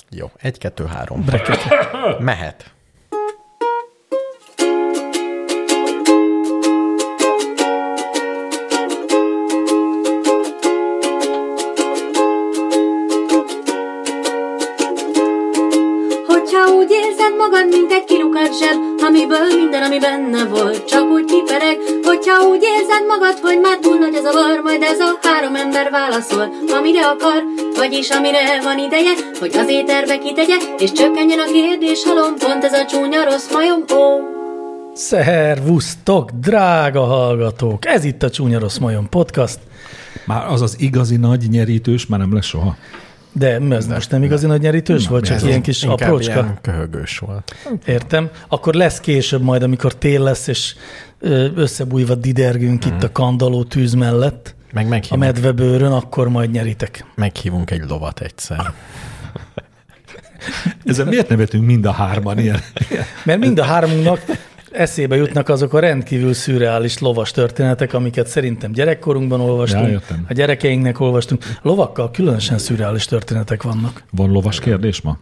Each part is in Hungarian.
Jó, 1, 2, 3. Mehet. Hogyha úgy érzed magad, mint egy kilukat zseb, amiből minden, ami benne volt, csak úgy kipereg. Hogyha úgy érzed magad, hogy már túl nagy a zavar, majd ez a 3 ember válaszol, amire akar, vagyis amire van ideje, hogy az éterbe kitegye, és csökkenjen a kérdés halom, pont ez a csúnya rossz majom, ó. Szervusztok, drága hallgatók! Ez itt a Csúnya Rossz Majom podcast. Már az az igazi nagy nyerítős már nem lesz soha. De ez most nem igazi nagy nyerítős volt, csak ilyen kis aprócska? Ilyen köhögős volt. Értem. Akkor lesz később majd, amikor tél lesz, és összebújva didergünk itt a kandalló tűz mellett, a medvebőrön, akkor majd nyeritek. Meghívunk egy lovat egyszer. Ezzel miért nevetünk mind a hárman ilyen? Mert mind a hármunknak eszébe jutnak azok a rendkívül szürreális lovas történetek, amiket szerintem gyerekkorunkban olvastunk, a gyerekeinknek olvastunk. Lovakkal különösen szürreális történetek vannak. Van lovas kérdés ma?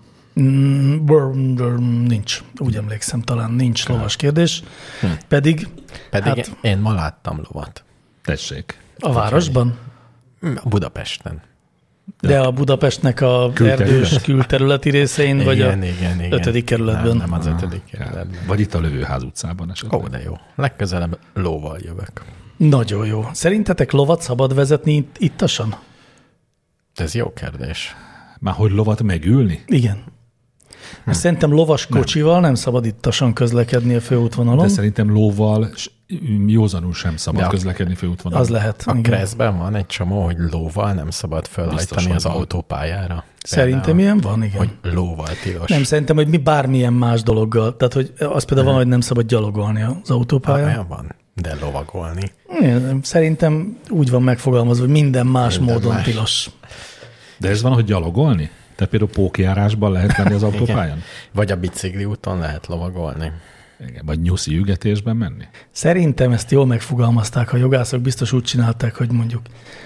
Nincs. Úgy emlékszem, talán nincs lovas kérdés. Pedig hát, én ma láttam lovat. Tessék. A városban? Budapesten. De a Budapestnek a erdős külterületi részein, vagy a 5. kerületben? Nem az 5. kerületben. Vagy itt a Lövőház utcában esetleg. Ó, de jó. Legközelebb lóval jövök. Nagyon jó. Szerintetek lovat szabad vezetni ittasan? Ez jó kérdés. Már hogy lovat megülni? Igen. Mert szerintem lovas kocsival nem szabad ittasan közlekedni a főútvonalon. De szerintem lóval józanul sem szabad közlekedni főútvonalon. Az lehet. A Kresszben van egy csomó, hogy lóval nem szabad felhajtani az autópályára. Szerintem ilyen van, igen. Hogy lóval tilos. Nem, szerintem, hogy mi bármilyen más dologgal. Tehát, hogy az például van, hogy nem szabad gyalogolni az autópályán. Olyan van, de lovagolni. Szerintem úgy van megfogalmazva, hogy minden módon tilos. De ez van, hogy gyalogolni? Tehát például pókjárásban lehet menni az autópályán? Vagy a bicikli úton lehet lovagolni. Igen, vagy nyuszi ügetésben menni? Szerintem ezt jól megfogalmazták, a jogászok biztos úgy csinálták, hogy mondjuk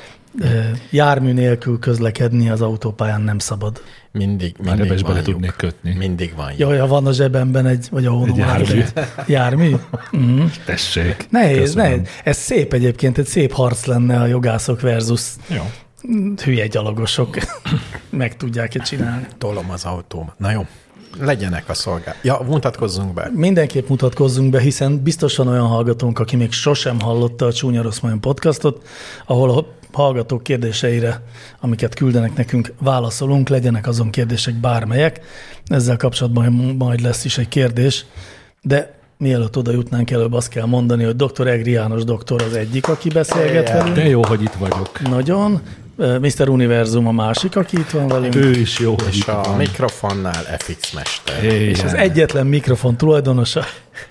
jármű nélkül közlekedni az autópályán nem szabad. Mindig ebbe bele tudnék kötni. Mindig van. Jaj, ha van a zsebemben vagy a hónum. Jármű? Mm. Tessék. Nehéz. Ez szép egyébként, egy szép harc lenne a jogászok versus hülye gyalogosok. Meg tudják-e csinálni. Tolom az autóm. Na jó. Legyenek a szolgál. Ja, mutatkozzunk be. Mindenképp mutatkozzunk be, hiszen biztos van olyan hallgatónk, aki még sosem hallotta a Csúnya Rossz Majom podcastot, ahol a hallgatók kérdéseire, amiket küldenek nekünk, válaszolunk, legyenek azon kérdések bármelyek. Ezzel kapcsolatban majd lesz is egy kérdés, de mielőtt oda jutnánk, előbb azt kell mondani, hogy dr. Egri János doktor az egyik, aki beszélget velünk. De jó, hogy itt vagyok. Nagyon. Mr. Univerzum a másik, aki itt van velünk. Ő is jó, hogy és itt a van. mikrofonnál FX Mester. És az egyetlen mikrofon tulajdonosa.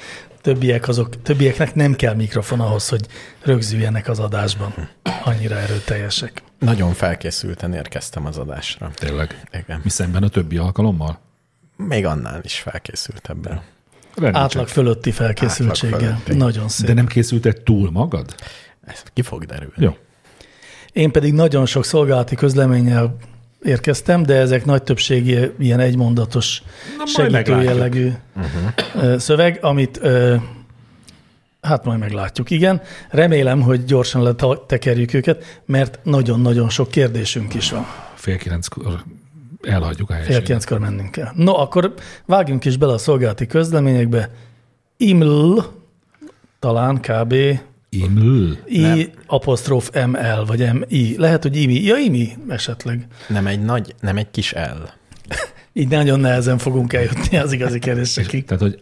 Többieknek nem kell mikrofon ahhoz, hogy rögzüljenek az adásban. Annyira erőteljesek. Nagyon felkészülten érkeztem az adásra. Tényleg? Igen. Mi szemben a többi alkalommal? Még annál is felkészültebben. Átlag fölötti felkészültséggel. Nagyon szép. De nem készülted túl magad? Ez ki fog derülni. Jó. Én pedig nagyon sok szolgálati közleménnyel érkeztem, de ezek nagy többségi ilyen egymondatos segítő jellegű szöveg, amit hát majd meglátjuk. Igen, remélem, hogy gyorsan letekerjük őket, mert nagyon-nagyon sok kérdésünk is van. 8:30-kor elhagyjuk a helységet. 8:30-kor mennünk kell. No, akkor vágjunk is bele a szolgálati közleményekbe. IML, talán kb. IML? I''ML, vagy MI. Lehet, hogy IMI. Ja, IMI esetleg. Nem egy kis L. Így nagyon nehezen fogunk eljutni az igazi kérdésekig. Tehát, hogy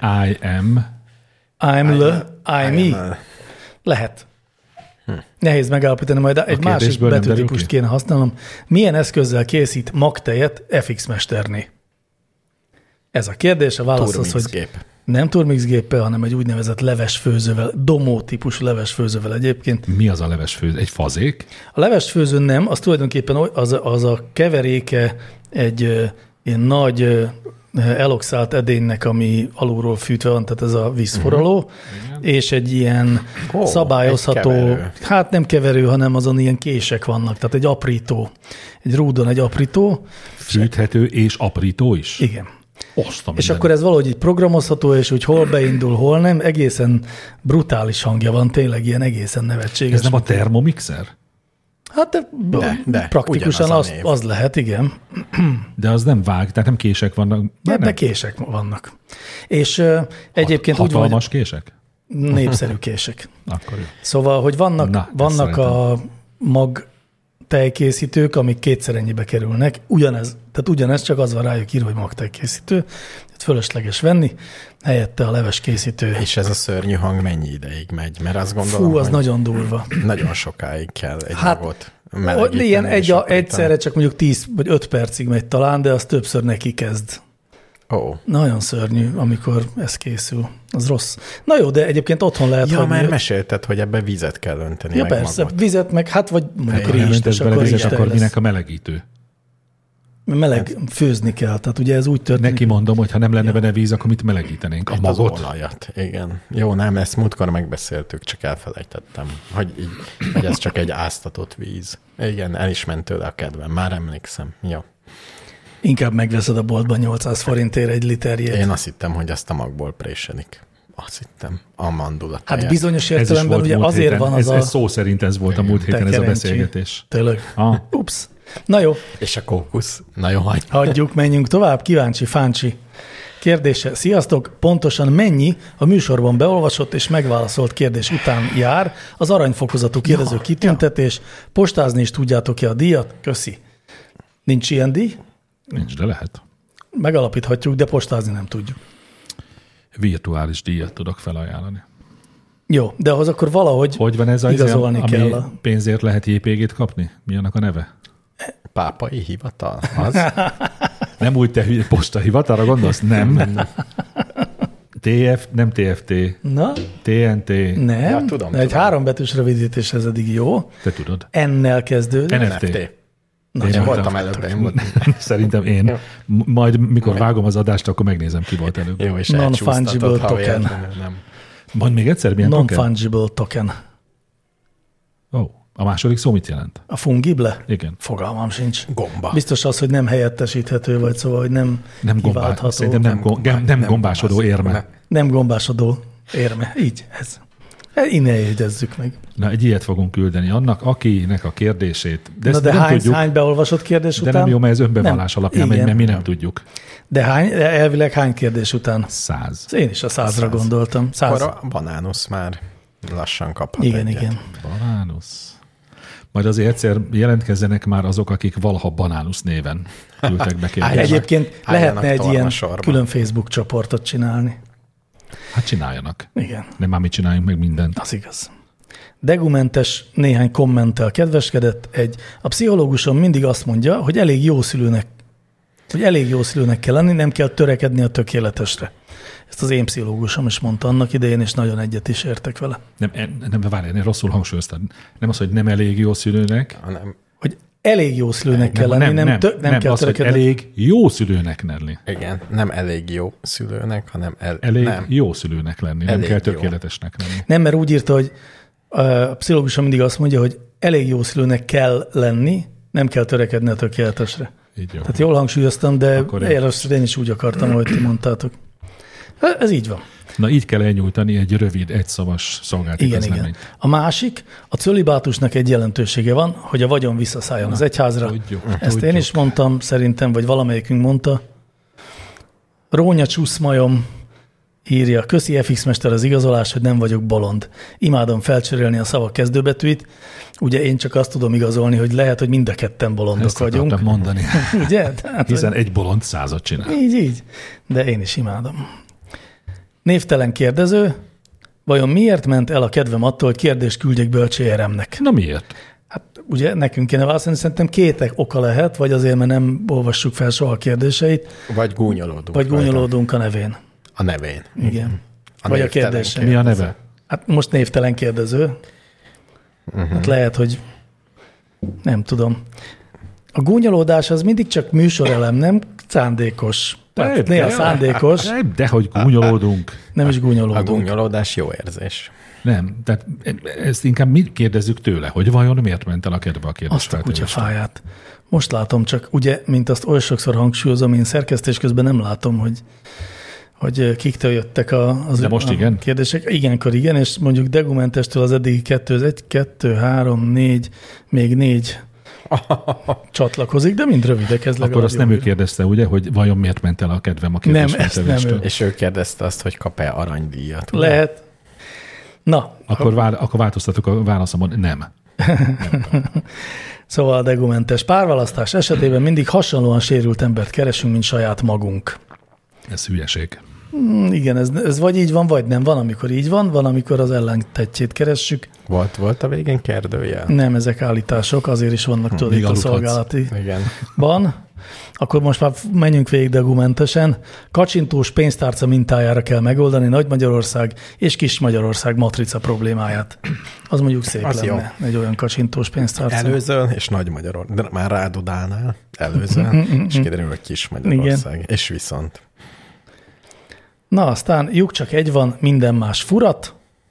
IMI. Lehet. Nehéz megállapítani, majd egy másik betűtípust kéne használnom. Milyen eszközzel készít magtejet FX Mesterné? Ez a kérdés, a válasz az, hogy nem turmixgéppel, hanem egy úgynevezett levesfőzővel, domó típusú levesfőzővel egyébként. Mi az a levesfőző? Egy fazék? A levesfőző nem, az tulajdonképpen az a keveréke egy ilyen nagy eloxált edénynek, ami alulról fűtve van, tehát ez a vízforraló, és egy ilyen szabályozható, hát nem keverő, hanem azon ilyen kések vannak, tehát egy aprító, egy rúdon egy aprító. Fűthető és aprító is? Igen. És akkor ez valahogy így programozható, és hogy hol beindul, hol nem, egészen brutális hangja van, tényleg ilyen egészen nevetséges. Ez nem a termomixer? Hát de praktikusan az lehet, igen. De az nem vág, tehát nem kések vannak. De kések vannak. És egyébként úgy hatalmas kések? Népszerű kések. Akkor jó. Szóval, hogy vannak a mag tejkészítők, amik kétszer ennyibe kerülnek. Ugyanez, csak az van rájuk írva, hogy magtejkészítő. Tehát fölösleges venni, helyette a leveskészítő. És ez a szörnyű hang mennyi ideig megy? Mert azt gondolom, az nagyon durva. Nagyon sokáig kell egy magot melegíteni. Ilyen egyszerre csak mondjuk 10 vagy 5 percig megy talán, de az többször neki kezd. Nagyon szörnyű, amikor ez készül. Az rossz. Na jó, de egyébként otthon lehet hagyni. Már mesélted, hogy ebbe vizet kell önteni. Ja, meg persze, magot. Vizet meg, hát vagy mondjuk rizst, és akkor vizet, akkor minek a melegítő? Főzni kell, tehát ugye ez úgy történik. Neki mondom, hogy ha nem lenne benne víz, akkor mit melegítenénk? A magot? Az olajat, igen. Jó, nem, ezt múltkor megbeszéltük, csak elfelejtettem, hogy ez csak egy áztatott víz. Igen, el is ment tőle a kedvem, már emlékszem. Jó. Inkább megveszed a boltban 800 forintért egy literjét. Én azt hittem, hogy azt a magból présedik. Azt hittem, a mandula. Hát bizonyos értelemben ugye azért héten. Van az ez szó szerint ez volt a múlt héten ez a beszélgetés. Tényleg? Ups. Na jó. És a kókusz. Na jó, hagyjuk, menjünk tovább. Kíváncsi Fáncsi kérdése. Sziasztok! Pontosan mennyi a műsorban beolvasott és megválaszolt kérdés után jár az aranyfokozatú kérdező kitüntetés? Postázni is tudjátok-e a díjat? Köszi. Nincs ilyen díj? Nincs, de lehet. Megalapíthatjuk, de postázni nem tudjuk. Virtuális díjat tudok felajánlani. Jó, de ahhoz akkor valahogy hogy van ez igazolni kell. Ami pénzért lehet JPG-t kapni? Mi annak a neve? Pápai hivatal? Az? Nem úgy te postahivatalra gondolsz? Nem. Nem TFT. Na? TNT. Nem. Ja, tudom. Egy 3 betűs rövidítés, ez eddig jó. Te tudod. N-nel kezdődik. NFT. Én voltam előbb. Szerintem én. Majd mikor vágom az adást, akkor megnézem, ki volt előbb. Jó, és non-fungible token. Majd még egyszer, milyen token? Non-fungible token. A második szó mit jelent? A fungible? Igen. Fogalmam sincs. Gomba. Biztos az, hogy nem helyettesíthető, vagy szóval, hogy nem kiváltható. Szerintem nem gombásodó érme. Nem gombásodó érme. Így, ez. Innen jegyezzük meg. Na, egy ilyet fogunk küldeni annak, akinek a kérdését. De hány beolvasott kérdés után? De nem jó, mert ez önbevallás alapján megy, mert mi nem tudjuk. De elvileg hány kérdés után? 100. Én is a 100-ra gondoltam. 100. Akkor a banánusz már lassan kaphat igen, egyet. Igen. Banánusz. Majd azért egyszer jelentkezzenek már azok, akik valaha Banánusz néven küldtek be kérdést. Egyébként lehetne egy ilyen külön Facebook csoportot csinálni. Hát csináljanak. Igen. Nem már mi csináljunk meg mindent. Az igaz. Degumentes néhány kommenttel kedveskedett. A pszichológusom mindig azt mondja, hogy elég jó szülőnek kell lenni, nem kell törekedni a tökéletesre. Ezt az én pszichológusom is mondta annak idején, és nagyon egyet is értek vele. Nem várj, én rosszul hangsúlyoztam. Nem az, hogy nem elég jó szülőnek, hanem hogy elég jó szülőnek kell lenni, nem kell az, törekedni. Hogy elég jó szülőnek lenni. Igen, nem elég jó szülőnek, hanem elég jó szülőnek lenni, nem kell tökéletesnek lenni. Nem, mert úgy írta, hogy a pszichológusom mindig azt mondja, hogy elég jó szülőnek kell lenni, nem kell törekedni a tökéletesre. Így jó. Tehát jól hangsúlyoztam, de először én is úgy akartam, ahogy ti mondtátok. Ez így van. Na így kell elnyújtani egy rövid, egyszavas szolgálati közleményt. Igen. A másik, a cölibátusnak egy jelentősége van, hogy a vagyon visszaszálljon az egyházra. Ezt én is mondtam, szerintem, vagy valamelyikünk mondta. Rónya Csuszmajom írja, köszi FX Mester az igazolás, hogy nem vagyok bolond. Imádom felcserélni a szavak kezdőbetűit. Ugye én csak azt tudom igazolni, hogy lehet, hogy mind a ketten bolondok ezt vagyunk. Ezt mondani. Ugye? Hiszen egy bolond 100-at csinál. Így. De én is imádom. Névtelen kérdező, vajon miért ment el a kedvem attól, hogy kérdést küldjek Bölcsé-Eremnek? Na miért? Hát ugye nekünk kéne válaszolni, szerintem 2 oka lehet, vagy azért, mert nem olvassuk fel soha a kérdéseit. Vagy gúnyolódunk. Vagy gúnyolódunk a nevén. A nevén. Igen. Vagy a kérdésen. Mi a neve? Hát most névtelen kérdező. Hát lehet, hogy nem tudom. A gúnyolódás az mindig csak műsorelem, nem szándékos Néha szándékos. De hogy gúnyolódunk. Nem is A gúnyolódunk. gúnyolódás jó érzés. Nem, tehát ezt inkább mi kérdezzük tőle, hogy vajon miért ment el a kedve a kérdés Azt a kutyafáját. Most látom, csak ugye, mint azt oly sokszor hangsúlyozom, én szerkesztés közben nem látom, hogy kiktől jöttek De most igen? kérdések. Ilyenkor igen, és mondjuk Degumentestől az eddigi 1, 2, 3, 4, még 4 csatlakozik, de mind rövidek. Ez Akkor azt nem ő kérdezte, ugye, hogy vajon miért ment el a kedvem a kérdés? Nem, ezt nem ő. És ő kérdezte azt, hogy kap-e aranydíjat. ugye? Lehet. Na, Akkor változtatok a válaszomon, nem. szóval a Degumentes párválasztás esetében mindig hasonlóan sérült embert keresünk, mint saját magunk. Ez hülyeség. Igen, ez vagy így van, vagy nem. Van, amikor így van, van, amikor az ellentettjét keressük. Volt a végén kérdőjel? Nem, ezek állítások, azért is vannak tudod itt a aludhatsz. szolgálatiban. Akkor most már menjünk végig Degumentesen. Kacsintós pénztárca mintájára kell megoldani Nagy-Magyarország és Kis-Magyarország matrica problémáját. Az mondjuk szép Az lenne, egy olyan kacsintós pénztárca. Előzöl, és Nagy-Magyarország. De már rádudálnál, előzöl, és kiderül, hogy Kis-Magyarország. És viszont. Na, aztán lyuk csak egy van, minden más furat.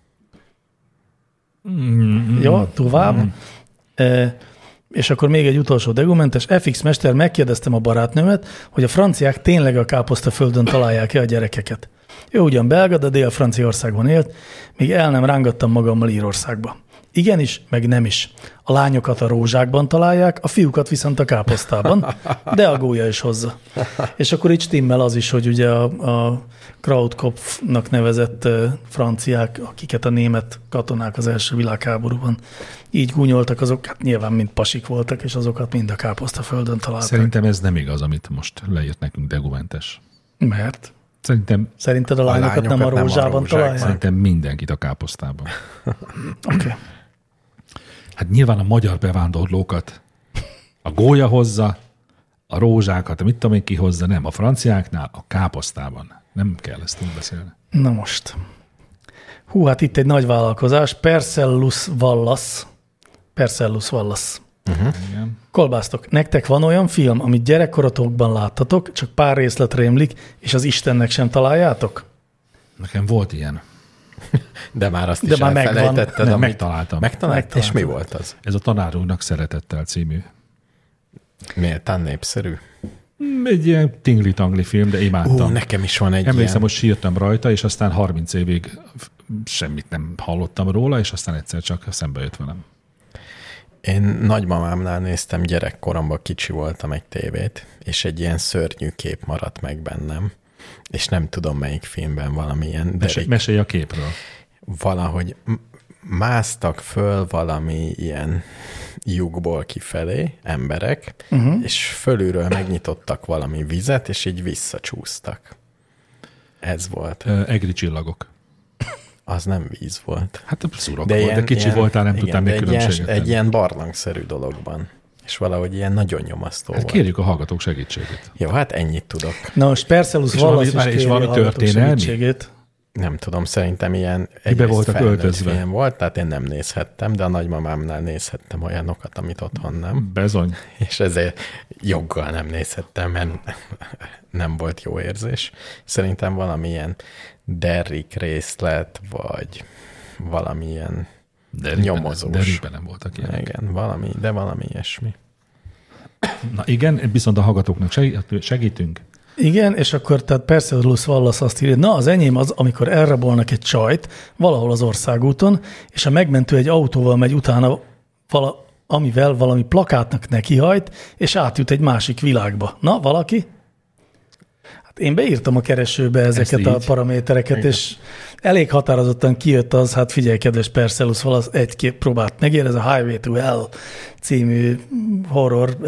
Jó, tovább. És akkor még egy utolsó Degumentes. FX Mester, megkérdeztem a barátnőmet, hogy a franciák tényleg a káposztaföldön találják-e a gyerekeket. Ő ugyan belga, de Dél-Franciaországban élt, még el nem rángattam magammal Írországba. Igenis, meg nem is. A lányokat a rózsákban találják, a fiúkat viszont a káposztában, de a gólya is hozza. És akkor így stimmel az is, hogy ugye a Krautkopfnak nevezett franciák, akiket a német katonák az első világháborúban így gúnyoltak, azok hát nyilván mind pasik voltak, és azokat mind a káposztaföldön találták. Szerintem ez nem igaz, amit most leírt nekünk Degumentes. Mert? Szerinted a lányokat nem a rózsában találják? Szerintem mindenkit a káposztában. Oké. Hát nyilván a magyar bevándorlókat a gólya hozza, a rózsákat, mit tudom én ki hozza, nem. A franciáknál a káposztában. Nem kell ezt úgy beszélni. Na most. Hú, hát itt egy nagy vállalkozás. Percellus Wallace. Igen. Kolbásztok, nektek van olyan film, amit gyerekkorotokban láttatok, csak pár részlet rémlik, és az Istennek sem találjátok? Nekem volt ilyen. De már azt is elfelejtetted. Nem, amit megtaláltam. Megtaláltad? És mi volt az? Ez a Tanár úrnak szeretettel című. Méltán népszerű. Egy ilyen tingli-tangli film, de imádtam. Nekem is van egy Emlékszem, ilyen. hogy sírtam rajta, és aztán 30 évig semmit nem hallottam róla, és aztán egyszer csak szembe jött velem. Én nagymamámnál néztem gyerekkoromban, kicsi voltam egy tévét, és egy ilyen szörnyű kép maradt meg bennem, és nem tudom melyik filmben valamilyen. Mesélj a képről. Valahogy másztak föl valami ilyen lyukból kifelé emberek, és fölülről megnyitottak valami vizet, és így visszacsúsztak. Ez volt. Egri csillagok. Az nem víz volt. Hát szurok volt, de kicsi voltál, nem tudtam még különbséget tenni. Egy ilyen barlangszerű dologban. És valahogy ilyen nagyon nyomasztó volt. Kérjük a hallgatók segítségét. Jó, hát ennyit tudok. Na most Percellus Wallace is kéri a hallgatók segítségét. Nem tudom, szerintem ilyen Mibe voltak öltözve? Film volt, tehát én nem nézhettem, de a nagymamámnál nézhettem olyanokat, amit otthon nem. Bezony. És ezért joggal nem nézhettem, mert nem volt jó érzés. Szerintem valamilyen Derrick részlet, vagy valamilyen nyomozós. Derrickben nem voltak ilyenek. Igen, valami ilyesmi. Na igen, viszont a hallgatóknak segítünk. Igen, és akkor tehát Percellus Wallace azt írja, na az enyém az, amikor elrabolnak egy csajt valahol az országúton, és a megmentő egy autóval megy utána, amivel valami plakátnak nekihajt, és átjut egy másik világba. Na, valaki? Hát én beírtam a keresőbe ezeket a paramétereket, igen. És elég határozottan kijött az, hát figyelj, kedves Percellus Wallace, egy-két próbát megér, ez a Highway to Hell című horror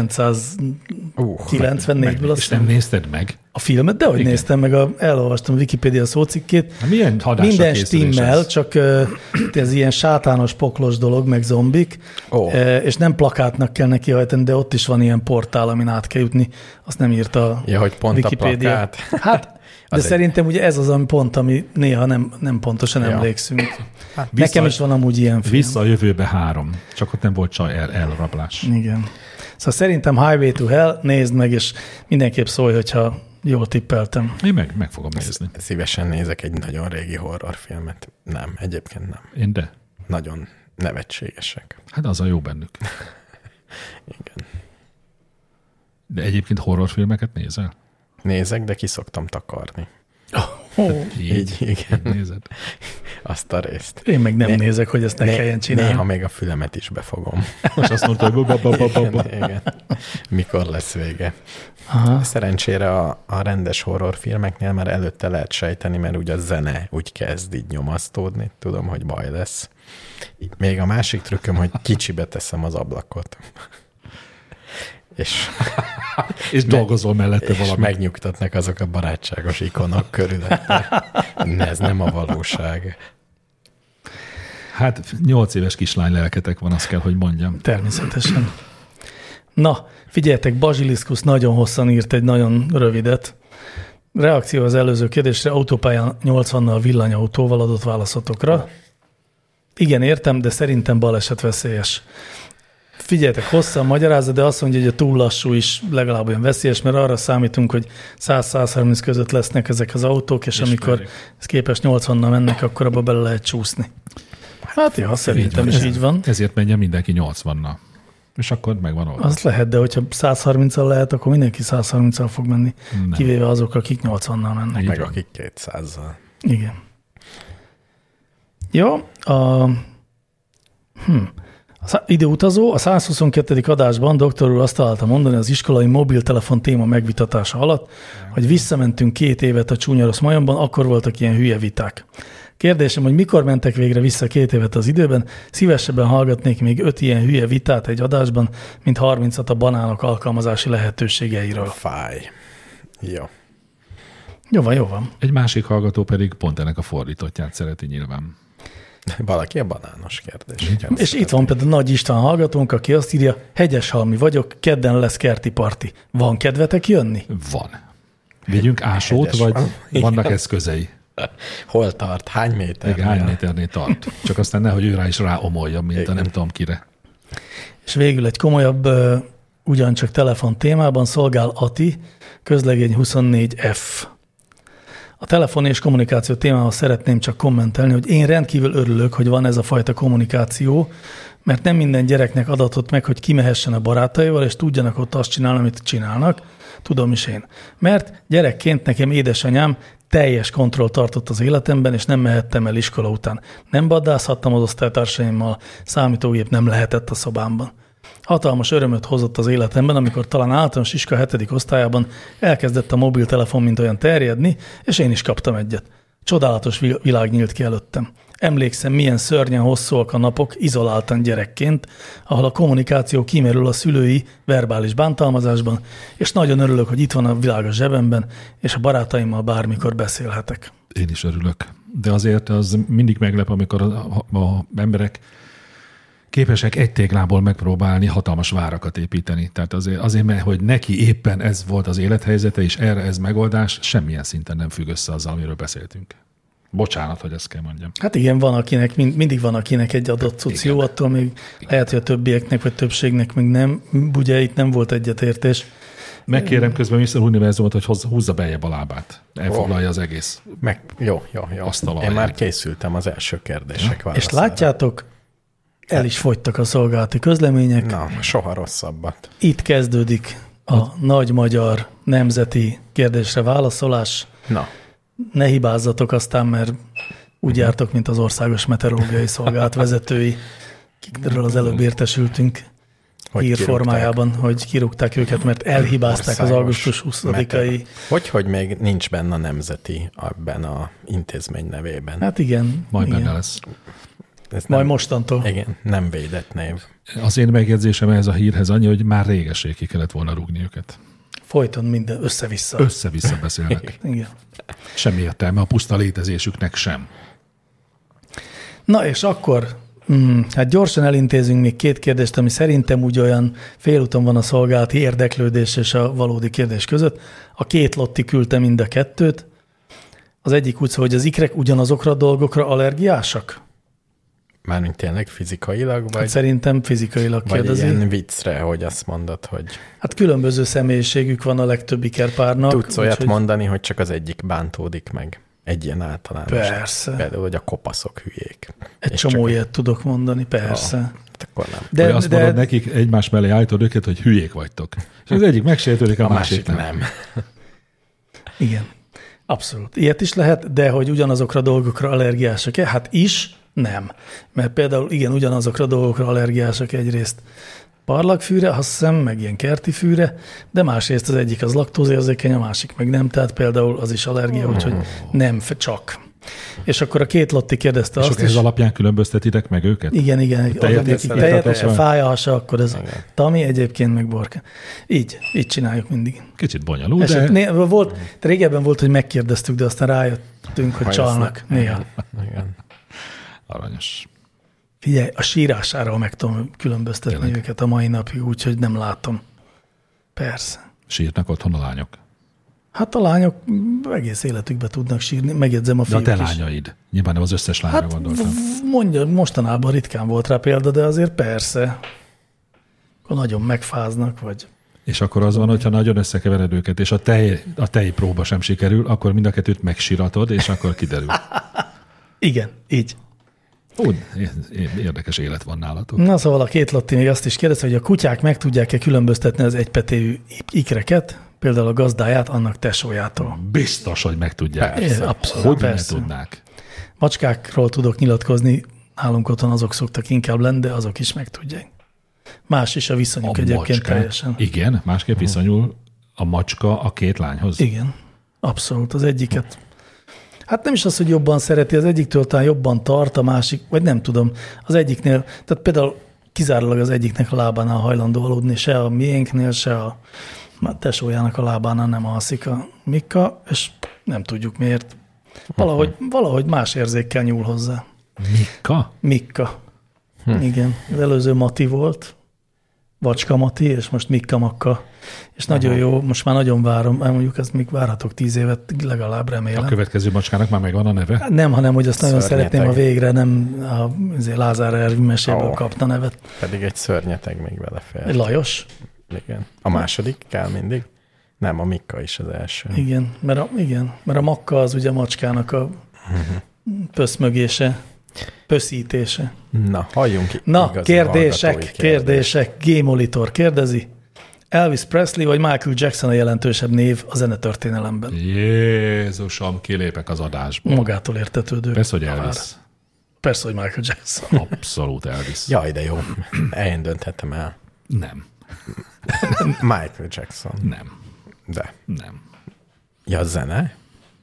1994-ből. És nem nézted meg? A filmet, de hogy néztem meg, elolvastam a Wikipédia szócikkét. Milyen minden stimmel, csak ez ilyen sátános, poklos dolog, meg zombik, és nem plakátnak kell neki hajtani, de ott is van ilyen portál, amin át kell jutni. Azt nem írta a hogy pont Wikipédia. A plakát? Hát, de szerintem ugye ez az a pont, ami néha nem pontosan emlékszünk. Hát nekem is van amúgy ilyen film. Vissza a jövőbe 3, csak ott nem volt csaj elrablás. Igen. Szóval szerintem Highway to Hell, nézd meg, és mindenképp szólj, hogyha Jól tippeltem. Én meg fogom nézni. Szívesen nézek egy nagyon régi horrorfilmet. Nem, egyébként nem. Én de? Nagyon nevetségesek. Hát az a jó bennük. Igen. De egyébként horrorfilmeket nézel? Nézek, de ki szoktam takarni. Így, igen. Nézed. Azt a részt. Én meg nem nézek, hogy ezt ne kelljen csinálni. Néha még a fülemet is befogom. Most azt mondta, hogy igen. Mikor lesz vége? Aha. Szerencsére a rendes horrorfilmeknél már előtte lehet sejteni, mert ugye a zene úgy kezd így nyomasztódni. Tudom, hogy baj lesz. Még a másik trükköm, hogy kicsibe teszem az ablakot. És dolgozol mellette valamit. És megnyugtatnak azok a barátságos ikonok körülötte. Ez nem a valóság. Hát 8 éves kislány lelketek van, azt kell, hogy mondjam. Természetesen. Na, figyeljetek, Bazsiliszkusz nagyon hosszan írt egy nagyon rövidet. Reakció az előző kérdésre, autópályán 80-nal villanyautóval adott válaszotokra. Igen, értem, de szerintem balesetveszélyes. Figyeljetek, hosszan magyarázza, de azt mondja, hogy a túl lassú is legalább olyan veszélyes, mert arra számítunk, hogy 100-130 között lesznek ezek az autók, és amikor ez képes 80-nal mennek, akkor abba bele lehet csúszni. Hát ja, szerintem is így van. Ezért menjen mindenki 80-nal. És akkor megvan oldva. Az lehet, de hogyha 130-al lehet, akkor mindenki 130-al fog menni, nem. Kivéve azok, akik 80-nal mennek. Meg akik 200-zal. Igen. Jó, időutazó, a 122. adásban doktor úr azt találta mondani az iskolai mobiltelefon téma megvitatása alatt, hogy visszamentünk 2 évet a Csúnya Rossz Majomban, akkor voltak ilyen hülye viták. Kérdésem, hogy mikor mentek végre vissza 2 évet az időben, szívesebben hallgatnék még 5 ilyen hülye vitát egy adásban, mint 30-at a banánok alkalmazási lehetőségeiről. Fáj. Jó. Jó van. Egy másik hallgató pedig pont ennek a fordítottját szereti nyilván. Valaki a banános kérdés. És itt van például Nagy István hallgatónk, aki azt írja, Hegyeshalmi vagyok, kedden lesz kerti parti. Van kedvetek jönni? Van. Vigyünk ásót, vagy vannak eszközei? Hol tart? Hány méternél? Hány méternél tart. Csak aztán nehogy ő rá is ráomolja, mint a nem tudom kire. És végül egy komolyabb, ugyancsak telefon témában szolgál Ati, közlegény 24F. A telefon és kommunikáció témával szeretném csak kommentelni, hogy én rendkívül örülök, hogy van ez a fajta kommunikáció, mert nem minden gyereknek adatott meg, hogy kimehessen a barátaival, és tudjanak ott azt csinálni, amit csinálnak. Tudom is én. Mert gyerekként nekem édesanyám teljes kontrollt tartott az életemben, és nem mehettem el iskola után. Nem vaddázhattam az osztálytársaimmal, számítógép nem lehetett a szobámban. Hatalmas örömöt hozott az életemben, amikor talán általános iskola 7. osztályában elkezdett a mobiltelefon mint olyan terjedni, és én is kaptam egyet. Csodálatos világ nyílt ki előttem. Emlékszem, milyen szörnyen hosszúak a napok izoláltan gyerekként, ahol a kommunikáció kimerül a szülői verbális bántalmazásban, és nagyon örülök, hogy itt van a világ a zsebemben, és a barátaimmal bármikor beszélhetek. Én is örülök. De azért az mindig meglep, amikor a emberek képesek egy téglából megpróbálni hatalmas várakat építeni. Tehát azért, mert hogy neki éppen ez volt az élethelyzete, és erre ez megoldás, semmilyen szinten nem függ össze azzal, amiről beszéltünk. Bocsánat, hogy ezt kell mondjam. Hát igen, van akinek, mindig van akinek egy adott cucc jó, attól még lehet, hogy a többieknek, vagy többségnek még nem. Ugye itt nem volt egyetértés. Megkérem közben Mr. Univerzumot, hogy húzza beljebb a lábát. Elfoglalja az egész. Jó. Én már készültem az első kérdések válaszára. És látjátok, el is fogytak a szolgálati közlemények. Na, soha rosszabbat. Itt kezdődik a nagy magyar nemzeti kérdésre válaszolás. Na. Ne hibázzatok aztán, mert úgy jártok, mint az Országos Meteorológiai Szolgálat vezetői, akikről az előbb értesültünk hírformájában, hogy kirúgták őket, mert elhibázták az augusztus 20-ai. Hogy még nincs benne a nemzeti ebben a intézmény nevében. Hát igen. Majd benne lesz. Majd mostantól. Igen, nem védett név. Az én megjegyzésem ehhez a hírhez annyi, hogy már régeség ki kellett volna rúgni őket. Folyton minden össze-vissza. Össze-vissza beszélnek. Igen. Semmi értelme a puszta létezésüknek sem. Na és akkor, hát gyorsan elintézünk még 2 kérdést, ami szerintem úgy olyan félúton van a szolgálati érdeklődés és a valódi kérdés között. A 2 Lotti küldte mind a 2-t. Az egyik úgy szól, hogy az ikrek ugyanazokra a dolgokra allergiásak? Mármint tényleg fizikailag, vagy, Hát szerintem fizikailag vagy kérdezi. ilyen viccre, hogy azt mondod, hogy Hát különböző személyiségük van a legtöbb ikerpárnak. tudsz olyat úgyhogy- mondani, hogy csak az egyik bántódik meg. Egy ilyen általános. Persze. Például, hogy a kopaszok hülyék. Egy És csomó csak- ilyet tudok mondani, persze. Hát akkor nem. De azt mondod nekik, egymás mellé állítod őket, hogy hülyék vagytok. És az egyik megsértődik, a másik nem. Igen, abszolút. Ilyet is lehet, de hogy ugyanazokra a dolgokra allergiások-e? Hát is, nem. Mert például igen, ugyanazokra a dolgokra allergiások egyrészt parlagfűre, azt hiszem, meg ilyen kerti fűre, de másrészt az egyik az laktózérzékeny, a másik meg nem, tehát például az is allergia, úgyhogy nem csak. És akkor a két Lotti kérdezte És azt akkor ez is. alapján különböztetít meg őket? Igen, Tejet tejet, eszel? fáj a hasa, akkor ez Igen. Tami, egyébként meg Borka. Így csináljuk mindig. Kicsit bonyolult, de Volt, régebben volt, hogy megkérdeztük, de aztán rájöttünk, hogy csalnak néha. Igen. aranyos. Figyelj, a sírásáról meg tudom különböztetni Tényleg? őket a mai napig, úgyhogy nem látom. Persze. Sírnak otthon a lányok. Hát a lányok egész életükbe tudnak sírni, megjegyzem a De a fiúk te is. lányaid. Nyilván nem az összes lányra Hát gondoltam. mondja, mostanában ritkán volt rá példa, de azért persze. Akkor nagyon megfáznak, vagy... És akkor az van, hogyha nagyon összekevered őket, és a tej próba sem sikerül, akkor mind a kettőt megsiratod, és akkor kiderül. Igen, így. Úgy, érdekes élet van nálatok. Na szóval a két Lotti még azt is kérdezte, hogy a kutyák meg tudják-e különböztetni az egypetéjű ikreket, például a gazdáját annak tesójától. Biztos, hogy meg tudják. Persze. Abszolút, Hogy persze. ne tudnák? Macskákról tudok nyilatkozni, nálunk otthon azok szoktak inkább lenni, de azok is meg tudják. Más is a viszonyuk egyébként macskák. teljesen. Igen, másképp viszonyul a macska a két lányhoz. Igen, abszolút. Az egyiket, hát nem is az, hogy jobban szereti, az egyiktől talán jobban tart, a másik, vagy nem tudom, az egyiknél, tehát például kizárólag az egyiknek a lábánál hajlandó aludni, se a miénknél, se a tesójának a lábánál nem alszik a Mika, és nem tudjuk miért. Valahogy más érzékkel nyúl hozzá. Mika? Mikka. Igen. Az előző Mati volt, Vacska Mati, és most Mikka Makka. És nagyon jó, most már nagyon várom, mondjuk ezt még várhatok 10 évet, legalább remélem. A következő macskának már megvan a neve? Nem, hanem hogy azt nagyon Szörnyeteg. szeretném, ha végre nem a Lázár Ervin meséből kapna nevet. Pedig egy szörnyeteg még belefér. Egy Lajos? Igen. A második kell mindig? Nem, a Mikka is az első. Igen, mert a Makka az ugye a macskának a pöszmögése, pöszítése. Na, halljunk ki. Na, igazi hallgatói kérdések. G-Monitor kérdezi. Elvis Presley vagy Michael Jackson a jelentősebb név a zenetörténelemben? Jézusom, kilépek az adásból. Magától értetődő. Persze, hogy Elvis. Persze, hogy Michael Jackson. Abszolút Elvis. Jaj, de jó. Én dönthetem el. Nem. Michael Jackson. Nem. De. Nem. Ja, a zene?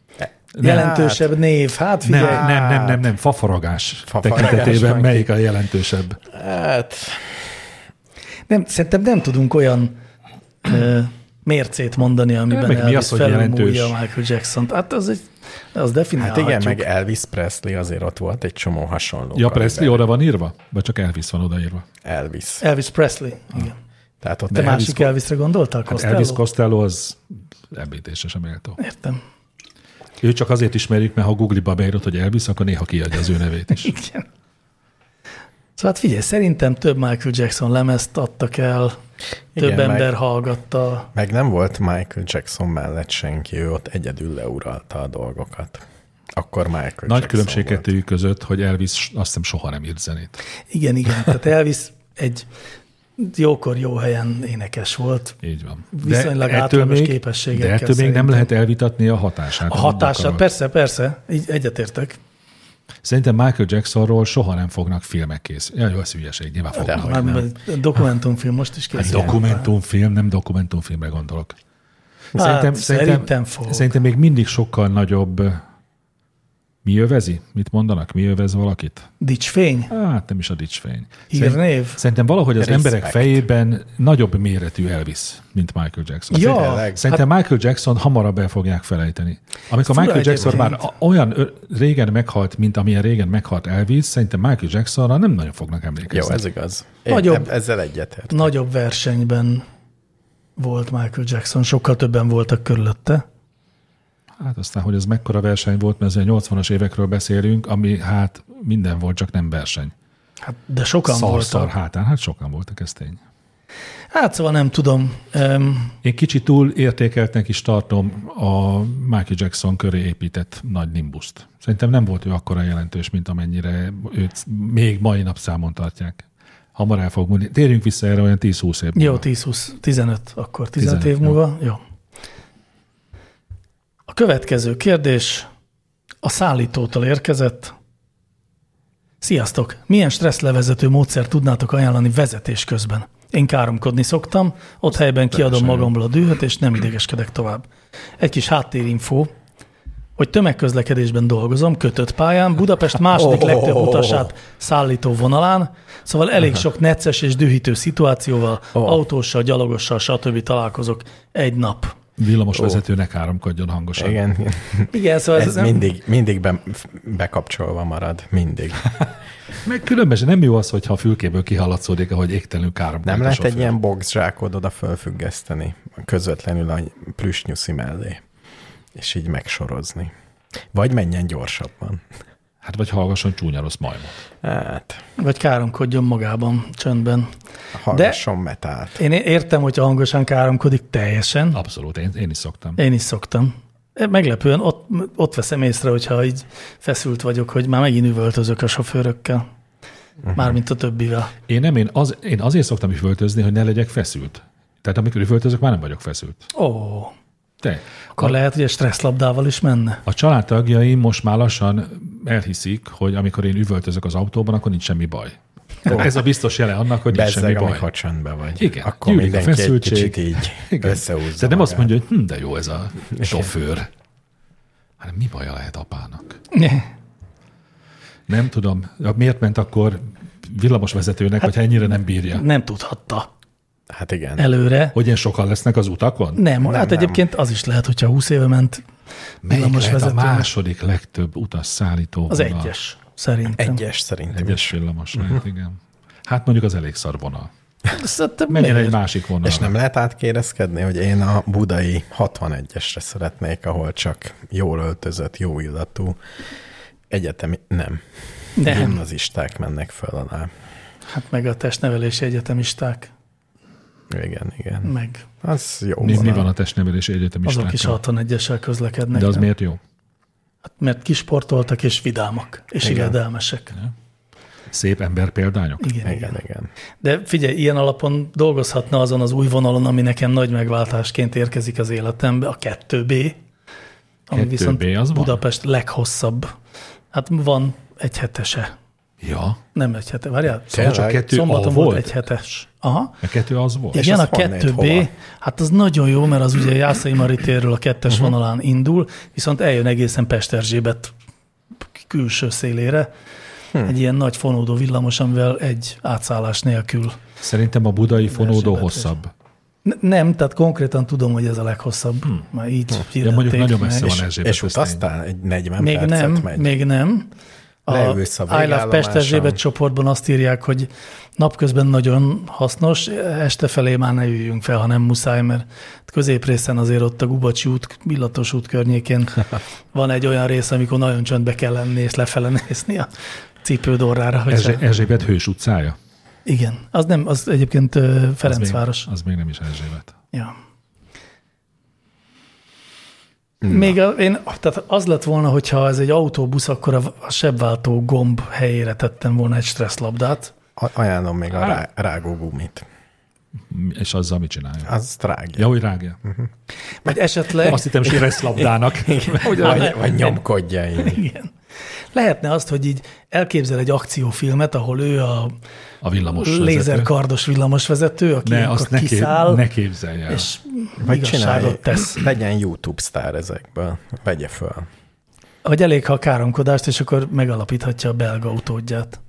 Jelentősebb név. Hát figyelj. Nem. Fafaragás Fafaragás tekintetében van melyik a jelentősebb? Hát, Nem, szerintem nem tudunk olyan mércét mondani, amiben meg mi Elvis az, hogy jelentős? felülmúlja Michael Jackson-t. Hát az definiálhatjuk. hát igen, meg Elvis Presley azért ott volt egy csomó hasonló. Ja, Presley oda van írva? Vagy csak Elvis van odaírva? Elvis. Elvis Presley, igen. Tehát ott Te Elvis másik Elvisre gondoltál, Hát Costello? Elvis Costello az említésre sem méltó. Értem. Ő csak azért ismerjük, mert ha Google-ba beírod, hogy Elvis, akkor néha kiadja az ő nevét is. Igen. Szóval hát figyelj, szerintem több Michael Jackson lemezt adtak el, több Igen, ember meg- hallgatta. Meg nem volt Michael Jackson mellett senki, ő ott egyedül leuralta a dolgokat. Akkor Michael Nagy Jackson különbség volt. kettőjük között, hogy Elvis azt hiszem soha nem írt zenét. Igen. Tehát Elvis egy jókor jó helyen énekes volt. Így van. Viszonylag átlagos képességekkel De ettől még szerintem. nem lehet elvitatni a hatását. A hatását, persze, így egyetértek. Szerintem Michael Jacksonról soha nem fognak filmek készülni. Ja, jó, ez hülyeség, nyilván fognak. Már dokumentumfilm most is Egy készül. dokumentumfilm, nem dokumentumfilmre gondolok. Hát, szerintem fog. Szerintem még mindig sokkal nagyobb... Mi övezi? Mit mondanak? Mi övez valakit? Dicsfény? Hát nem is a dicsfény. Hírnév? Szerintem valahogy az Respect. emberek fejében nagyobb méretű Elvis, mint Michael Jackson. Ja, Tényleg? Szerintem Michael Jackson hamarabb el fogják felejteni. Amikor Fura Michael Jackson már egyébként. olyan régen meghalt, mint amilyen régen meghalt Elvis, szerintem Michael Jacksonra nem nagyon fognak Jó, emlékezni. ez igaz. Én Nagyobb- ezzel egyetért. nagyobb versenyben volt Michael Jackson, sokkal többen voltak körülötte. Hát aztán, hogy ez mekkora verseny volt, mert azért 80-as évekről beszélünk, ami hát minden volt, csak nem verseny. Hát, de sokan Szar voltak. hátán, hát sokan voltak, ez tény. Hát szóval nem tudom. Én kicsit túl értékeltnek is tartom a Michael Jackson köré épített nagy nimbuszt. Szerintem nem volt ő akkora jelentős, mint amennyire őt még mai nap számon tartják. Hamar el fogok mondani. Térjünk vissza erre olyan 10-20 év múlva. Jó, 10-20, 15, akkor 15 év jó. múlva. Jó. A következő kérdés a szállítótól érkezett. Sziasztok! Milyen stresszlevezető módszert tudnátok ajánlani vezetés közben? Én káromkodni szoktam, ott helyben kiadom magamból a dühöt, és nem idegeskedek tovább. Egy kis háttérinfó, hogy tömegközlekedésben dolgozom, kötött pályán, Budapest második legtöbb utasát szállító vonalán, szóval elég sok necces és dühítő szituációval, autóssal, gyalogossal, stb. Találkozok egy nap. Villamos vezetőnek káromkodjon hangosan. Igen. Igen, szóval Ez mindig bekapcsolva marad. Mindig. Meg különben nem jó az, hogyha a fülkéből kihallatszódik, ahogy égtelenül káromkodik. Nem a lehet sofőr. egy ilyen boxzsákod oda fölfüggeszteni közvetlenül a plüsnyuszi mellé, és így megsorozni. Vagy menjen gyorsabban. Hát vagy hallgasson csúnya rossz majmot. Hát, Vagy káromkodjon magában, csöndben. hallgasson metált. Én értem, hogyha hangosan káromkodik teljesen. Abszolút, én is szoktam. Én is szoktam. Meglepően ott veszem észre, hogyha így feszült vagyok, hogy már megint üvöltözök a sofőrökkel. Mármint a többivel. Én azért szoktam üvöltözni, hogy ne legyek feszült. Tehát amikor üvöltözök, már nem vagyok feszült. Ó, Te. akkor lehet, hogy egy stresszlabdával is menne. A családtagjaim most már lassan elhiszik, hogy amikor én üvöltözök az autóban, akkor nincs semmi baj. Ez a biztos jele annak, hogy nincs semmi Bezzeg, baj. amikor csöndben vagy. Igen, Akkor gyűlik a mindenki egy feszültség. kicsit így összehúzza De nem azt magát. mondja, hogy de jó ez a sofőr. Hát mi baja lehet apának? Nem tudom. Miért ment akkor villamosvezetőnek, hogyha ennyire nem bírja? Nem tudhatta Hát igen. előre. Hogy ilyen sokan lesznek az utakon? Nem, hát nem. egyébként az is lehet, hogyha 20 éve ment Melyik lehet a villamosvezetőnek. második legtöbb utas szállító Az vonal? egyes, szerintem. Egyes szerintem Egyes is. villamos lehet, igen. Hát mondjuk az elég szar vonal. Szerintem Menjen miért? egy másik vonal. És nem lehet átkérezkedni, hogy én a budai 61-esre szeretnék, ahol csak jól öltözött, jó illatú egyetemi, nem. Gimnazisták mennek föl alá. Hát meg a testnevelési egyetemisták, Igen. meg Az jó Mi van a testnevelési egyetemistákkal? azok is 61-essel közlekednek. De az nem? miért jó? Hát mert kisportoltak és vidámak, és Igen. illedelmesek. Szép ember példányok? Igen. De figyelj, ilyen alapon dolgozhatna azon az új vonalon, ami nekem nagy megváltásként érkezik az életembe, a 2B, ami 2B viszont az van? Budapest leghosszabb. Hát van egy hetese. Ja. Nem egy hete, várjál? Tényleg? Csak 2A Szombaton volt volt? egy hetes. Aha. A 2 az volt? És Igen, az a honnét, 2B, hova? hát az nagyon jó, mert az ugye Jászai Mari térről a 2-es vonalán indul, viszont eljön egészen Pesterzsébet külső szélére. Egy ilyen nagy fonódó villamos, amivel egy átszállás nélkül. Szerintem a budai fonódó Erzsébet hosszabb. Nem, tehát konkrétan tudom, hogy ez a leghosszabb. Már így Ja, hirdették mondjuk nagyon meg. messze van Erzsébet. És utaztál? Egy 40 Még percet nem, megy? még nem. Leülsz a I Love végállomáson. Pesterzsébet csoportban azt írják, hogy napközben nagyon hasznos, este felé már ne üljünk fel, ha nem muszáj, mert középrészen azért ott a Gubacsi út, Illatos út környékén van egy olyan rész, amikor nagyon csöndbe kell lenni, és lefele nézni a cipődorrára. Erzsébet Hős utcája? Igen, az nem, az egyébként Ferencváros. Az még nem is Erzsébet. Ja. Tehát az lett volna, hogyha ez egy autóbusz, akkor a sebváltó gomb helyére tettem volna egy stresszlabdát. Ajánlom még a rágógumit. És azzal mit csinálja? Az drága. Ja, hogy rágja. Vagy esetleg... Azt hittem, stresszlabdának. Vagy nyomkodja így. Igen. Lehetne azt, hogy így elképzel egy akciófilmet, ahol ő A villamos vezető. lézerkardos villamosvezető, aki Ne, akkor azt kiszáll, ne képzelj el. és Vagy igazságot csinálj, tesz. legyen YouTube sztár ezekből. Vegye föl. Hogy elég, ha a káromkodást, és akkor megalapíthatja a belga utódját.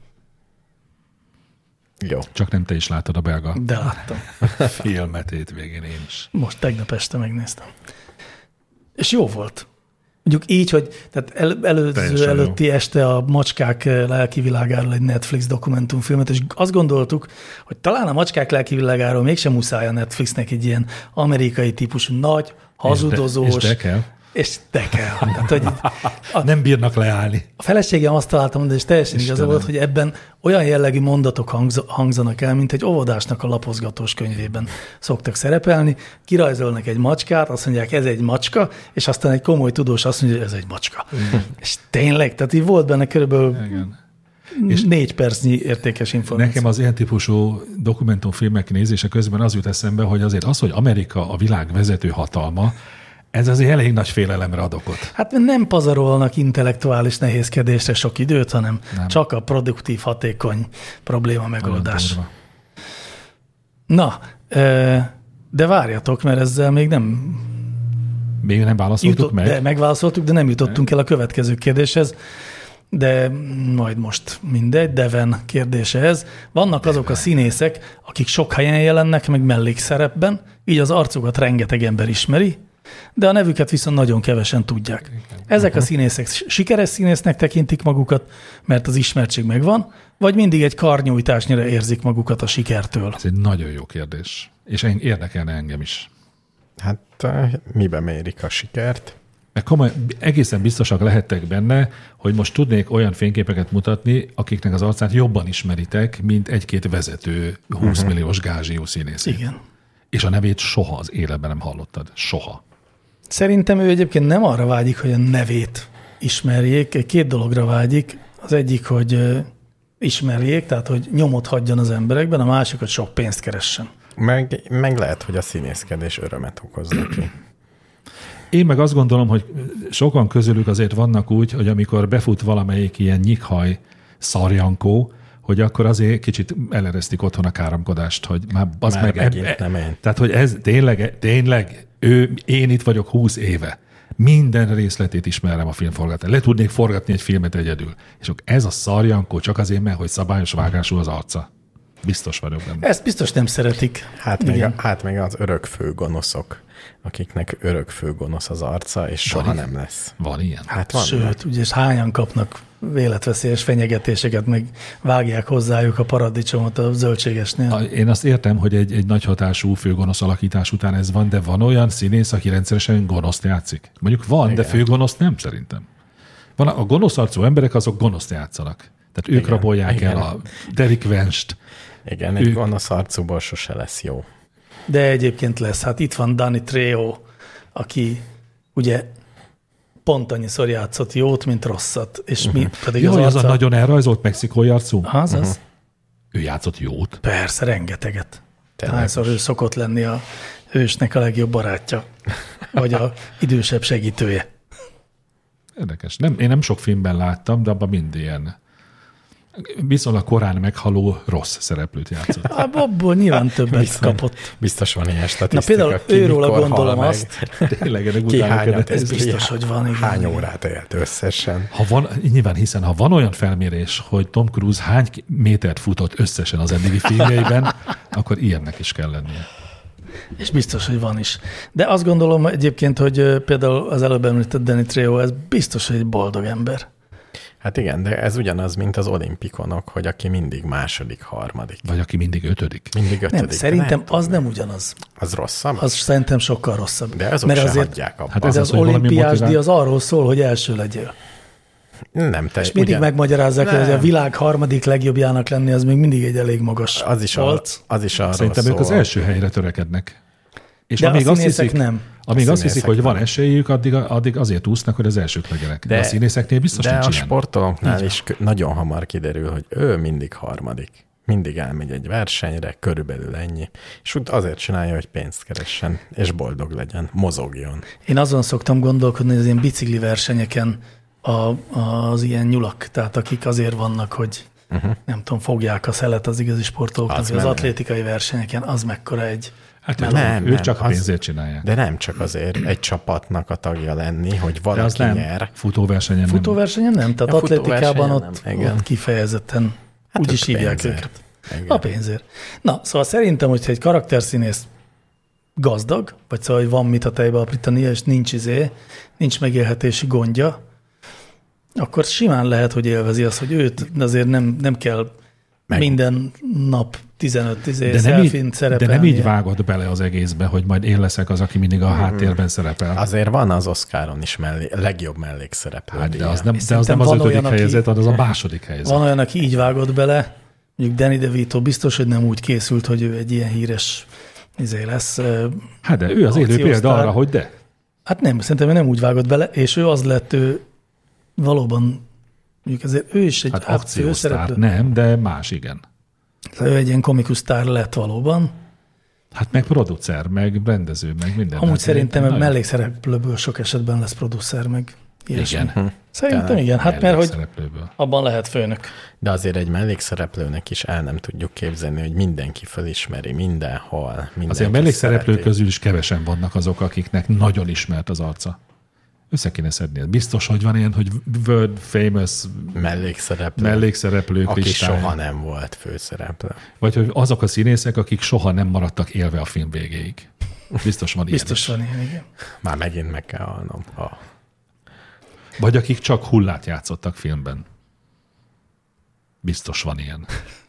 Jó. Csak nem te is látod a belga De láttam. filmet hétvégén én is. Most tegnap este megnéztem. És jó volt. Mondjuk így, hogy tehát Teljesen előtti jó. este a macskák lelki világáról egy Netflix dokumentumfilmet, és azt gondoltuk, hogy talán a macskák lelki világáról mégsem muszáj a Netflixnek egy ilyen amerikai típusú nagy, hazudozós, És de kell. És de kell. Tehát, hogy Nem bírnak leállni. a feleségem azt találtam, de és teljesen igaza volt, hogy ebben olyan jellegű mondatok hangzanak el, mint egy óvodásnak a lapozgatós könyvében szoktak szerepelni. Kirajzolnak egy macskát, azt mondják, ez egy macska, és aztán egy komoly tudós azt mondja, hogy ez egy macska. És tényleg, tehát így volt benne körülbelül És 4 percnyi értékes információ. Nekem az ilyen típusú dokumentumfilmek nézése közben az jut eszembe, hogy azért az, hogy Amerika a világ vezető hatalma, ez azért elég nagy félelemre ad okot. Hát nem pazarolnak intellektuális nehézkedésre sok időt, hanem csak a produktív, hatékony probléma megoldás. Na, de várjatok, mert ezzel még nem... Még nem válaszoltuk meg? De megválaszoltuk, de nem jutottunk el a következő kérdéshez. De majd most mindegy, Deven kérdése ez. Vannak azok a színészek, akik sok helyen jelennek meg mellékszerepben, így az arcukat rengeteg ember ismeri, de a nevüket viszont nagyon kevesen tudják. Ezek a színészek sikeres színésznek tekintik magukat, mert az ismertség megvan, vagy mindig egy karnyújtásnyira érzik magukat a sikertől? Ez egy nagyon jó kérdés, és érdekelne engem is. Hát miben mérik a sikert? Meg egészen biztosak lehettek benne, hogy most tudnék olyan fényképeket mutatni, akiknek az arcát jobban ismeritek, mint egy-két vezető 20 milliós gázsiú színész. Igen. És a nevét soha az életben nem hallottad. Soha. Szerintem ő egyébként nem arra vágyik, hogy a nevét ismerjék. 2 dologra vágyik. Az egyik, hogy ismerjék, tehát hogy nyomot hagyjon az emberekben, a másik, hogy sok pénzt keressen. Meg lehet, hogy a színészkedés örömet okoz neki. Én meg azt gondolom, hogy sokan közülük azért vannak úgy, hogy amikor befut valamelyik ilyen nyikhaj szarjankó, hogy akkor azért kicsit eleresztik otthon a káromkodást, hogy már az már meg... megint nem én. Tehát, hogy ez tényleg én itt vagyok 20 éve. Minden részletét ismerem a filmforgatását. Le tudnék forgatni egy filmet egyedül. És ez a szarjankó csak azért, mert hogy szabályos vágású az arca. Biztos vagyok benne. Ezt biztos nem szeretik. Hát még az örökfő gonoszok, akiknek örökfő gonosz az arca, és soha nem lesz. Van ilyen? Hát van. Sőt, ugye hányan kapnak életveszélyes fenyegetéseket, meg vágják hozzájuk a paradicsomot a zöldségesnél. Én azt értem, hogy egy nagy hatású főgonosz alakítás után ez van, de van olyan színész, aki rendszeresen gonoszt játszik. Mondjuk van, igen. De főgonosz nem szerintem. Van a gonosz arcú emberek, azok gonoszt játszanak. Tehát ők rabolják el a Derek Wenst. Igen, egy gonosz arcúból sose lesz jó. De egyébként lesz. Hát itt van Danny Trejo, aki ugye pont annyiszor játszott jót, mint rosszat. És mi pedig az a nagyon elrajzolt mexikói arcú? Az. Ő játszott jót? Persze, rengeteget. Hányszor ő szokott lenni a hősnek a legjobb barátja, vagy a idősebb segítője. Érdekes. Én nem sok filmben láttam, de abban mind ilyen viszonylag korán meghaló rossz szereplőt játszott. Abból nyilván többet kapott. Biztos van ilyen statisztika. Na például őróla gondolom azt. Tényleg ennek ez biztos, hogy van. Igen, hány órát élt összesen? Hiszen ha van olyan felmérés, hogy Tom Cruise hány métert futott összesen az eddigi filmjeiben, akkor ilyennek is kell lennie. És biztos, hogy van is. De azt gondolom egyébként, hogy például az előbb említett Danny Trejo, ez biztos, hogy egy boldog ember. Hát igen, de ez ugyanaz, mint az olimpikonok, hogy aki mindig második, harmadik. Vagy aki mindig ötödik. Nem, szerintem az nem ugyanaz. Az rosszabb? Az szerintem sokkal rosszabb. De azok se hagyják abba. Hát az olimpiás díj az arról szól, hogy első legyél. Nem te. És mindig megmagyarázzák, hogy a világ harmadik legjobbjának lenni, az még mindig egy elég magas polc. Az is arról szerintem szól. Ők az első helyre törekednek. És de amíg a színészek nem. Amíg azt hiszik, hogy van esélyük, addig azért úsznak, hogy az elsők legyenek. De a színészeknél biztos nincs ilyen. De a sportolóknál is nagyon hamar kiderül, hogy ő mindig harmadik. Mindig elmegy egy versenyre, körülbelül ennyi. És úgy azért csinálja, hogy pénzt keressen, és boldog legyen, mozogjon. Én azon szoktam gondolkodni, hogy az ilyen bicikli versenyeken az ilyen nyulak, tehát akik azért vannak, hogy nem tudom, fogják a szelet az igazi sportolóknak, az atlétikai versenyeken, az mekkora egy... Hát ők csak a pénzért csinálják. De nem csak azért egy csapatnak a tagja lenni, hogy valaki nyer. Futóversenyen nem. Futóversenyen nem, tehát atlétikában ott kifejezetten úgy is hívják őket. A pénzért. Na, szóval szerintem, hogyha egy karakterszínész gazdag, vagy szóval, hogy van mit a tejbe aprítania, és nincs megélhetési gondja, akkor simán lehet, hogy élvezi azt, hogy őt azért nem kell minden nap 15 selfie-n szerepelni. De nem így vágott bele az egészbe, hogy majd én leszek az, aki mindig a háttérben szerepel. Azért van az Oscaron is legjobb mellékszereplő. Hát, de az nem az 5. helyzet, az a második helyzet. Van olyan, aki így vágott bele, mondjuk Danny DeVito biztos, hogy nem úgy készült, hogy ő egy ilyen híres lesz. Hát de ő az élő példa arra, hogy de. Hát nem, szerintem ő nem úgy vágott bele, és ő az lett, ő valóban, mondjuk ezért ő is egy akciósztár nem, de más igen. Ő egy ilyen komikus sztár lett valóban. Hát meg producer, meg rendező, meg minden. Amúgy szerintem mellékszereplőből sok esetben lesz producer, meg ilyesmi. Igen. Szerintem igen, hát mert hogy abban lehet főnök. De azért egy mellékszereplőnek is el nem tudjuk képzelni, hogy mindenki felismeri mindenhol. Mindenki azért a mellékszereplők közül is kevesen vannak azok, akiknek nagyon ismert az arca. Össze kéne szedni. Biztos, hogy van ilyen, hogy world famous mellékszereplők aki listája. Soha nem volt főszereplő. Vagy hogy azok a színészek, akik soha nem maradtak élve a film végéig. Biztos van ilyen. Biztos van ilyen, igen. Már megint meg kell hallnom. Vagy akik csak hullát játszottak filmben. Biztos van ilyen.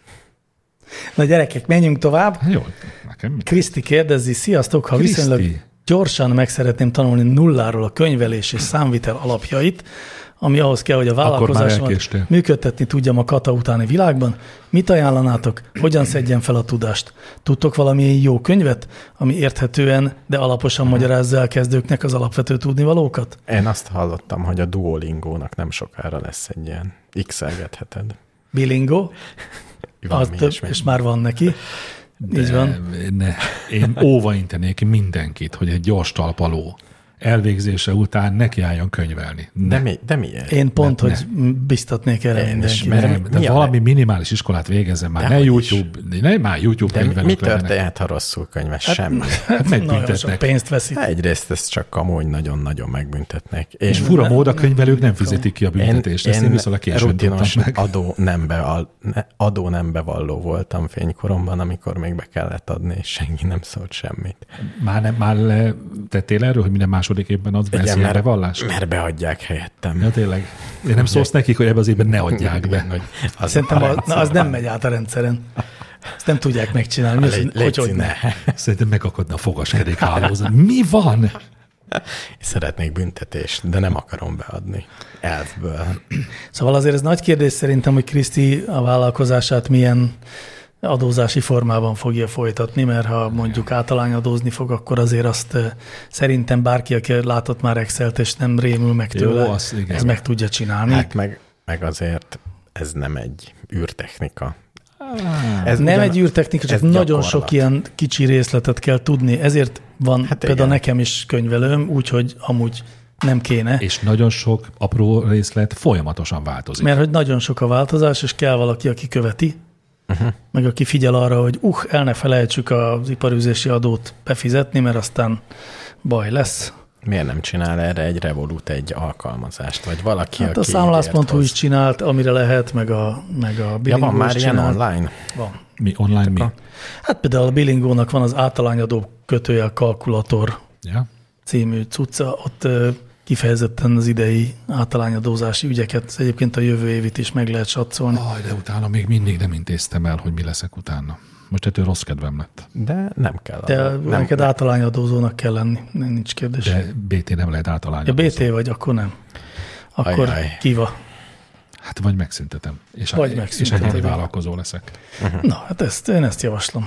Na gyerekek, menjünk tovább. Jó, nekem. Kriszti kérdezi, sziasztok, ha viszonylag gyorsan meg szeretném tanulni nulláról a könyvelés és számvitel alapjait, ami ahhoz kell, hogy a vállalkozásomat működtetni tudjam a kata utáni világban. Mit ajánlanátok? Hogyan szedjem fel a tudást? Tudtok valami jó könyvet, ami érthetően, de alaposan magyarázza el kezdőknek az alapvető tudnivalókat? Én azt hallottam, hogy a Duolingónak nem sokára lesz egy ilyen X-elgetheted. Bilingo? És már van neki. Így van. Én óvaintenék mindenkit, hogy egy gyors talpaló elvégzése után nekiálljon könyvelni. De miért? Én pont, hogy biztatnék erre mindenkit. De valami minimális iskolát végezzen már. Ne YouTube könyvelők mi történhet, ha rosszul könyves? Semmi. Nagyon sok pénzt veszik. Egyrészt ezt csak amúgy nagyon-nagyon megbüntetnek. És fura mód a könyvelők nem fizetik ki a büntetést. Ezt én viszonylag későn tudtam meg. Adó nem bevalló voltam fénykoromban, amikor még be kellett adni, és senki nem szólt semmit. Már tettél erről, hogy minden második évben adsz be ilyen bevallást? Mert beadják helyettem. Ja, tényleg. Én nem szólsz nekik, hogy ebben az évben ne adják be. Szerintem az nem megy át a rendszeren. Ezt nem tudják megcsinálni. Hogy ne. Szerintem megakadna a fogaskerék hálózat. Mi van? Szeretnék büntetést, de nem akarom beadni. Elfből. Szóval azért ez nagy kérdés szerintem, hogy Kriszti a vállalkozását milyen adózási formában fogja folytatni, mert ha mondjuk általányadózni fog, akkor azért azt szerintem bárki, aki látott már Excel-t, és nem rémül meg tőle, ez meg tudja csinálni. Hát meg azért ez nem egy űrtechnika. Ez nem egy űrtechnika, csak nagyon sok ilyen kicsi részletet kell tudni. Ezért van például nekem is könyvelőm, úgyhogy amúgy nem kéne. És nagyon sok apró részlet folyamatosan változik. Mert hogy nagyon sok a változás, és kell valaki, aki követi, meg aki figyel arra, hogy el ne felejtsük az iparűzési adót befizetni, mert aztán baj lesz. Miért nem csinál erre egy Revolut egy alkalmazást, vagy valaki, hát aki a számlász.hu is csinált, amire lehet, meg a Bilingó van már ilyen online? Van. Mi online mi? Hát például a Bilingónak van az általányadó -- kalkulator című cucca, ott kifejezetten az idei általányadózási ügyeket, egyébként a jövő évit is meg lehet satszolni. De utána még mindig nem intéztem el, hogy mi leszek utána. Most ettől rossz kedvem lett. De nem kell. De neked általányadózónak kell lenni, nincs kérdés. De BT nem lehet általányadózó. Ja, BT vagy, akkor nem. Akkor kiva. Hát vagy megszüntetem. És egyedi vállalkozó leszek. Na, hát én ezt javaslom.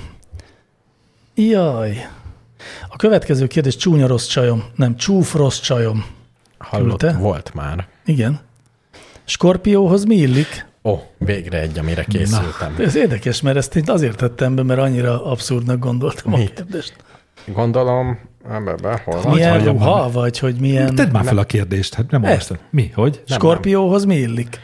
Jaj. A következő kérdés csúnya rossz csajom. Nem, csúf rossz csajom. Hallott, volt már. Igen. Skorpióhoz mi illik? Végre egy, amire készültem. Na, ez érdekes, mert ezt én azért tettem be, mert annyira abszurdnak gondoltam a kérdést. Gondolom, hol van? Milyen ruha, vagy hogy milyen... Tedd már fel a kérdést, hát nem olvastad. Mi, hogy? Skorpióhoz mi illik?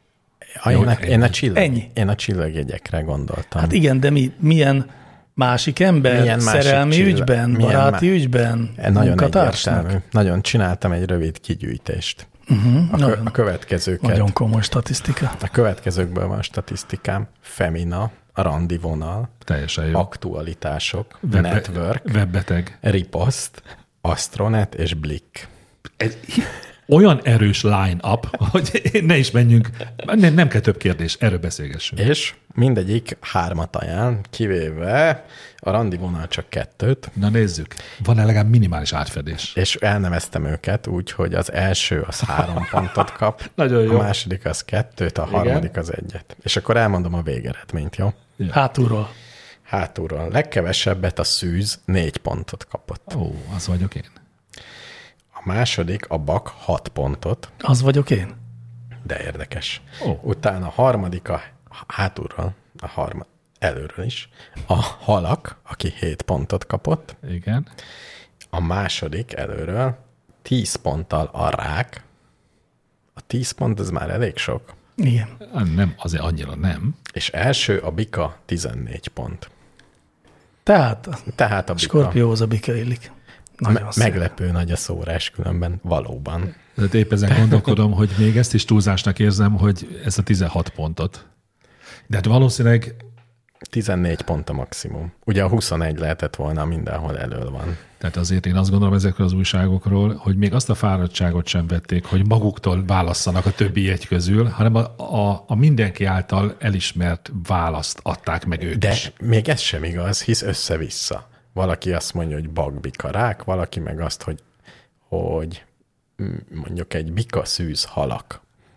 Én a csillagjegyekre gondoltam. Hát igen, de milyen másik ember? Milyen szerelmi ügyben, baráti ügyben, munkatársnak? Nagyon csináltam egy rövid kigyűjtést. A következőket. Nagyon komoly statisztika. A következőkből van statisztikám. Femina, a randi vonal, teljesen jó. Aktualitások, network, webbeteg, ripost, astronet és Blick. olyan erős line-up, hogy ne is menjünk, nem kell több kérdés, erről beszélgessünk. És mindegyik 3 ajánl, kivéve a randi vonal csak 2. Na nézzük, van-e legalább minimális átfedés? És elneveztem őket úgy, hogy az első az 3 pontot kap, Nagyon jó. A második az 2-t, a harmadik az 1. És akkor elmondom a végeredményt, jó? Hátulról. Hátulról. Legkevesebbet a szűz 4 pontot kapott. Ó, az vagyok én. A második, a bak 6 pontot, Az vagyok én. de érdekes. Ó. Utána a harmadik a hátulról, előről is, a halak, aki 7 pontot kapott. Igen. A második előről 10 ponttal a rák. A 10 pont, ez már elég sok. Igen. Nem, azért annyira nem. És első a bika 14 pont. Tehát Tehát a bika Skorpióhoz a bika illik. Nagyon szép. meglepő nagy a szórás különben, valóban. Tehát épp ezen gondolkodom, hogy még ezt is túlzásnak érzem, hogy ez a 16 pontot. De hát valószínűleg 14 pont a maximum. Ugye a 21 lehetett volna, mindenhol elől van. tehát azért én azt gondolom ezekről az újságokról, hogy még azt a fáradtságot sem vették, hogy maguktól válasszanak a többi jegy közül, hanem a mindenki által elismert választ adták meg ők De is. még ez sem igaz, hisz össze-vissza. Valaki azt mondja, hogy bagbika rák, valaki meg azt, hogy mondjuk egy bika szűz halak.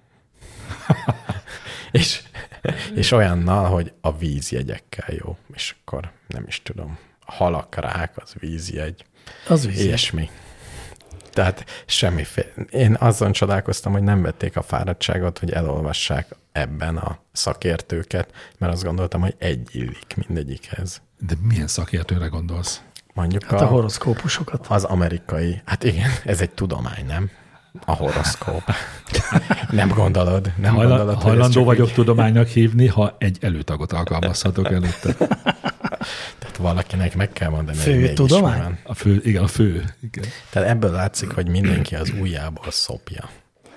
és olyannal, hogy a vízjegyekkel jó. És akkor nem is tudom. A halak rák, az vízjegy. Az vízjegy. Ilyesmi. Tehát semmiféle. Én azon csodálkoztam, hogy nem vették a fáradtságot, hogy elolvassák ebben a szakértőket, mert azt gondoltam, hogy egy illik mindegyikhez. De milyen szakértőre gondolsz? Mondjuk Hát a horoszkópusokat. az amerikai, hát igen, ez egy tudomány, nem? A horoszkóp. Nem gondolod? Nem gondolod, hogy ez Hajlandó csak vagyok így- tudománynak hívni, ha egy előtagot alkalmazhatok előtte. Tehát valakinek meg kell mondani, Fő hogy mégis tudomány? mi van. A fő. Igen. Tehát ebből látszik, hogy mindenki az ujjából szopja.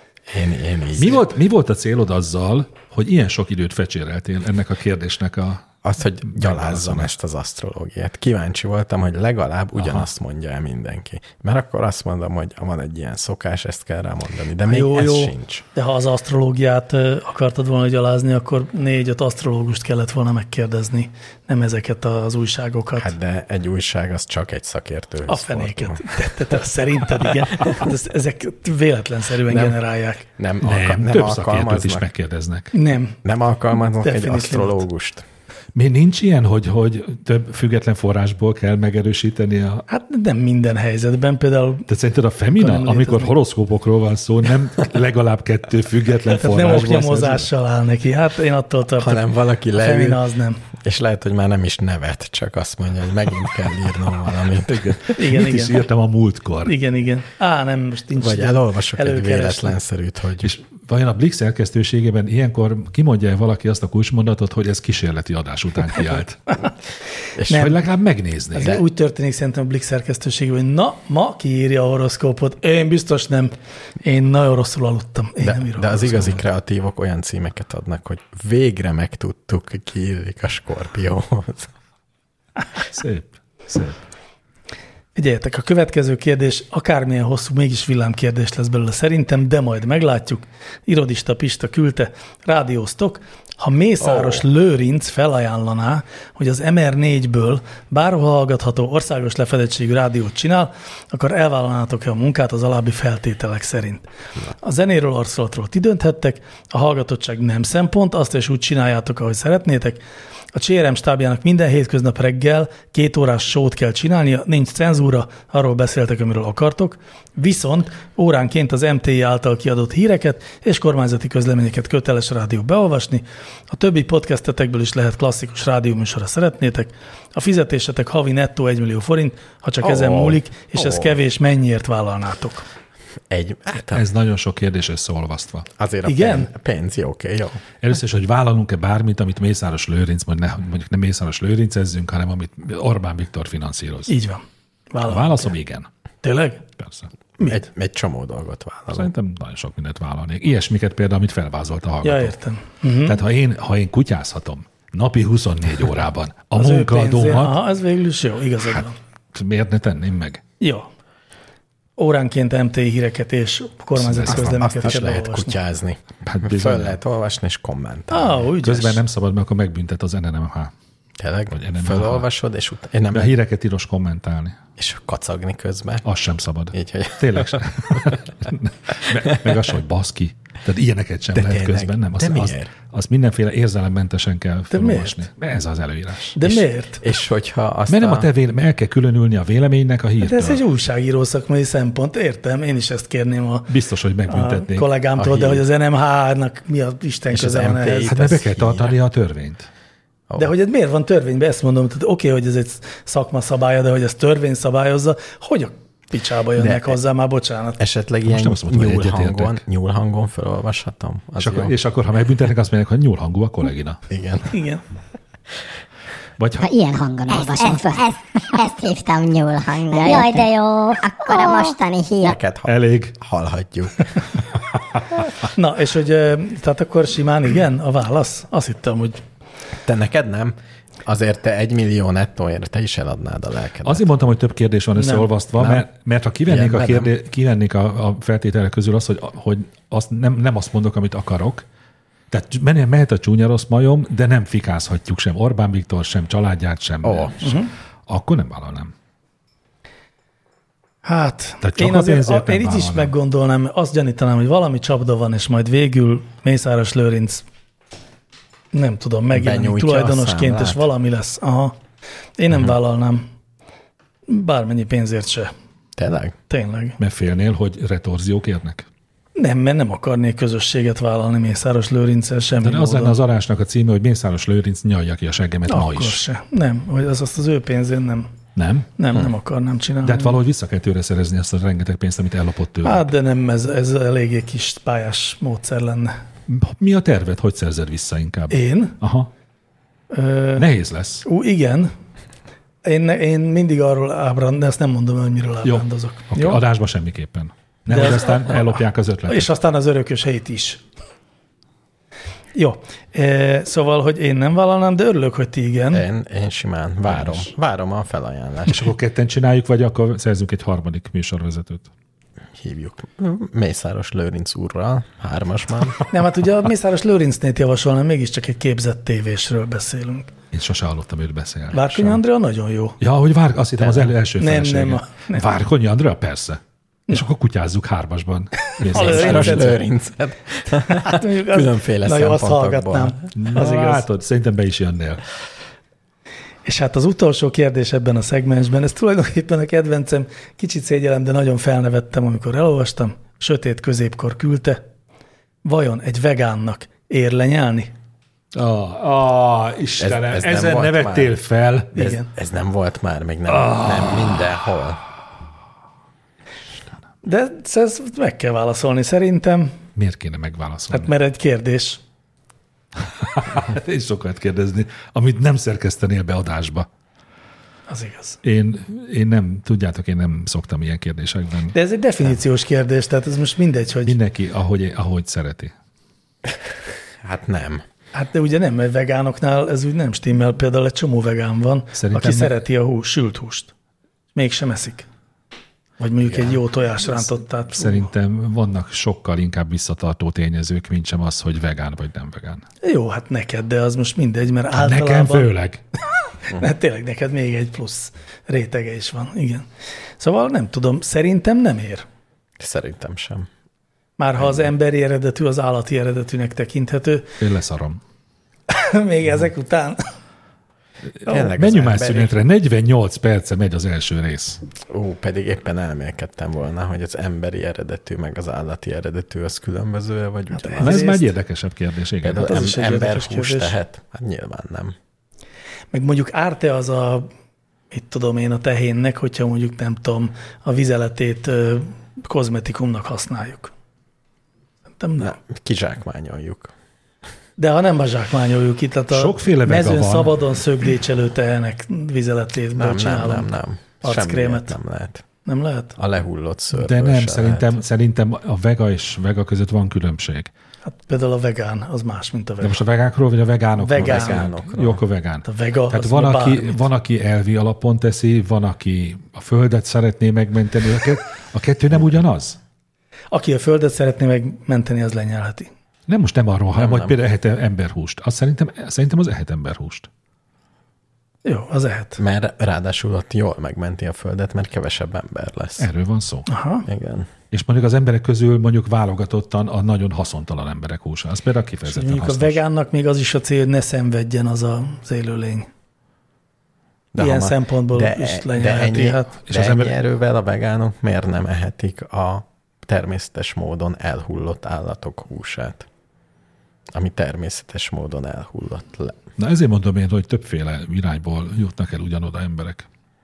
Én így. Mi volt a célod azzal, hogy ilyen sok időt fecséreltél ennek a kérdésnek a... Azt, hogy gyalázzam ezt az asztrológiát. Kíváncsi voltam, hogy legalább ugyanazt mondja el mindenki. Mert akkor azt mondom, hogy van egy ilyen szokás, ezt kell rá mondani. De még ez sincs. De ha az asztrológiát akartad volna gyalázni, akkor 4-5 asztrológust kellett volna megkérdezni, nem ezeket az újságokat. Hát de egy újság az csak egy szakértőhöz A fenéket. fordul. Te szerinted igen? Hát ezek véletlenszerűen generálják. Nem több szakértőt is alkalmaznak. megkérdeznek. Nem alkalmaznak egy Definitely asztrológust. Még nincs ilyen, hogy több független forrásból kell megerősíteni a... Hát nem minden helyzetben, például Te szerinted a Akkor Femina, nem amikor létezik. horoszkópokról van szó, nem legalább 2 független tehát nem forrásból oknyomozással áll neki. Hát én attól tartok. Hanem valaki a leül, Femina az nem. és lehet, hogy már nem is nevet, csak azt mondja, hogy megint kell írnom valamit. Igen, Mit is igen. írtam a múltkor? Igen. Nem, most nincs. Vagy ide. elolvasok egy Előkeresni. véletlenszerűt, hogy És vajon a Blik szerkesztőségében ilyenkor kimondja valaki azt a kulcsmondatot, hogy ez kísérleti adás után kiállt? és Nem. Vagy legalább megnézni. Ez úgy történik szerintem a Blik szerkesztőségben, hogy na, ma kiírja a horoszkópot. Én biztos nem. Én nagyon rosszul aludtam. Én nem írok de az igazi horoszkópot. kreatívok olyan címeket adnak, hogy végre megtudtuk, hogy kiillik a Skorpióhoz. Szép. Figyeljetek, a következő kérdés akármilyen hosszú, mégis villámkérdés lesz belőle szerintem, de majd meglátjuk. Irodista Pista küldte, rádióztok. Ha Mészáros Lőrinc felajánlaná, hogy az MR4-ből bárhol hallgatható országos lefedettségű rádiót csinál, akkor elvállalnátok-e a munkát az alábbi feltételek szerint? A zenéről, arculatról ti dönthettek, a hallgatottság nem szempont, azt is úgy csináljátok, ahogy szeretnétek. A CRM stábjának minden hétköznap reggel 2 órás sót kell csinálnia, nincs cenzúra, arról beszéltek, amiről akartok, viszont óránként az MTI által kiadott híreket és kormányzati közleményeket köteles a rádió beolvasni, a többi podcastetekből is lehet klasszikus rádióműsorra szeretnétek, a fizetésetek havi nettó 1 millió forint, ha csak ezen múlik, és ez kevés, mennyiért vállalnátok? Ez nagyon sok kérdés összeolvasztva. Azért Igen? a pénz, jó. Először is, hogy vállalunk-e bármit, amit Mészáros Lőrinc, mondjuk nem Mészáros Lőrincezzünk, hanem amit Orbán Viktor finanszíroz. Így van. A Vállalunk. válaszom igen. Tényleg? Persze. Egy csomó dolgot vállalunk. Szerintem nagyon sok mindent vállalnék. Ilyesmiket például, amit felvázolt a hallgató. Ja, értem. Tehát ha én kutyázhatom napi 24 órában a Az ő pénzén. munkaadómat, Aha, ez végül is jó, igazad van. miért ne tenném meg? Jó. óránként MTI híreket és kormányzati közleményeket Azt is kell lehet olvasni. kutyázni. Hát bizony. Föl lehet olvasni és kommentálni. Ügyes. Közben nem szabad, mert akkor megbüntet az NMH. Tényleg? Vagy NMH. Fölolvasod, és utána... De a híreket tilos kommentálni. És kacagni közben. Az sem szabad. Így, hogy... Tényleg sem. meg az, hogy baszki. Tehát ilyeneket sem De lehet tényleg? közben. Nem, De miért? azt mindenféle érzelemmentesen kell felolvasni. miért? Mert ez az előírás. De miért? És hogyha azt Mert nem a te mert el kell különülni a véleménynek a De hírtől. ez egy újságíró szakmai szempont, értem. Én is ezt kérném a Biztos, hogy a megbüntetnék. kollégámtól, A de hír. hogy az NMH-nak mi a Isten És az köze van MTI. ehhez. Hát mert be kell hír. tartani a törvényt. De hogy ez miért van törvényben, ezt mondom, tehát oké, hogy ez egy szakma szabálya, de hogy ez törvény szabályozza, hogy a picsába jönnek De- hozzá, már bocsánat. esetleg Most nem ilyen azt mondtam, hogy egyetértek. nyúlhangon felolvashatom? Az jó. És akkor, ha megbüntetnek, azt mondják, hogy nyúlhangú a kollégina. Igen. Igen. Vagy Ha ilyen hangon olvasom fel. Ezt hívtam nyúlhangnak. Jaj, de jó. Akkor a mostani hír. Neked elég. hallhatjuk. Na, és hogy tehát akkor simán igen a válasz? Azt hittem, hogy Te neked nem? Azért te 1 millió nettóért te is eladnád a lelkedet. Azért mondtam, hogy több kérdés van összeolvasztva, Nem. mert ha kivennék, Ilyenben kivennék a feltételek közül azt, hogy azt nem azt mondok, amit akarok, tehát mehet a csúnya rossz majom, de nem fikázhatjuk sem Orbán Viktor, sem családját, sem. Akkor nem vállalnám. hát Tehát csak én a azért pénzért nem én így is vállalnám. meggondolnám, azt gyanítanám, hogy valami csapda van, és majd végül Mészáros Lőrinc nem tudom, megjelenik Benyújtja a tulajdonosként, számlát. és valami lesz. Aha. Én nem vállalnám. Bármennyi pénzért se. Tényleg? Tényleg. Mert félnél, hogy retorziók érnek. Nem, mert nem akarnék közösséget vállalni Mészáros Lőrinccel semmi De az módon. lenne az arásnak a címe, hogy Mészáros Lőrinc nyalja ki a seggemet ma Akkor is. se. Nem, hogy azt az ő pénzén nem. Nem? Nem akarnám csinálni. De hát valahogy vissza kell tőle szerezni azt a rengeteg pénzt, amit ellopott tőle. Hát, de nem, ez eléggé kis pályás módszer lenne. Mi a terved? Hogy szerzed vissza inkább? Én? Aha. Nehéz lesz. Igen. Én mindig arról ábrand, de ezt nem mondom, hogy miről Jó. ábrandozok. Okay. Jó? Adásba semmiképpen. Nem, De hogy az- aztán ellopják az ötletet. És aztán az örökös helyét is. Jó. Szóval, hogy én nem vállalnám, de örülök, hogy ti igen. Én simán várom. Várom a felajánlást. És akkor ketten csináljuk, vagy akkor szerzünk egy harmadik műsorvezetőt. Hívjuk Mészáros Lőrinc úrral, 3-asban. Nem, hát ugye a Mészáros Lőrincnét javasolnám, mégiscsak egy képzett tévésről beszélünk. Én sose hallottam őt beszélni. Várkonyi Andrea nagyon jó. Ja, hogy azt hittem az első Nem, felesége. nem. Várkonyi Andrea? Persze. És akkor kutyázzuk 3-asban. Mészáros Lőrincet. Hát mondjuk Különféle na jó, azt szempontokból. hallgatnám. Az igaz. Látod, szerintem be is jönnél. És hát az utolsó kérdés ebben a szegmensben, ez tulajdonképpen a kedvencem, kicsit szégyellem, de nagyon felnevettem, amikor elolvastam. Sötét középkor küldte. Vajon egy vegánnak ér lenyelni? Istenem, Ez nem ezen volt nevettél már. fel. Igen. Ez nem volt már, még nem mindenhol. De ezt meg kell válaszolni szerintem, Miért kéne megválaszolni? hát mert egy kérdés. Hát én sokat kérdezni, amit nem szerkesztenél be adásba. Az igaz. Én nem, tudjátok, én nem szoktam ilyen kérdésekben. De ez egy definíciós kérdés, tehát ez most mindegy, hogy... Mindenki, ahogy szereti. Hát nem. Hát de ugye nem, mert vegánoknál ez úgy nem stimmel. Például egy csomó vegán van, Szerintem aki szereti a sült húst. Mégsem eszik. Vagy mondjuk egy jó tojásrántottát. Szerintem vannak sokkal inkább visszatartó tényezők, mint sem az, hogy vegán vagy nem vegán. Jó, hát neked, de az most mindegy, mert általában... Nekem főleg. Hát tényleg neked még egy plusz rétege is van, igen. Szóval nem tudom, szerintem nem ér. Szerintem sem. Már ha az emberi eredetű, az állati eredetűnek tekinthető, Én leszarom. még ezek után. Tényleg az Menjünk már emberi- szünetre, 48 perce megy az első rész. Pedig éppen elmélkedtem volna, hogy az emberi eredetű, meg az állati eredetű az különböző, vagy ugyanaz. Hát Ez Egyrészt- már egy érdekesebb kérdés, igen. Például az is egy ember érdekes hús kérdés. tehet? Hát nyilván nem. Meg mondjuk árt-e az a, mit tudom én, a tehénnek, hogyha mondjuk nem tudom, a vizeletét kozmetikumnak használjuk. Nem. Na, kizsákmányoljuk. De ha nem zsákmányoljuk itt, tehát a Sokféle vega mezőn van. szabadon szögdécselő tehenek vizeletét Nem. csinálunk. Arckrémet Arckrémet. nem lehet. Nem lehet? A lehullott szőrből De nem, se szerintem a vega és vega között van különbség. Hát például a vegán, az más, mint a De vegán. most a vegákról, vagy a vegánokról? Vegánokról. Jó, akkor vegán. A vega, Tehát az van, aki elvi alapon teszi, van, aki a földet szeretné megmenteni. A kettő nem ugyanaz? Aki a földet szeretné megmenteni, az lenyelheti. Nem most nem arról, hanem hogy nem. például ehet emberhúst. Azt szerintem az ehet emberhúst. Jó, az ehet. Mert ráadásul ott jól megmenti a földet, mert kevesebb ember lesz. Erről van szó. Aha. Igen. És mondjuk az emberek közül mondjuk válogatottan a nagyon haszontalan emberek húsa. Az például kifejezetten Mondjuk hasznos. a vegánnak még az is a cél, hogy ne szenvedjen az élőlény. Ilyen szempontból is lenyelheti. Hát. És ennyi erővel a vegánok miért nem ehetik a természetes módon elhullott állatok húsát? Ami természetes módon elhullott le. Na ezért mondom én, hogy többféle irányból jutnak el ugyanoda emberek.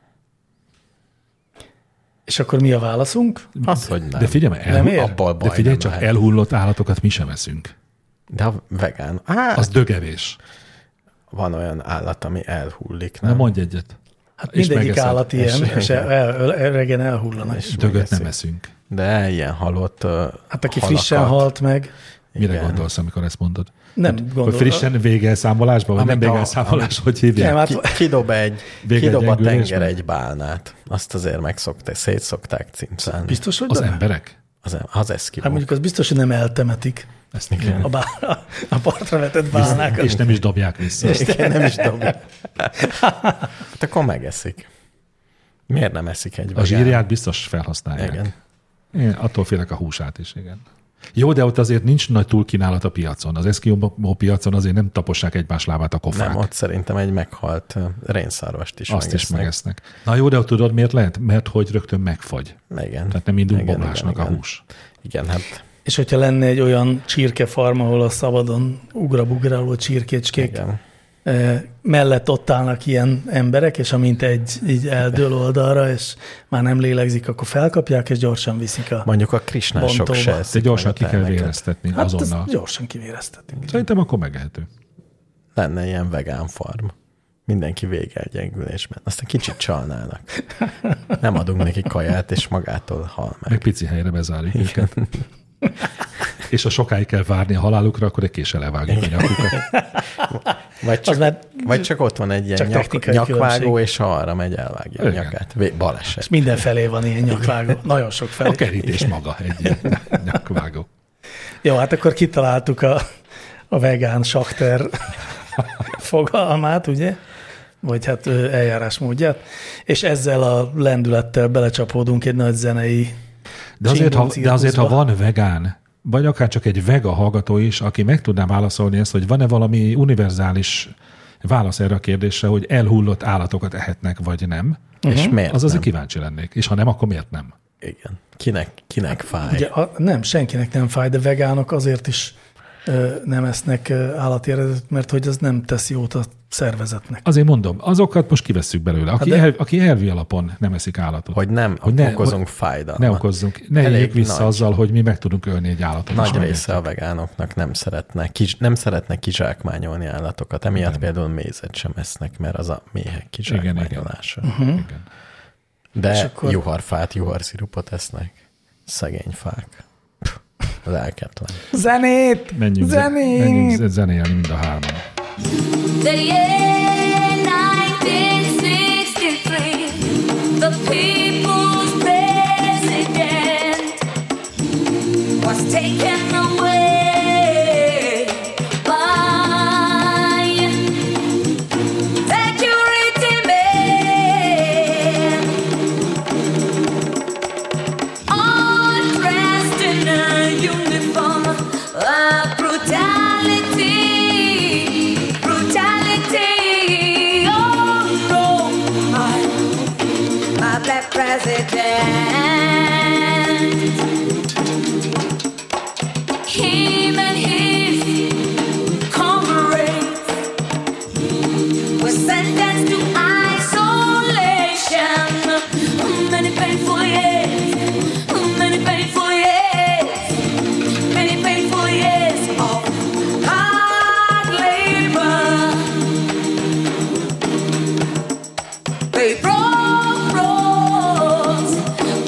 És akkor mi a válaszunk? Az, hogy nem. De figyelj, Nem ér? Abból baj de figyelj nem csak, lehet. elhullott állatokat mi sem eszünk. De a vegán. Hát, Az dögevés. van olyan állat, ami elhullik, Na nem? mondj egyet. Hát És mindegyik megeszed. állat ilyen, és regen elhullanak. És Dögöt megeszik. nem eszünk. De ilyen halott Hát aki halakat. frissen halt meg, Mire Igen. gondolsz, amikor ezt mondod? nem Hogy gondol. frissen végelszámolásban, vagy nem Amit a- végelszámolás, hogy hívják? Nem, hát Kidob Vége a gyengülésben? tenger egy bálnát. Azt azért szét szokták cincálni. biztos, hogy Az nem? emberek? Az eszkimók. Hát mondjuk az biztos, hogy nem eltemetik Ezt igen. a partra vetett bálnákat. És nem is dobják vissza. Igen, nem is dobja. Hát akkor megeszik. Miért nem eszik egy A vegán? zsírját biztos felhasználják. Igen. Én attól félek a húsát is, igen. Jó, de ott azért nincs nagy túlkínálat a piacon. Az eszkimó piacon azért nem tapossák egymás lábát a kofák. Nem, ott szerintem egy meghalt rénszarvast is Azt is megesznek. megesznek. Na jó, de ott tudod miért lehet? Mert hogy rögtön megfagy. Igen. Tehát nem indul Igen, bomlásnak igen, a igen. hús. Igen, hát És hogyha lenne egy olyan csirkefarm, ahol a szabadon ugrabugráló csirkécskék igen. mellett ott állnak ilyen emberek, és amint egy így eldől oldalra, és már nem lélegzik, akkor felkapják, és gyorsan viszik a... Mondjuk a krisnások Bontóba. se Te eszik De gyorsan meg ki a kell termeket. véreztetni Hát azonnal. ezt gyorsan kivéreztetik. Szerintem akkor megehető. Lenne ilyen vegán farm. Mindenki végelgyengülésben. Aztán kicsit csalnának. Nem adunk neki kaját, és magától hal Meg meg. pici helyre bezárjuk őket. És ha sokáig kell várni a halálukra, akkor egy késsel levágjuk a nyakukat. Vagy csak ott van egy ilyen csak technikai nyakvágó, különbség. és ha arra megy, elvágja a Igen. nyakát. Baleset. És mindenfelé van ilyen nyakvágó. Nagyon sok felé. A kerítés maga egy ilyen nyakvágó. Jó, hát akkor kitaláltuk a vegán sakter fogalmát, ugye? Vagy hát eljárásmódját. És ezzel a lendülettel belecsapódunk egy nagy zenei De azért, ha van vegán, vagy akár csak egy vega hallgató is, aki meg tudná válaszolni ezt, hogy van-e valami univerzális válasz erre a kérdésre, hogy elhullott állatokat ehetnek, vagy nem, És miért az azért nem? kíváncsi lennék. És ha nem, akkor miért nem? Igen. Kinek fáj? Ugye, nem, senkinek nem fáj, de vegánok azért is nem esznek állati eredetet, mert hogy az nem tesz jót a szervezetnek. Azért mondom, azokat most kivesszük belőle. Aki elvi alapon nem eszik állatot. Hogy nem ne okozunk fájdalmat. Ne okozzunk. Ne Elég éljük vissza nagy. azzal, hogy mi meg tudunk ölni egy állatot. Nagy És meg- része a vegánoknak nem szeretne kizsákmányolni állatokat, emiatt például mézet sem esznek, mert az a méhek kizsákmányolása. Igen. De akkor- juharfát, juharszirupot esznek. Szegény fák. Pff, lelketlen. Zenét! Menjünk zenélni mind a hárman. The year 1963, the people's president was taken away by security men, all dressed in a uniform of brutality. Oh no, my black president. Him and his comrades were sentenced to isolation. Many painful years, many painful years, many painful years of hard labor. They broke rules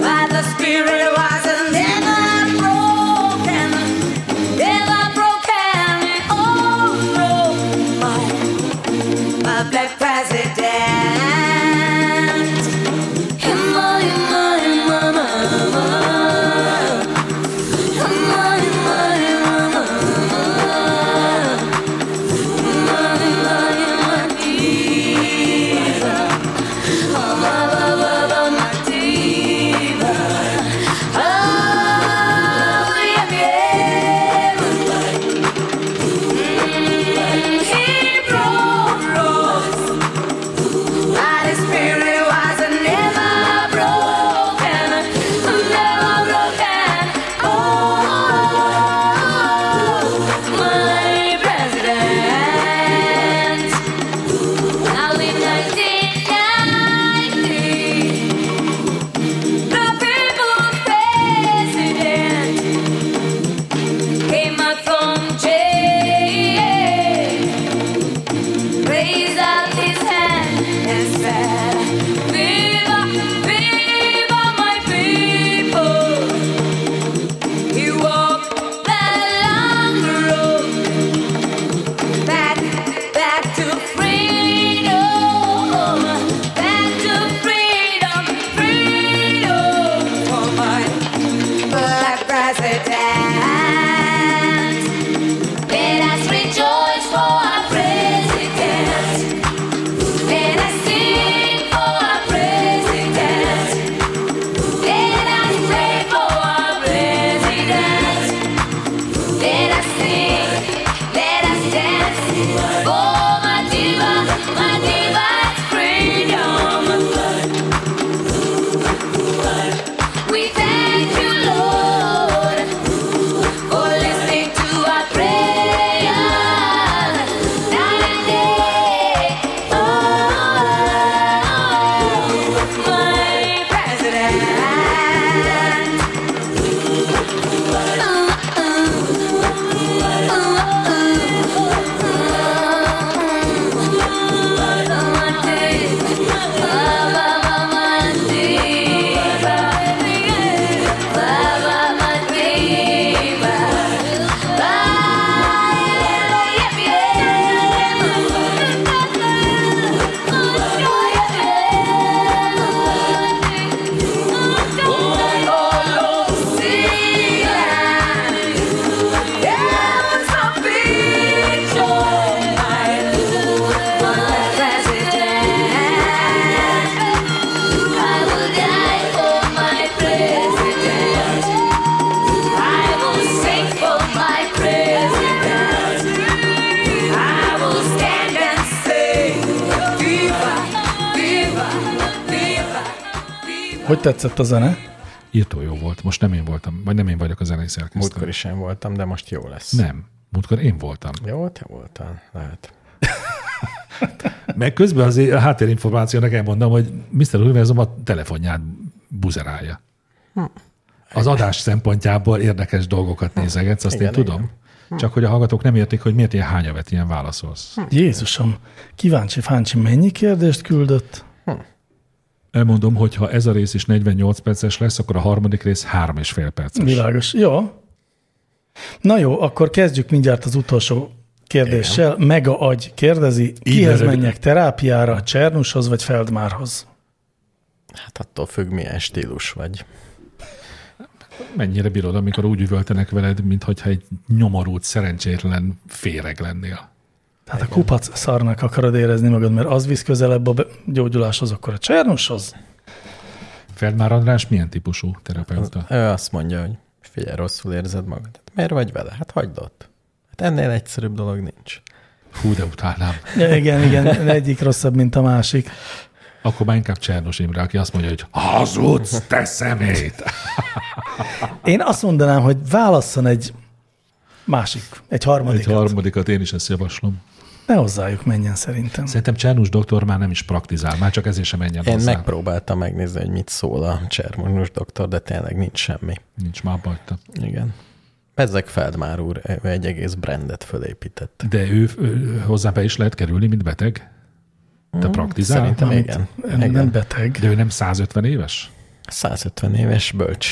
Hogy tetszett a zene? Írtó jó volt. Most nem én voltam, vagy nem én vagyok a zenei szerkesztő. Múltkor is én voltam, de most jó lesz. Nem. Múltkor én voltam. Jó, te voltál. Lehet. Meg közben azért a háttérinformációnak elmondom, hogy Mr. Univerzum a telefonját buzerálja. Az adás szempontjából érdekes dolgokat nézegetsz, azt Igen, én tudom. Csak hogy a hallgatók nem értik, hogy miért ilyen hányavet ilyen válaszolsz. Jézusom, kíváncsi Fáncsi mennyi kérdést küldött? Elmondom, hogy ha ez a rész is 48 perces lesz, akkor a harmadik rész 3,5 perces. Világos. Jó. Na jó, akkor kezdjük mindjárt az utolsó kérdéssel. Igen. Mega agy kérdezi, kihez menjek terápiára, Csernushoz vagy Feldmárhoz? Hát attól függ, milyen stílus vagy. Mennyire bírod, amikor úgy üvöltenek veled, mintha egy nyomorult, szerencsétlen féreg lennél? Tehát a kupac szarnak akarod érezni magad, mert az visz közelebb a gyógyuláshoz, akkor a Csernushoz? Feldmár András milyen típusú terapeuta? Ő azt mondja, hogy figyelj, rosszul érzed magad. Miért vagy vele? Hát hagyd ott. Hát ennél egyszerűbb dolog nincs. Hú, de utálnám. Ja, igen, egyik rosszabb, mint a másik. Akkor már inkább Csernus Imre, aki azt mondja, hogy hazudsz, te szemét! Én azt mondanám, hogy válasszon egy harmadikat. Egy harmadikat, én is ezt javaslom. Ne hozzájuk menjen szerintem. Szerintem Csernus doktor már nem is praktizál, már csak ezért sem menjen Én hozzá. megpróbáltam megnézni, hogy mit szól a Csernus doktor, de tényleg nincs semmi. Nincs, már bajta. Igen. Bezzeg Feldmár úr, ő egy egész brandet fölépített. De ő hozzá be is lehet kerülni, mint beteg? Te praktizál? Szerintem igen. Nem beteg. De ő nem 150 éves? 150 éves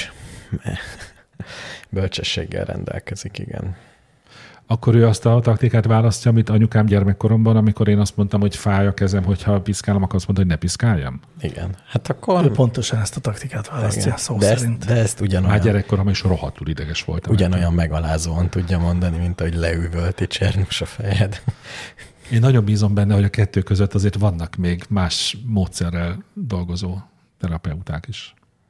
bölcsességgel rendelkezik, igen. Akkor ő azt a taktikát választja, amit anyukám gyermekkoromban, amikor én azt mondtam, hogy fáj a kezem, hogyha piszkálom, akkor azt mondta, hogy ne piszkáljam? Igen. Hát akkor... Ő pontosan ezt a taktikát választja, szó szerint. De ezt ugyanolyan... Már gyerekkoromban is rohadtul ideges voltam. Ugyanolyan megalázóan tudja mondani, mint ahogy leüvölti Csernus a fejed. Én nagyon bízom benne, hogy a kettő között azért vannak még más módszerrel dolgozó terapeuták is.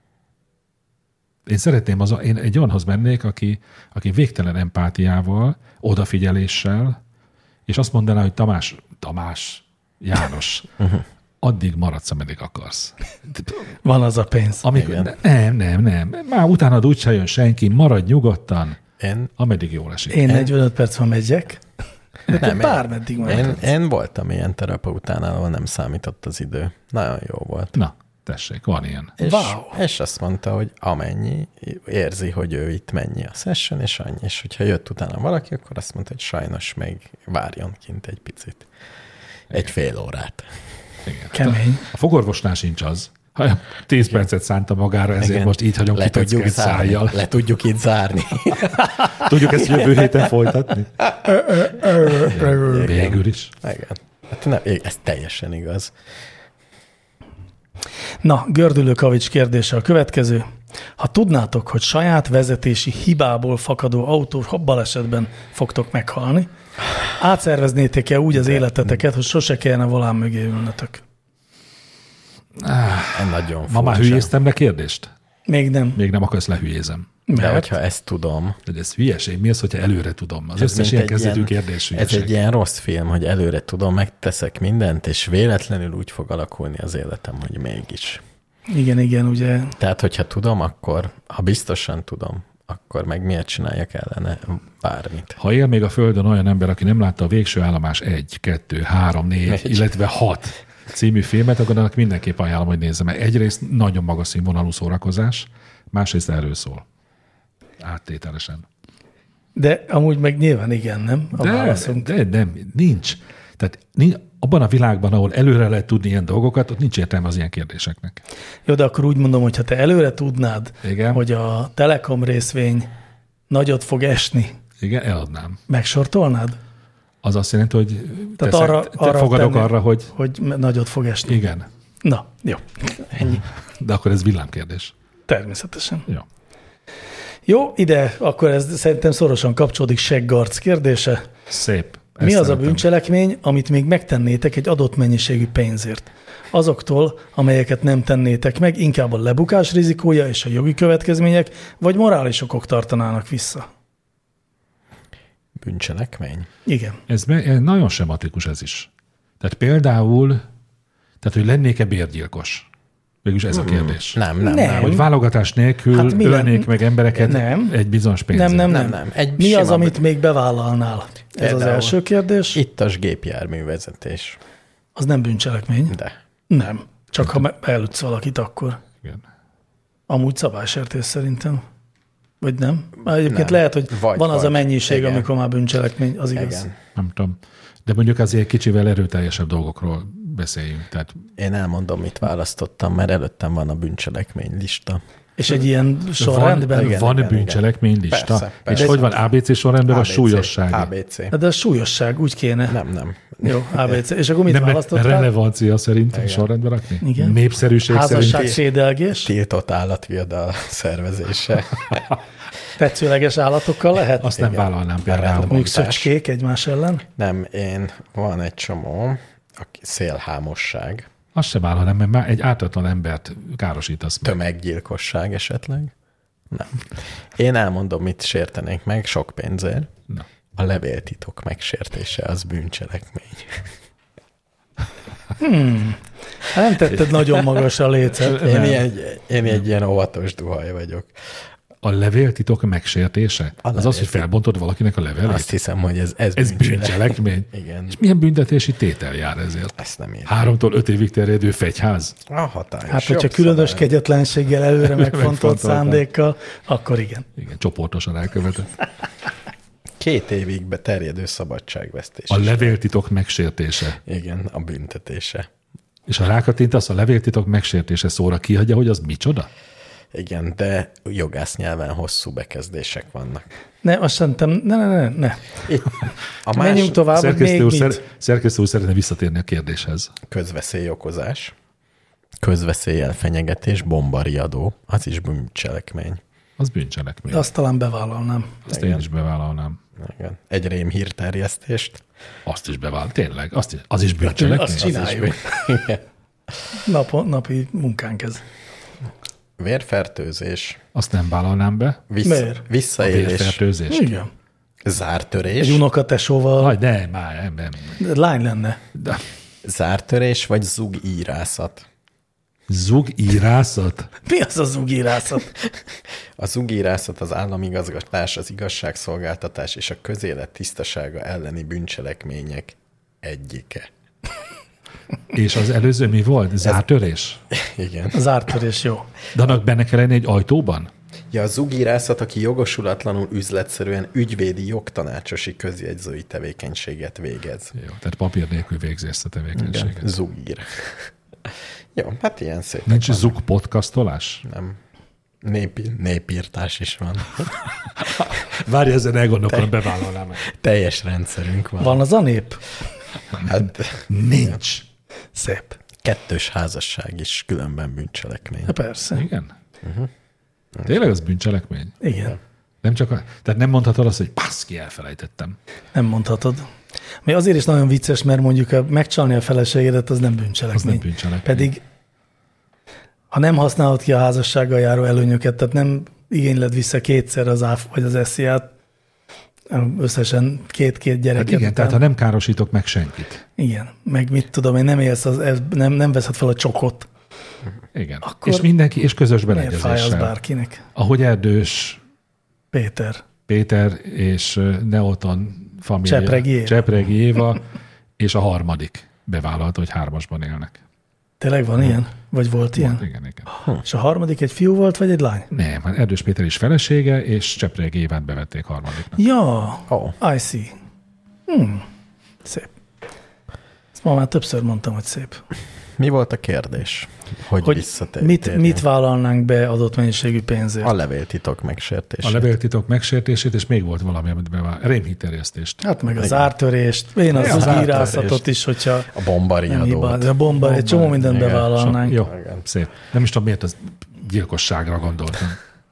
Én szeretném, én egy olyanhoz mennék, aki végtelen empátiával, odafigyeléssel, és azt mondaná, hogy Tamás, János, addig maradsz, ameddig akarsz. Van az a pénz. Nem. Már utána úgyse jön senki, maradj nyugodtan, ameddig jól esik. Én 45 perc van megyek. Nem, bármeddig maradsz. Én voltam ilyen terapeutánál, ahol nem számított az idő. Nagyon jó volt. Na, tessék, van ilyen. És azt mondta, hogy amennyi, érzi, hogy ő itt mennyi a session, és annyi. És hogyha jött utána valaki, akkor azt mondta, hogy sajnos még várjon kint egy picit. Egy fél órát. Igen. Kemény. A fogorvosnál sincs az. 10 percet szánta magára, ezért igen. Most így hagyom kipecket szájjal. Le tudjuk itt zárni. Tudjuk ezt jövő héten folytatni? Végül is. Igen. Hát nem, ez teljesen igaz. Na, Gördülő Kavics kérdése a következő. Ha tudnátok, hogy saját vezetési hibából fakadó autó balesetben fogtok meghalni, átszerveznétek-e úgy az életeteket, hogy sose kellene volán mögé ülnötök? Nagyon furcsa. Ma már hülyéztem le kérdést? Még nem. Még nem, akkor ezt lehülyézem. De hogyha ezt tudom. De ez hülyeség. Mi az, hogyha előre tudom? Az összes ilyen kezdetű kérdés hülyeség. Ez egy ilyen rossz film, hogy előre tudom, megteszek mindent, és véletlenül úgy fog alakulni az életem, hogy mégis. Igen, ugye. Tehát, hogyha tudom, akkor, ha biztosan tudom, akkor meg miért csináljak ellene bármit? Ha él még a Földön olyan ember, aki nem látta a Végső állomás 1, 2, 3, 4, illetve 6 című filmet, akkor annak mindenképp ajánlom, hogy nézzem. Egyrészt nagyon magas színvonalú szórakozás, másrészt erről szól. Áttételesen. De amúgy meg nyilván igen, nem? De nem, nincs. Tehát abban a világban, ahol előre lehet tudni ilyen dolgokat, ott nincs értelme az ilyen kérdéseknek. Jó, de akkor úgy mondom, hogy ha te előre tudnád, igen, hogy a Telekom részvény nagyot fog esni. Igen, eladnám. Megsortolnád? Az azt jelenti, hogy arra fogadok tenni, arra, hogy nagyot fog esni. Igen. Na, jó. Ennyi. De akkor ez villámkérdés. Természetesen. Jó. Jó, ide akkor ez szerintem szorosan kapcsolódik Seggarc kérdése. Szép. Mi az a bűncselekmény, amit még megtennétek egy adott mennyiségű pénzért? Azoktól, amelyeket nem tennétek meg, inkább a lebukás rizikója és a jogi következmények, vagy morális okok tartanának vissza? Bűncselekmény? Igen. Ez nagyon sematikus ez is. Tehát például, hogy lennék-e bérgyilkos? Végülis ez a kérdés. Nem. Hogy válogatás nélkül Hát milyen- ölnék meg embereket Nem. egy bizonyos pénzért. Nem. Egy Mi az, sima- amit még bevállalnál? Ez az Például első kérdés. Ittas gépjárművezetés. Az nem bűncselekmény. De. Nem. Csak ha elütsz valakit, akkor. Igen. Amúgy szabálysértés szerintem. Vagy nem? Egyébként Nem. lehet, hogy Vagy, van az a vagy. mennyiség, Igen. amikor már bűncselekmény, az igaz. Igen. Nem tudom. De mondjuk azért kicsivel erőteljesebb dolgokról beszéljünk. Tehát Én elmondom, mit választottam, mert előttem van a bűncselekmény lista. És egy ilyen sorrendben. igen. van bűncselekmény lista? Persze, persze. És hogy van ABC sorrendben, vagy ABC, súlyosság? ABC. De a súlyosság, úgy kéne. Nem. Jó, ABC. És akkor mit Nem választottál? relevancia szerint sorrendben rakni? Igen. Népszerűség Házasság szerint? szédelgés. Tiltott állatviadal szervezése. Tetszőleges állatokkal lehet? Azt nem Igen. vállalnám például. Random. Mondjuk szöcskék egymás ellen. Nem, van egy csomó, szélhámosság, Azt sem vállalnám, mert már egy ártatlan embert károsítasz meg. tömeggyilkosság esetleg. Nem. Én elmondom, mit sértenénk meg sok pénzért. Na. A levéltitok megsértése az bűncselekmény. Hát nem tetted nagyon magas a lécet. Én egy ilyen óvatos duhaj vagyok. A levéltitok megsértése? Az az, hogy felbontod valakinek a levelét? Azt hiszem, hogy ez Ez bűncselekmény? Igen. És milyen büntetési tétel jár ezért? Ezt nem értem. 3-tól 5 évig terjedő fegyház? A hatályos. Hát, hogyha jobb különös szabály. kegyetlenséggel előre megfontolt Megfontoltam. szándékkal, akkor igen. Igen, csoportosan elkövetett. 2 évig beterjedő szabadságvesztés. A levéltitok megsértése. Igen, a büntetése. És ha rákattintasz, a levéltitok megsértése szóra kihagyja, hogy az micsoda? Igen, de jogász nyelven hosszú bekezdések vannak. Ne, azt szerintem, ne. Itt a Menjünk tovább, hogy még mit? Szerkesztő úr szeretne visszatérni a kérdéshez. közveszélyokozás, közveszéllyel fenyegetés, bombariadó, az is bűncselekmény. Az bűncselekmény. Azt talán bevállalnám. Azt én is bevállalnám. Igen. Egy rémhírterjesztést. Azt is bevállal. Tényleg, az is bűncselekmény. Azt csináljuk. Igen. Napi munkánk ez. Vérfertőzés, Azt nem vállalnám be. Miért? A visszaélés, vérfertőzést. Igen. zártörés, Egy unokatesóval Nem, nem. lány lenne. De zártörés vagy zugírászat. zugírászat? Mi az az ugírászat? A zugírászat az államigazgatás, az igazságszolgáltatás és a közélet tisztasága elleni bűncselekmények egyike. És az előző mi volt? Zártörés? Igen. Az ártörés jó. De annak benne kell lenni egy ajtóban? Ja, a zugírászat, aki jogosulatlanul üzletszerűen ügyvédi jogtanácsosi közjegyzői tevékenységet végez. Jó, tehát papír nélkül végzi ezt a Igen, tevékenységet. zugír. Jó, hát ilyen szép. Nincs zug podcastolás? Nem. Népírtás is van. Várj, ezen elgondolkodom, bevállalnám meg. Teljes rendszerünk van. Van az a nép? Hát Nincs. Szép. kettős házasság is különben bűncselekmény. Hát persze. Igen? Tényleg az bűncselekmény? Igen. Nem csak tehát nem mondhatod azt, hogy baszki, elfelejtettem. Nem mondhatod. Ami azért is nagyon vicces, mert mondjuk megcsalni a feleségedet, az nem bűncselekmény. Az nem bűncselekmény. Pedig ha nem használod ki a házassággal járó előnyöket, tehát nem igényled vissza kétszer az áf vagy az SZIA-t, összesen két gyereket. Hát igen, tehát ha nem károsítok meg senkit. Igen, meg mit tudom én, nem élsz, nem veszed fel a csokot. Igen. Akkor és mindenki, és közös Miért fáj az beleegyezéssel. bárkinek? Ahogy Erdős Péter. és Neoton família. Csepregi Éva. És a harmadik bevállalta, hogy 3-asban élnek. Tényleg van ilyen? Vagy volt ilyen? Igen. És a harmadik egy fiú volt, vagy egy lány? Nem, hát Erdős Péter is felesége, és Csepregi Évát bevették harmadiknak. Ja, Oh. I see. Szép. Ezt ma már többször mondtam, hogy szép. Mi volt a kérdés? Hogy Hogy visszatérjünk? mit vállalnánk be adott mennyiségű pénzért? A levéltitok megsértése. A levéltitok megsértését, és még volt valami, amit bevállalt. Rémhitterjesztést. Hát meg az ártörést, én az az ugírászatot ártörést. is, hogyha A nem bombariadót. hibád. A bomba, egy csomó mindent igen. bevállalnánk. Jó, Igen. szép. Nem is tudom, miért az gyilkosságra gondoltam.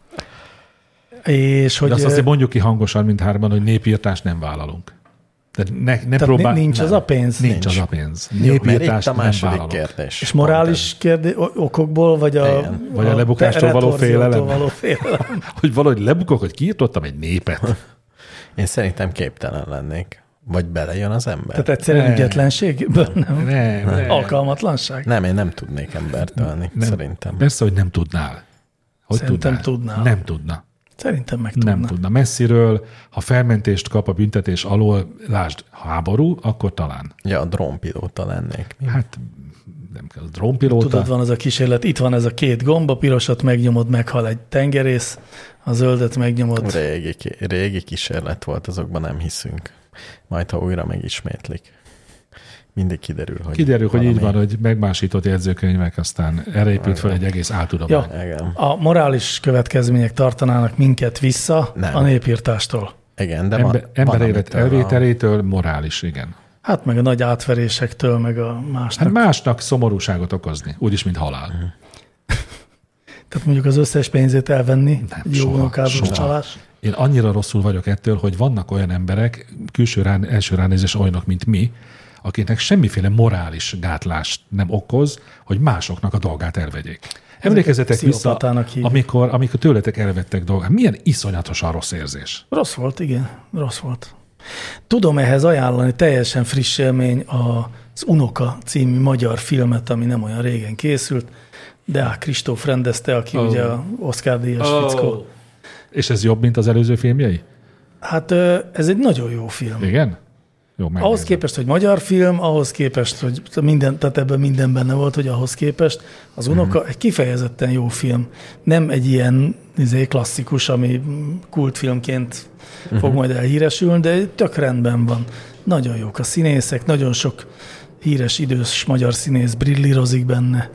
És hogy De azt azért mondjuk ki hangosan, mint hárman, hogy népírtást nem vállalunk. Tehát ne próbál... nincs az a pénz? Nincs az a pénz. Mert itt Népírtást a nem második vállalunk. kérdés. És morális okokból, vagy Igen. Vagy a lebukástól való retorziótól félelem? félelem. Hogy valahogy lebukok, hogy kiirtottam egy népet. Én szerintem képtelen lennék. Vagy belejön az ember? Tehát egyszerűen ügyetlenségből nem? Nem. Alkalmatlanság? Nem, én nem tudnék embert ölni, szerintem. Persze, hogy nem tudnál. Hogy Szerintem tudnál. Nem tudna. Szerintem meg tudna. Nem tudna. Messziről, ha felmentést kap a büntetés alól, lásd, háború, akkor talán. Ja, a drónpilóta lennék. Hát nem kell, drónpilóta. Tudod, van az a kísérlet, itt van ez a két gomb, a pirosat megnyomod, meghal egy tengerész, a zöldet megnyomod. Régi kísérlet volt, azokban nem hiszünk. Majd, ha újra megismétlik. Mindig kiderül, hogy így van, hogy megmásított jegyzőkönyvek, aztán erre épült fel egy egész áltudomány. Ja, a morális következmények tartanának minket vissza a népírtástól. Igen, de emberélet elvételétől morális, igen. Hát meg a nagy átverésektől, meg a másnak. Hát másnak szomorúságot okozni, úgyis, mint halál. Tehát mondjuk az összes pénzét elvenni, nem, jó munkázós csalás. Én annyira rosszul vagyok ettől, hogy vannak olyan emberek, első ránézés olyanok, mint mi, akiknek semmiféle morális gátlást nem okoz, hogy másoknak a dolgát elvegyék. Emlékezzetek vissza, amikor tőletek elvettek dolgát. Milyen iszonyatosan rossz érzés. Rossz volt, igen. Rossz volt. Tudom ehhez ajánlani teljesen friss élmény az Unoka című magyar filmet, ami nem olyan régen készült, Deák Kristóf rendezte, aki ugye a Oscar-díjas fickó. És ez jobb, mint az előző filmjei? Hát ez egy nagyon jó film. Igen? Jó, ahhoz képest, hogy magyar film, ahhoz képest, hogy tehát ebben minden benne volt, hogy ahhoz képest az Unoka egy kifejezetten jó film. Nem egy ilyen klasszikus, ami kultfilmként fog majd elhíresülni, de tök rendben van. Nagyon jók a színészek, nagyon sok híres idős magyar színész brillírozik benne.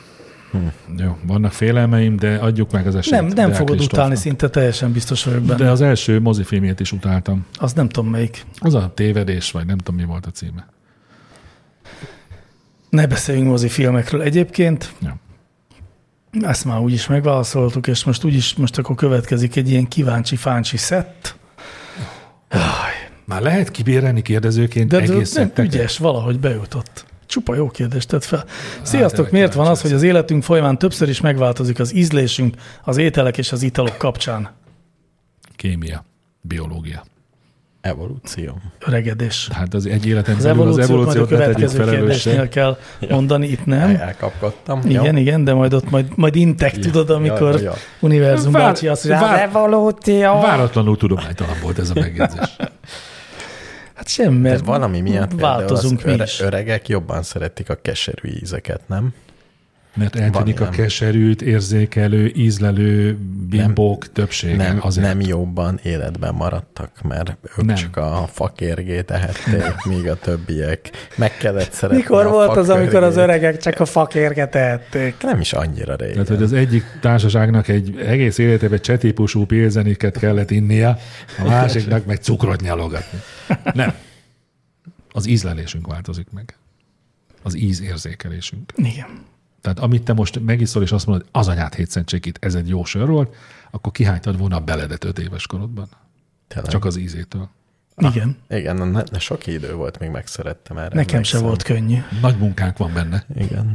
Jó, vannak félelmeim, de adjuk meg az esélyt. Nem fogod utálni, szinte teljesen biztos vagyok benne. De az első mozifilmjét is utáltam. Az nem tudom melyik. Az a Tévedés, vagy nem tudom mi volt a címe. Ne beszéljünk mozifilmekről egyébként. Ja. Ezt már úgyis megválaszoltuk, és most akkor következik egy ilyen kíváncsi-fáncsi szett. Már lehet kibérelni kérdezőként egész szetteket? Ügyes, valahogy bejutott. Csupa jó kérdést tett fel. Sziasztok, miért van az, hogy az életünk folyamán többször is megváltozik az ízlésünk az ételek és az italok kapcsán? Kémia, biológia. Evolúció. Öregedés. Hát az egy életen belül az evolúciót ne tegyük felelőssé. Kell mondani, itt nem. Elkapkodtam. Igen, de majd intek, tudod, amikor univerzum bácsi azt mondja, az evolúció. Váratlanul tudománytalan volt ez a megjegyzés. Hát sem, mert valami miatt változunk mi is. Öregek jobban szeretik a keserű ízeket, nem? Mert eltűnik a keserűt, érzékelő, ízlelő bimbók többsége. Nem jobban életben maradtak, mert ők csak a fakérgét ehették, míg a többiek meg kellett szeretni. Mikor volt az, amikor az öregek csak a fakérget ehették? Nem is annyira régen. Tehát, hogy az egyik társaságnak egy egész életében csetípusú pilzeniket kellett innia, a másiknak meg cukrot nyalogatni. Nem. Az ízlelésünk változik meg. Az ízérzékelésünk. Igen. Tehát amit te most megiszol, és azt mondod, az anyát hétszentségét, ez egy jó sör volt, akkor kihánytad volna a beledet 5 éves korodban. Tényleg? Csak az ízétől. Igen. Igen, sok idő volt, még megszerettem erre. Nekem se volt könnyű. Nagy munkánk van benne. Igen.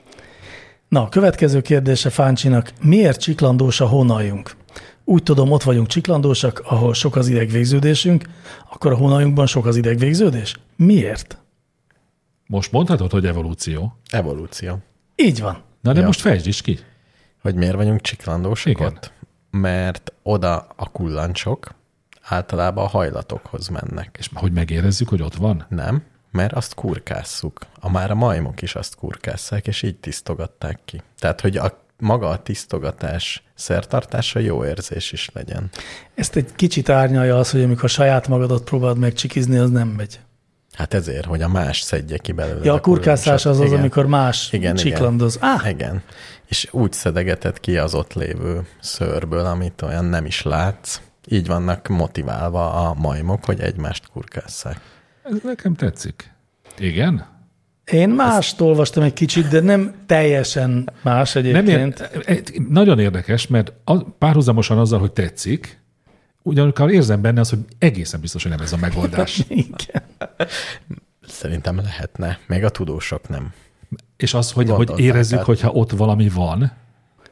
Na, a következő kérdése Fáncsinak. Miért csiklandós a hónaljunk? Úgy tudom, ott vagyunk csiklandósak, ahol sok az idegvégződésünk, akkor a hónaljunkban sok az idegvégződés? Miért? Most mondhatod, hogy evolúció. Evolúció. Így van. Na de most fejtsd is ki. Hogy miért vagyunk csiklandósak Igen. ott? Mert oda a kullancsok általában a hajlatokhoz mennek. És hogy megérezzük, hogy ott van? Nem, mert azt kurkásszuk. Már a majmok is azt kurkásszák, és így tisztogatták ki. Tehát, hogy maga a tisztogatás szertartása jó érzés is legyen. Ezt egy kicsit árnyalja az, hogy amikor saját magadat próbáld megcsikizni, az nem megy. Hát ezért, hogy a más szedje ki belőle. Ja, a kurkászás az, amikor más csiklandoz. Igen. És úgy szedegeted ki az ott lévő szőrből, amit olyan nem is látsz. Így vannak motiválva a majmok, hogy egymást kurkásszák. Ez nekem tetszik. Igen? Én mást olvastam egy kicsit, de nem teljesen más egyébként. Nagyon érdekes, mert párhuzamosan azzal, hogy tetszik, ugyanakkor érzem benne az, hogy egészen biztos, hogy nem ez a megoldás. Igen. Szerintem lehetne. Még a tudósok nem. És az, hogy érezzük, hogyha ott valami van,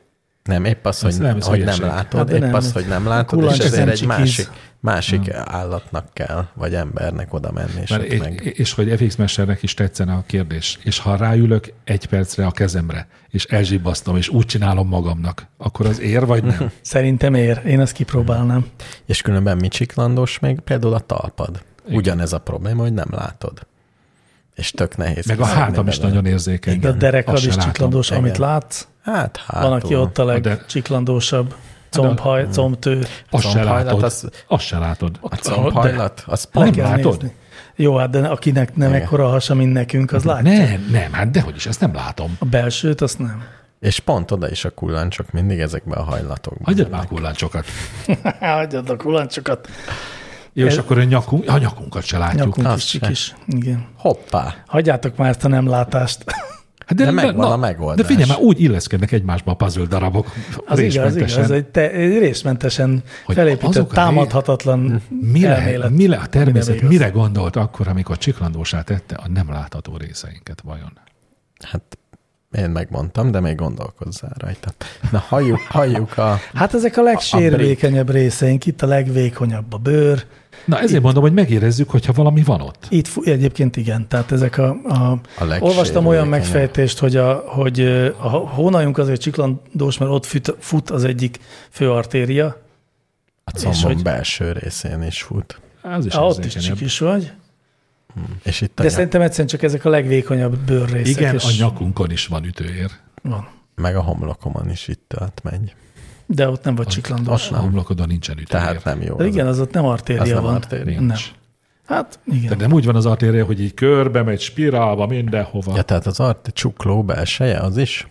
Nem, épp az, Ez hogy nem, ez hogy nem hülyeség. látod, Hát de épp nem, az, ez hogy nem látod, kullancs, és ez ezért nem egy csikiz. másik állatnak kell, vagy embernek oda menni, és Mert ott meg... és hogy FX Mesternek is tetszene a kérdés, és ha ráülök egy percre a kezemre, és elzsibbasztom, és úgy csinálom magamnak, akkor az ér, vagy nem? Szerintem ér. Én ezt kipróbálnám. És különben mi csiklandos még? Például a talpad. Igen. Ugyanez a probléma, hogy nem látod. És tök nehéz. Meg a kiszedni hátam is belőle. nagyon érzékeny. De a derekad Azt is se látom. csiklandós, Igen. amit látsz. Hát Van, aki ott a De- legcsiklandósabb. Combhaj, combtő. Azt se combhajlat, látod. az- Azt se látod. A combhajlat, az Le pont kell látod? nézni. Jó, hát de akinek nem Igen. ekkora hasa, mint nekünk, az látja. Nem, hát dehogy is, ezt nem látom. A belsőt, azt nem. És pont oda is a kullancsok mindig ezekbe a hajlatokban. Hagyjad már a kullancsokat. Hagyjad a kulancsokat. Jó, és Ez- akkor a nyakunkat se látjuk. Nyakunk azt is se. csikis. Igen. Hoppá! Hagyjátok már ezt a nem látást. Hát De megvan a megoldás. De figyelj, már úgy illeszkednek egymásba a puzzle darabok. Az igaz, egy részmentesen Hogy felépített, azok a támadhatatlan elmélet. A természet Ami nem igaz. mire gondolt akkor, amikor csiklandósá tette a nem látható részeinket vajon? Hát én megmondtam, de még gondolkozzál rajta. Na, halljuk a... Hát ezek a legsérülékenyebb részeink, itt a legvékonyabb a bőr. Na ezért mondom, hogy megérezzük, hogyha valami van ott. Itt egyébként igen, tehát ezek legsérülékenyebb. olvastam olyan megfejtést, hogy a hónaljunk azért csiklandós, mert ott fut az egyik fő artéria. A És combom hogy- belső részén is fut. Ez is Ott is érzékenyebb. csikis vagy. És itt De szerintem egyszerűen csak ezek a legvékonyabb bőrrészek. Igen, és a nyakunkon is van ütőér. van. meg a homlokomon is itt átmegy. De ott nem vagy csiklandós. A homlokodon nincsen ütőér. Tehát nem jó. De igen, az ott nem az artéria nem van. artéria. Nem. Hát igen. Tehát nem úgy van az artéria, hogy így körbe megy, spirálba, mindenhova. Ja, tehát az csukló belseje, az is?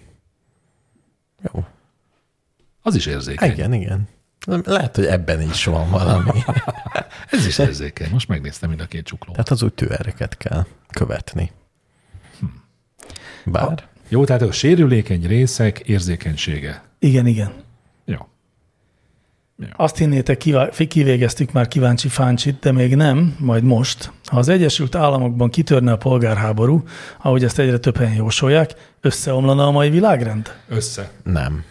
Jó. Az is érzékeny. Igen. Lehet, hogy ebben is van valami. Ez is érzékeny. Most megnéztem mind a két csuklót. Tehát az ütőereket kell követni. Bár... Jó, tehát a sérülékeny részek érzékenysége. Igen. Jó. Azt hinnétek, kivégeztük már kíváncsi fáncsit, de még nem, majd most. Ha az Egyesült Államokban kitörne a polgárháború, ahogy ezt egyre több helyen jósolják, összeomlana a mai világrend? Össze. Nem.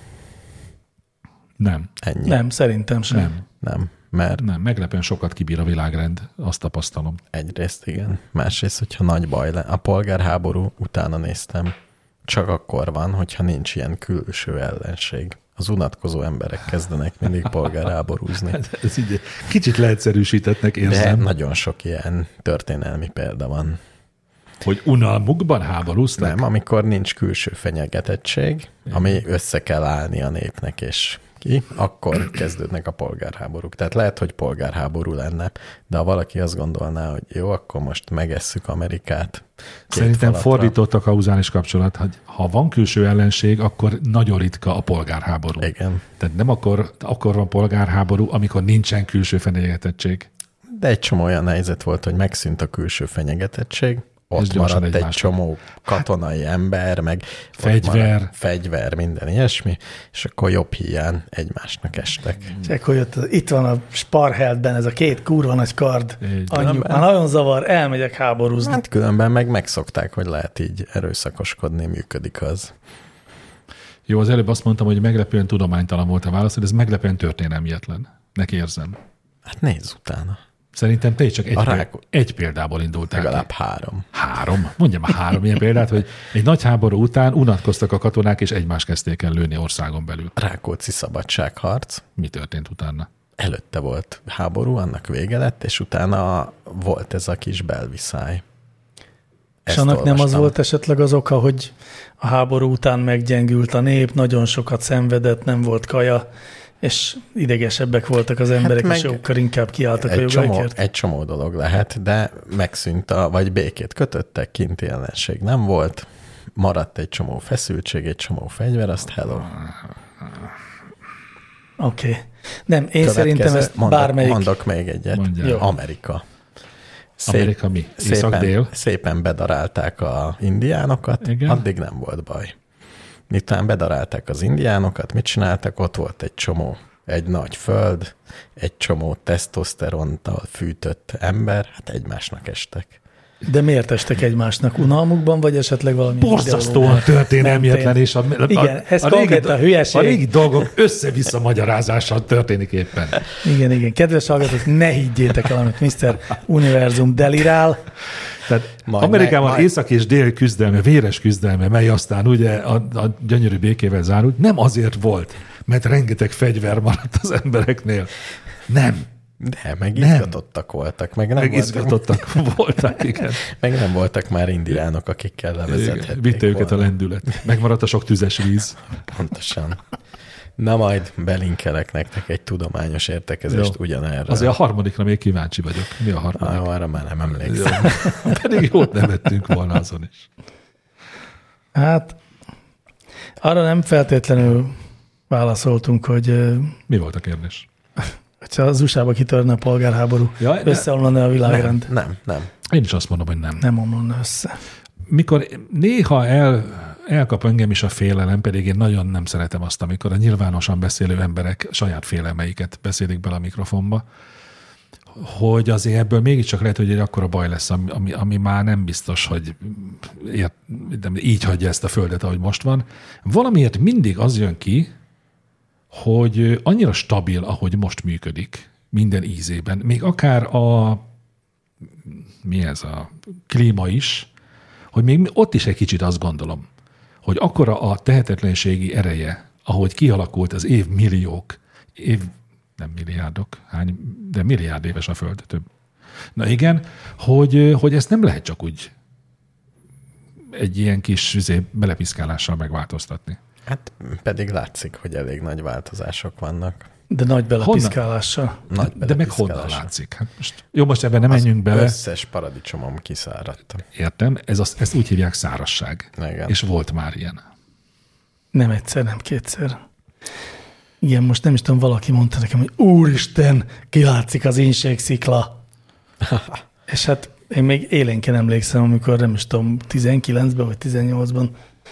Ennyi. Nem, szerintem sem. Nem. Mert Nem, meglepően sokat kibír a világrend, azt tapasztalom. egyrészt igen. Másrészt, hogyha nagy baj lenne. A polgárháború utána néztem. Csak akkor van, hogyha nincs ilyen külső ellenség. Az unatkozó emberek kezdenek mindig polgárháborúzni. Ez így kicsit leegyszerűsítettnek De érzem, nagyon sok ilyen történelmi példa van. hogy unalmukban háborúztak. Nem, amikor nincs külső fenyegetettség, ami össze kell állni a népnek, és akkor kezdődnek a polgárháborúk. Tehát lehet, hogy polgárháború lenne, de ha valaki azt gondolná, hogy jó, akkor most megesszük Amerikát. Szerintem fordított a kauzális kapcsolat, hogy ha van külső ellenség, akkor nagyon ritka a polgárháború. Igen. Tehát nem akkor van polgárháború, amikor nincsen külső fenyegetettség. De egy csomó olyan helyzet volt, hogy megszűnt a külső fenyegetettség, ott gyorsan maradt egy egymásnak. csomó katonai ember, meg ott Fegyver. maradt fegyver, minden ilyesmi, és akkor jobb hiány egymásnak estek. És akkor jött, itt van a Sparheldben ez a két kurva nagy kard. Így. Anyjuk, már nagyon zavar, elmegyek háborúzni. Hát különben meg megszokták, hogy lehet így erőszakoskodni, működik az. Jó, az előbb azt mondtam, hogy meglepően tudománytalan volt a válasz, hogy ez meglepően történelmietlen. Neki érzem. Hát nézz utána. Szerintem te is csak A egy példából indultál ki. Legalább 3. 3? Mondja már 3 ilyen példát, hogy egy nagy háború után unatkoztak a katonák, és egymást kezdték el lőni országon belül. Rákóczi szabadságharc. Mi történt utána? Előtte volt háború, annak vége lett, és utána volt ez a kis belviszály. És annak nem az volt esetleg az oka, hogy a háború után meggyengült a nép, nagyon sokat szenvedett, nem volt kaja, és idegesebbek voltak az emberek, meg és sokkal inkább kiálltak a jogaikért. Egy csomó dolog lehet, de megszűnt vagy békét kötöttek, kinti ellenség nem volt, maradt egy csomó feszültség, egy csomó fegyver, azt hello. Oké. Nem, én szerintem ezt bármelyik... Mondok még egyet. Mondjál. Amerika. Amerika mi? Észak-dél? Szépen bedarálták a indiánokat, Igen. addig nem volt baj. Miután bedarálták az indiánokat, mit csináltak? Ott volt egy nagy föld, egy csomó tesztoszteronttal fűtött ember, hát egymásnak estek. De miért estek egymásnak? Unalmukban, vagy esetleg valami Borzasztóan történelmietlen, és igen, ez konkrétan hülyeség. A régi dolgok össze-vissza magyarázással történik éppen. Igen. Kedves hallgatók, ne higgyétek el, amit Mr. Univerzum delirál. Tehát Amerikában észak és dél küzdelme, véres küzdelme, mely aztán ugye a gyönyörű békével zárult, nem azért volt, mert rengeteg fegyver maradt az embereknél. Nem. De, meg izgatottak voltak. Meg izgatottak voltak, igen. Meg nem voltak már indiánok, akikkel levezethették. Vitte őket a lendület. Megmaradt a sok tüzes víz. Pontosan. Na majd belinkelek nektek egy tudományos értekezést ugyanerre. Azért a harmadikra még kíváncsi vagyok. Mi a harmadik? Arra már nem emlékszem. Pedig jót nevettünk volna azon is. Hát, arra nem feltétlenül válaszoltunk, hogy... Mi volt a kérdés? Ha az USA-ba kitörne a polgárháború, összeomlana a világrend. Nem. Én is azt mondom, hogy nem. Nem omlana össze. Mikor néha elkap engem is a félelem, pedig én nagyon nem szeretem azt, amikor a nyilvánosan beszélő emberek saját félelmeiket beszélik bele a mikrofonba, hogy azért ebből mégiscsak lehet, hogy egy akkora baj lesz, ami már nem biztos, hogy így hagyja ezt a földet, ahogy most van. Valamiért mindig az jön ki, hogy annyira stabil, ahogy most működik minden ízében. Még akár a klíma is, hogy még ott is egy kicsit azt gondolom, hogy akkora a tehetetlenségi ereje, ahogy kialakult az évmilliók, nem milliárdok, de milliárd éves a Föld, több. Na igen, hogy ezt nem lehet csak úgy egy ilyen kis belepiszkálással megváltoztatni. Hát pedig látszik, hogy elég nagy változások vannak. De nagy belepiszkálással. De meg honnan látszik? Hát most ebben nem menjünk bele. Összes paradicsomom kiszáradt. Értem, ezt úgy hívják szárazság. Igen. És volt már ilyen. Nem egyszer, nem kétszer. Igen, most nem is tudom, valaki mondta nekem, hogy úristen, kilátszik az Inségszikla. És hát én még élénken emlékszem, amikor nem is tudom, 19-ben vagy 18-ban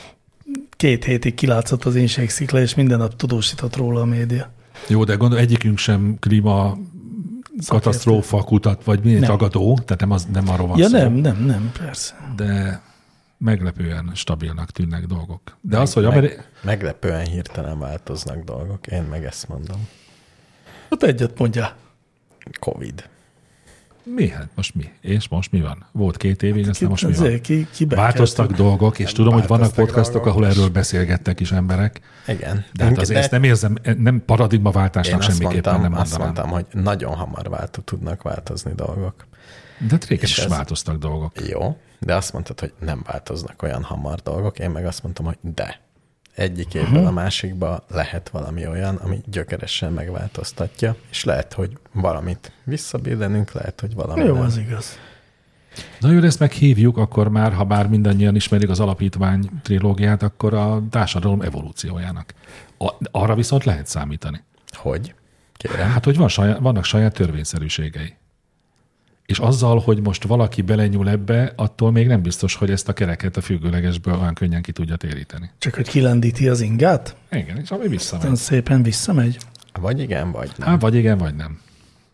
2 hétig kilátszott az Inségszikla, és minden nap tudósított róla a média. Jó, de gondolom egyikünk sem klíma katasztrófa kutat, vagy milyen tagadó, tehát nem arról van szó. Nem, persze. De meglepően stabilnak tűnnek dolgok. De az, hogy meglepően hirtelen változnak dolgok, én meg ezt mondom. Hát egyet mondja. Covid. Mi? Hát most mi? És most mi van? Volt 2 évig, aztán most mi van? Változtak dolgok, és tudom, hogy vannak podcastok, ahol erről beszélgettek is emberek. Igen. De hát azért ezt nem érzem, nem paradigmaváltásnak semmiképpen nem mondanám. Azt mondtam, hogy nagyon hamar tudnak változni dolgok. De hát régen is változtak dolgok. Jó, de azt mondtad, hogy nem változnak olyan hamar dolgok. Én meg azt mondtam, hogy de. Egyik évből a másikba lehet valami olyan, ami gyökeresen megváltoztatja, és lehet, hogy valamit visszabillenünk, lehet, hogy valami jó, nem. Az igaz. Na jó, ezt meghívjuk, akkor már, ha bár mindannyian ismerik az alapítvány trilógiát, akkor a társadalom evolúciójának. Arra viszont lehet számítani. Hogy? Kérem. Hát, hogy vannak saját törvényszerűségei. És azzal, hogy most valaki belenyúl ebbe, attól még nem biztos, hogy ezt a kereket a függőlegesből olyan könnyen ki tudja téríteni. Csak hogy kilendíti az ingát? Igen, és ami visszamegy. Aztán szépen visszamegy. Vagy igen, vagy nem. Hát, vagy igen, vagy nem.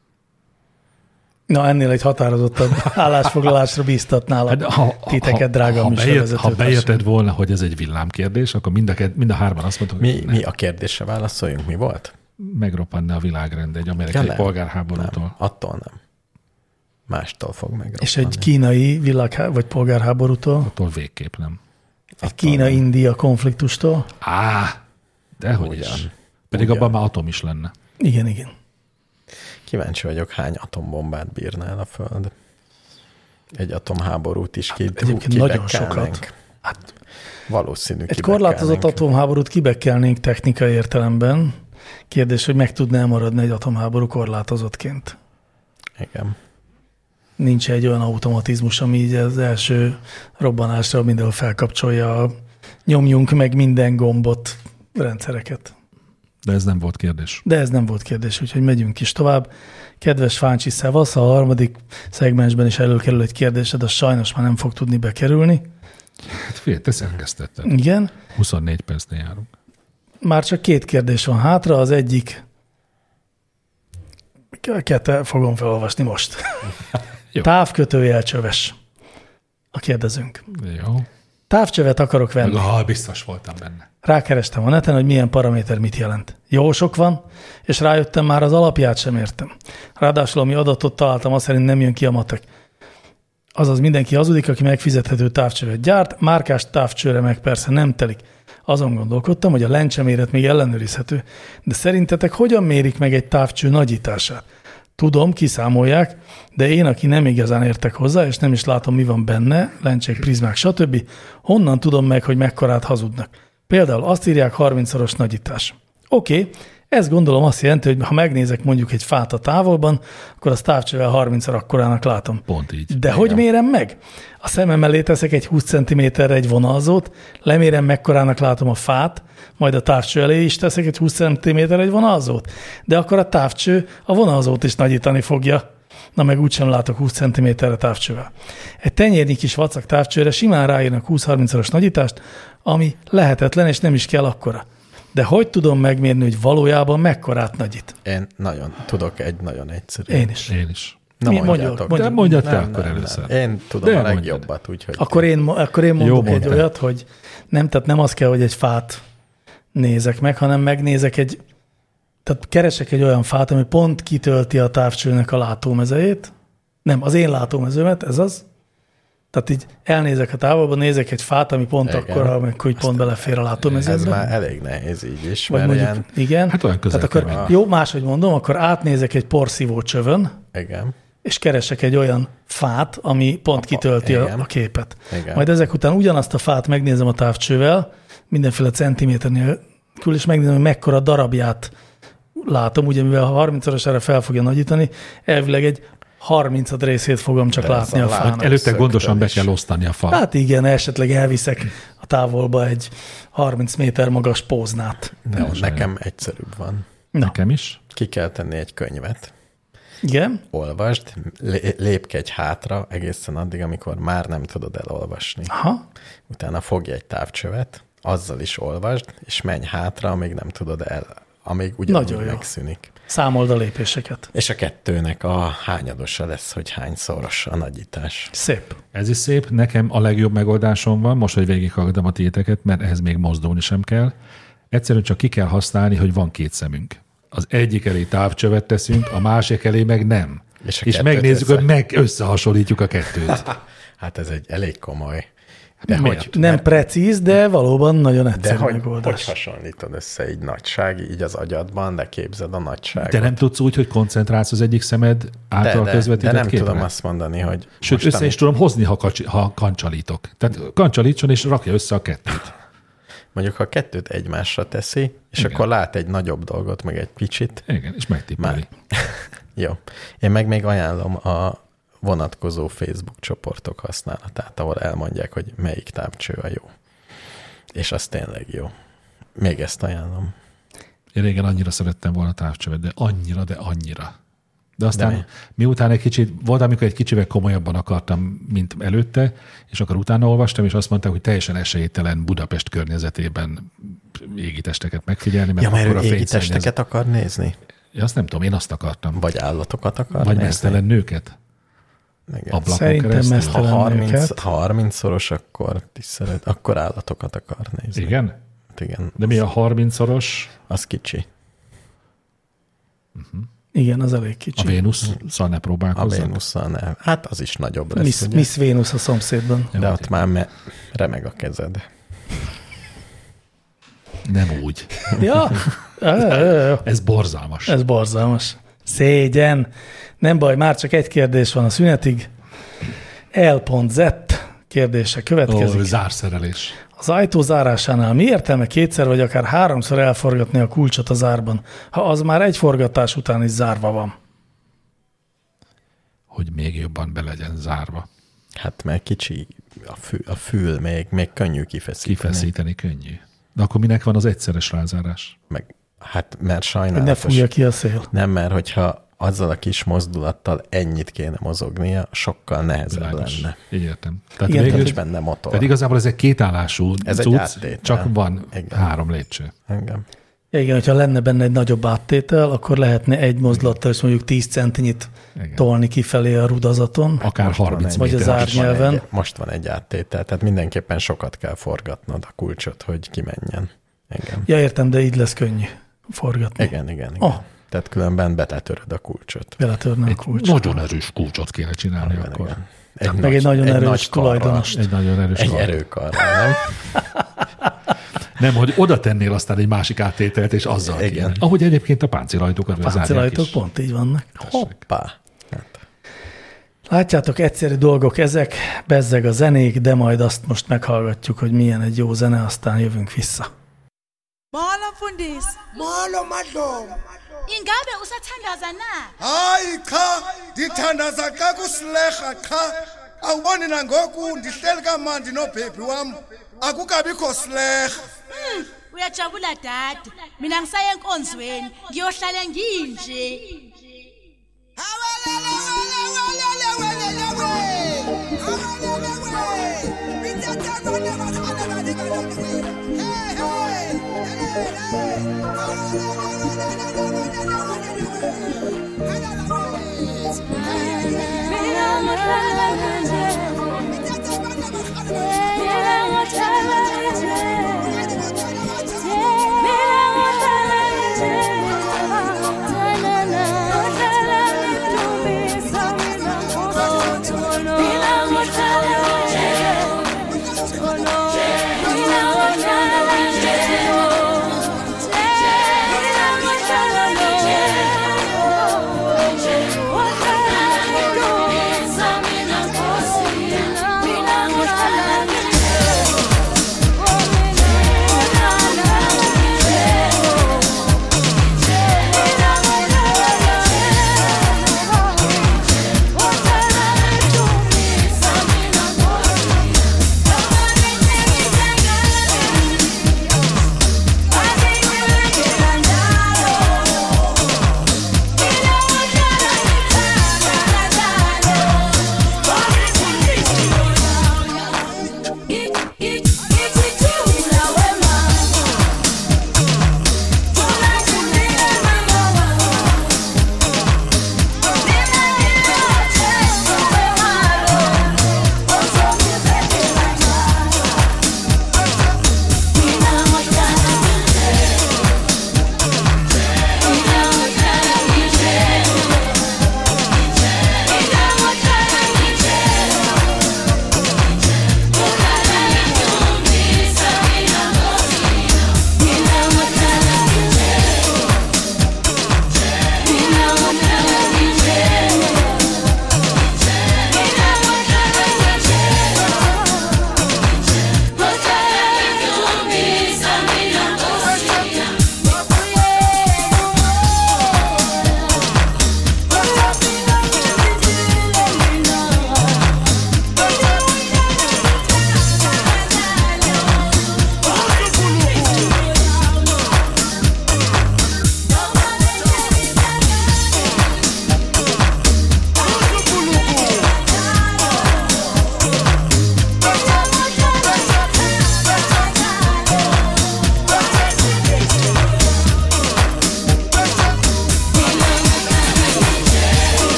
Na, ennél egy határozottabb állásfoglalásra bíztatnálak titeket, drága műsorvezetőt. Ha beérted volna, hogy ez egy villámkérdés, akkor mind a hárman azt mondtuk, hogy mi a kérdésre válaszoljunk? Mi volt? Megroppanna a világrend egy amerikai polgárháborútól. Nem, attól nem. Mástól fog megroppanni. És egy kínai vagy polgárháborútól? Attól végképp nem. Egy Kína-India konfliktustól? Dehogy is. Pedig abban már atom is lenne. Igen. Kíváncsi vagyok, hány atombombát bírna el a Föld. Egy atomháborút is egyébként nagyon sokat. Hát, valószínű egy korlátozott atomháborút kibekkelnénk technikai értelemben. Kérdés, hogy meg tudná maradni egy atomháború korlátozottként. Igen. Nincs egy olyan automatizmus, ami így az első robbanásra mindenhol felkapcsolja a nyomjunk meg minden gombot rendszereket. De ez nem volt kérdés. Úgyhogy megyünk is tovább. Kedves Fáncsi, szevasz, a harmadik szegmensben is előkerül egy kérdésed, az sajnos már nem fog tudni bekerülni. Hát fél, te szerkesztetted. Igen. 24 percnél járunk. Már csak 2 kérdés van hátra, az egyik fogom felolvasni most. Távkötőjel csöves. a kérdezőnk. Jó. Távcsövet akarok venni. Biztos voltam benne. Rákerestem a neten, hogy milyen paraméter mit jelent. Jó sok van, és rájöttem, már az alapját sem értem. Ráadásul, ami adatot találtam, azt szerint nem jön ki a matek. Azaz mindenki hazudik, aki megfizethető távcsövet gyárt, márkás távcsőre meg persze nem telik. Azon gondolkodtam, hogy a lencseméret még ellenőrizhető, de szerintetek hogyan mérik meg egy távcső nagyítását? Tudom, kiszámolják, de én, aki nem igazán értek hozzá, és nem is látom, mi van benne, lencsék, prizmák, stb., honnan tudom meg, hogy mekkorát hazudnak? Például azt írják 30-szoros nagyítás. Oké, ez gondolom azt jelenti, hogy ha megnézek mondjuk egy fát a távolban, akkor azt távcsővel 30-szor akkorának látom. Pont így. De hogy mérem meg? A szemem elé teszek egy 20 cm-re egy vonalzót, lemérem mekkorának látom a fát, majd a távcső elé is teszek egy 20 cm-re egy vonalzót. De akkor a távcső a vonalzót is nagyítani fogja. Na meg úgysem látok 20 cm-re távcsővel. Egy tenyérnyi kis vacak távcsőre simán ráírnak 20-30-szoros nagyítást, ami lehetetlen és nem is kell akkora. De hogy tudom megmérni, hogy valójában mekkorát nagyít? Én tudok egy nagyon egyszerű. Én is. Na, Mi mondjátok. mondjuk? De mondjad te akkor először. Én tudom De a legjobbat, úgyhogy... Akkor én mondok egy mondta. olyat, hogy tehát nem az kell, hogy egy fát nézek meg, hanem megnézek tehát keresek egy olyan fát, ami pont kitölti a távcsőnek a látómezejét. Nem, az én látómezőmet, ez az. Tehát így elnézek a távolban, nézek egy fát, ami pont akkora, hogy pont belefér a látómezőbe. Ez már elég nehéz így is, Vagy mert mondjuk, ilyen... igen. Hát olyan közel Tehát akkor, jó, máshogy mondom, akkor átnézek egy porszívó csövön, Igen. és keresek egy olyan fát, ami pont kitölti a képet. Igen. Majd ezek után ugyanazt a fát megnézem a távcsővel, mindenféle centiméter nélkül, és megnézem, hogy mekkora darabját látom, ugye mivel ha 30-szorosára fel fogja nagyítani, elvileg egy 30 részét fogom csak látni a fának. Előtte gondosan be kell osztani a fát. Hát igen, esetleg elviszek a távolba egy 30 méter magas póznát. Nekem egyszerűbb van. Na. Nekem is. Ki kell tenni egy könyvet. Igen? Olvasd, lépkedj hátra egészen addig, amikor már nem tudod elolvasni. Aha. Utána fogj egy távcsövet, azzal is olvasd, és menj hátra, amíg nem tudod amíg ugyanúgy megszűnik. Számold a lépéseket. És a kettőnek a hányadosa lesz, hogy hányszoros a nagyítás. Szép. Ez is szép. Nekem a legjobb megoldásom van, most, hogy végighallgatom a tiéteket, mert ehhez még mozdulni sem kell. Egyszerűen csak ki kell használni, hogy van két szemünk. Az egyik elé távcsövet teszünk, a másik elé meg nem. És megnézzük, hogy összehasonlítjuk a kettőt. Hát ez egy elég komoly. De hogy? Nem precíz, de valóban nagyon egyszerű megoldás. Hogy hasonlítod össze egy nagyság, így az agyadban, de képzeld a nagyságot. De nem tudsz úgy, hogy koncentrálsz az egyik szemed által közvetített de nem képre? tudom azt mondani, hogy... Sőt, össze is tudom hozni, ha kancsalítok. Tehát kancsalítson és rakja össze a kettőt. Mondjuk, ha a kettőt egymásra teszi, és igen, akkor lát egy nagyobb dolgot, meg egy kicsit. Igen, és megtippeli. Jó. Én meg még ajánlom a vonatkozó Facebook csoportok használatát, ahol elmondják, hogy melyik távcső a jó. És az tényleg jó. Még ezt ajánlom. Én régen annyira szerettem volna távcsövet, de annyira. De aztán miután egy kicsit, volt, amikor egy kicsivel komolyabban akartam, mint előtte, és akkor utána olvastam, és azt mondták, hogy teljesen esélytelen Budapest környezetében égitesteket megfigyelni. Mert ő égitesteket akar nézni? Ja, azt nem tudom, én azt akartam. Vagy állatokat akar Vagy nézni? meztelen nőket? Szerintem meztelen nőket. Ha 30-szoros, akkor állatokat akar nézni. Igen? Hát igen. De mi a 30-szoros? Az kicsi. Igen, az elég kicsi. A Vénusszal ne próbálkozzak? A Vénusszal ne. Hát az is nagyobb lesz. Miss Vénusz a szomszédban. De ott már remeg a kezed. Nem úgy. Ja. Ez borzalmas. Ez borzalmas. Szégyen. Nem baj, már csak egy kérdés van a szünetig. L.Z. kérdése következik. Zárszerelés. Az ajtó zárásánál mi értelme kétszer vagy akár háromszor elforgatni a kulcsot a zárban, ha az már egy forgatás után is zárva van? Hogy még jobban be legyen zárva. Hát mert kicsi a fül, még könnyű kifeszíteni. Kifeszíteni könnyű. De akkor minek van az egyszeres rázárás? Hát mert sajnálatos. Hogy ne fújja ki a szél. Nem, mert hogyha azzal a kis mozdulattal ennyit kéne mozognia, sokkal nehezebb lenne. Így értem. Tehát igen, nincs benne motor. Tehát igazából ez egy kétállású ez cucc, egy áttétel. csak van igen. 3 lépcső. Engem. Igen, hogyha lenne benne egy nagyobb áttétel, akkor lehetne egy mozdulattal, és mondjuk 10 centinyit tolni kifelé a rudazaton. Akár 30 vagy az árnyelven. Most van egy áttétel, tehát mindenképpen sokat kell forgatnod a kulcsot, hogy kimenjen. Igen. Ja, értem, de így lesz könnyű forgatni. Igen. Tehát különben beletöröd a kulcsot. Beletörne a kulcsot. Nagyon erős kulcsot kéne csinálni igen, akkor. Igen. Meg egy nagyon erős tulajdonos. Egy nagyon erős Egy erőkarral, nem? Nem, hogy oda tennél aztán egy másik áttételt, és azzal Igen. kéne. Ahogy egyébként a páncélajtók, A páncélajtók pont így vannak. Hoppá! Látjátok, egyszerű dolgok ezek, bezzeg a zenék, de majd azt most meghallgatjuk, hogy milyen egy jó zene, aztán jövünk vissza. Molo mfundisi. Molo madlomo. Ingabe usathandaza na? Hayi cha, ngithandaza xa kusileha cha. Awuboni nangoku ndihleli kamandi nobhebi wami. Akukabikho sileha. Uyajabula dad. Mina ngisaye enkonzweni, ngiyohlala nginje. Mina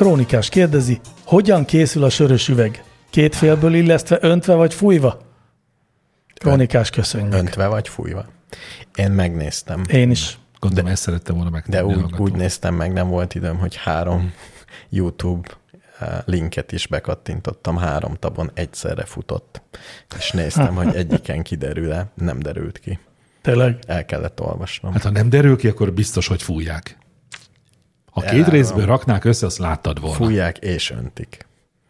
Krónikás kérdezi, hogyan készül a sörös üveg? Két félből illesztve, öntve vagy fújva? Krónikás, köszönjük. Öntve vagy fújva? Én megnéztem. Én is. Gondolom, ezt szerettem volna megtenni. De úgy néztem meg, nem volt időm, hogy 3 YouTube linket is bekattintottam, 3 tabon egyszerre futott. És néztem, hogy egyiken kiderül-e, nem derült ki. Tényleg? El kellett olvasnom. Hát ha nem derül ki, akkor biztos, hogy fújják. Ha 2 részből raknák össze, azt láttad volna. Fújják és öntik.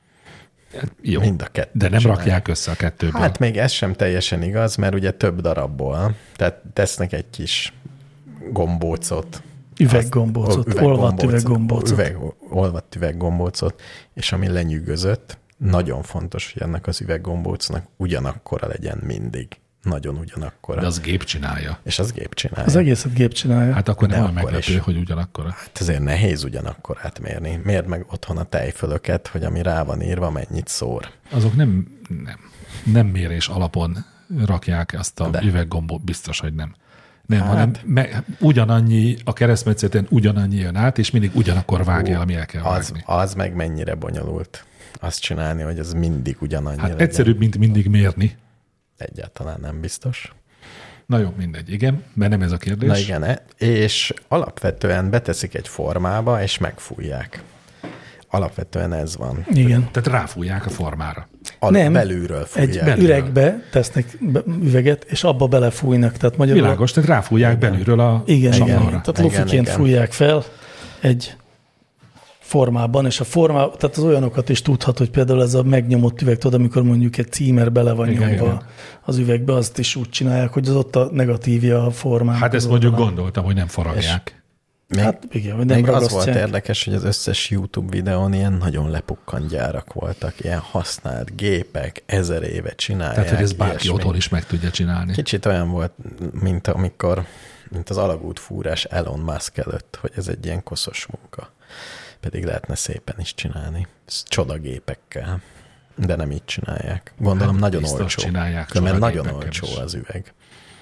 Jó, mind a kettőt de nem csinálják. rakják össze a kettőből. Hát még ez sem teljesen igaz, mert ugye több darabból, tehát tesznek egy kis gombócot. Üveggombócot, olvadt üveggombócot. Olvadt üveggombócot, és ami lenyűgözött, nagyon fontos, hogy ennek az üveggombócnak ugyanakkora legyen mindig. Nagyon ugyanakkora. De az gép csinálja. És az gép csinálja. Az egészet gép csinálja. Hát akkor De nem olyan akkor meglepő, is. hogy ugyanakkora. Hát ezért nehéz ugyanakkorát mérni. Mérd meg otthon a tejfölöket, hogy ami rá van írva, mennyit szór. Azok nem mérés alapon rakják azt a üveggombot, biztos, hogy nem. Nem, hanem ugyanannyi, a keresztmetszetén ugyanannyi jön át, és mindig ugyanakkor vágja, ami el kell vágni. Az meg mennyire bonyolult azt csinálni, hogy ez mindig ugyanannyi Hát legyen. egyszerűbb, mint mindig mérni. Egyáltalán nem biztos. Na jó, mindegy, igen, mert nem ez a kérdés. Na igen, és alapvetően beteszik egy formába, és megfújják. Alapvetően ez van. Igen. Tehát ráfújják a formára. Nem, belülről fújják. egy üregbe tesznek üveget, és abba belefújnak. Tehát magyarul Világos, tehát ráfújják belülről a igen. Tehát lufiként fújják fel egy formában, és a forma, tehát az olyanokat is tudhat, hogy például ez a megnyomott üveg, tudod, amikor mondjuk egy címer bele van nyomva az üvegbe, azt is úgy csinálják, hogy az ott a negatívja a formán. Hát ezt mondjuk gondoltam, hogy nem faragják. Hát igen, hogy nem még az volt ragasztják. érdekes, hogy az összes YouTube videón ilyen nagyon lepukkant gyárak voltak, ilyen használt gépek, 1000 éve csinálják. Tehát, hogy ez bárki ilyesmi. otthon is meg tudja csinálni. Kicsit olyan volt, mint az alagútfúrás Elon Musk előtt, hogy ez egy ilyen koszos munka. Pedig lehetne szépen is csinálni. Csodagépekkel. De nem így csinálják. Gondolom Hát nagyon biztos olcsó. csinálják Mert nagyon csodagépekkel olcsó is. az üveg.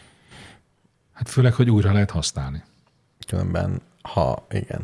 Hát főleg, hogy újra lehet használni. Különben, igen.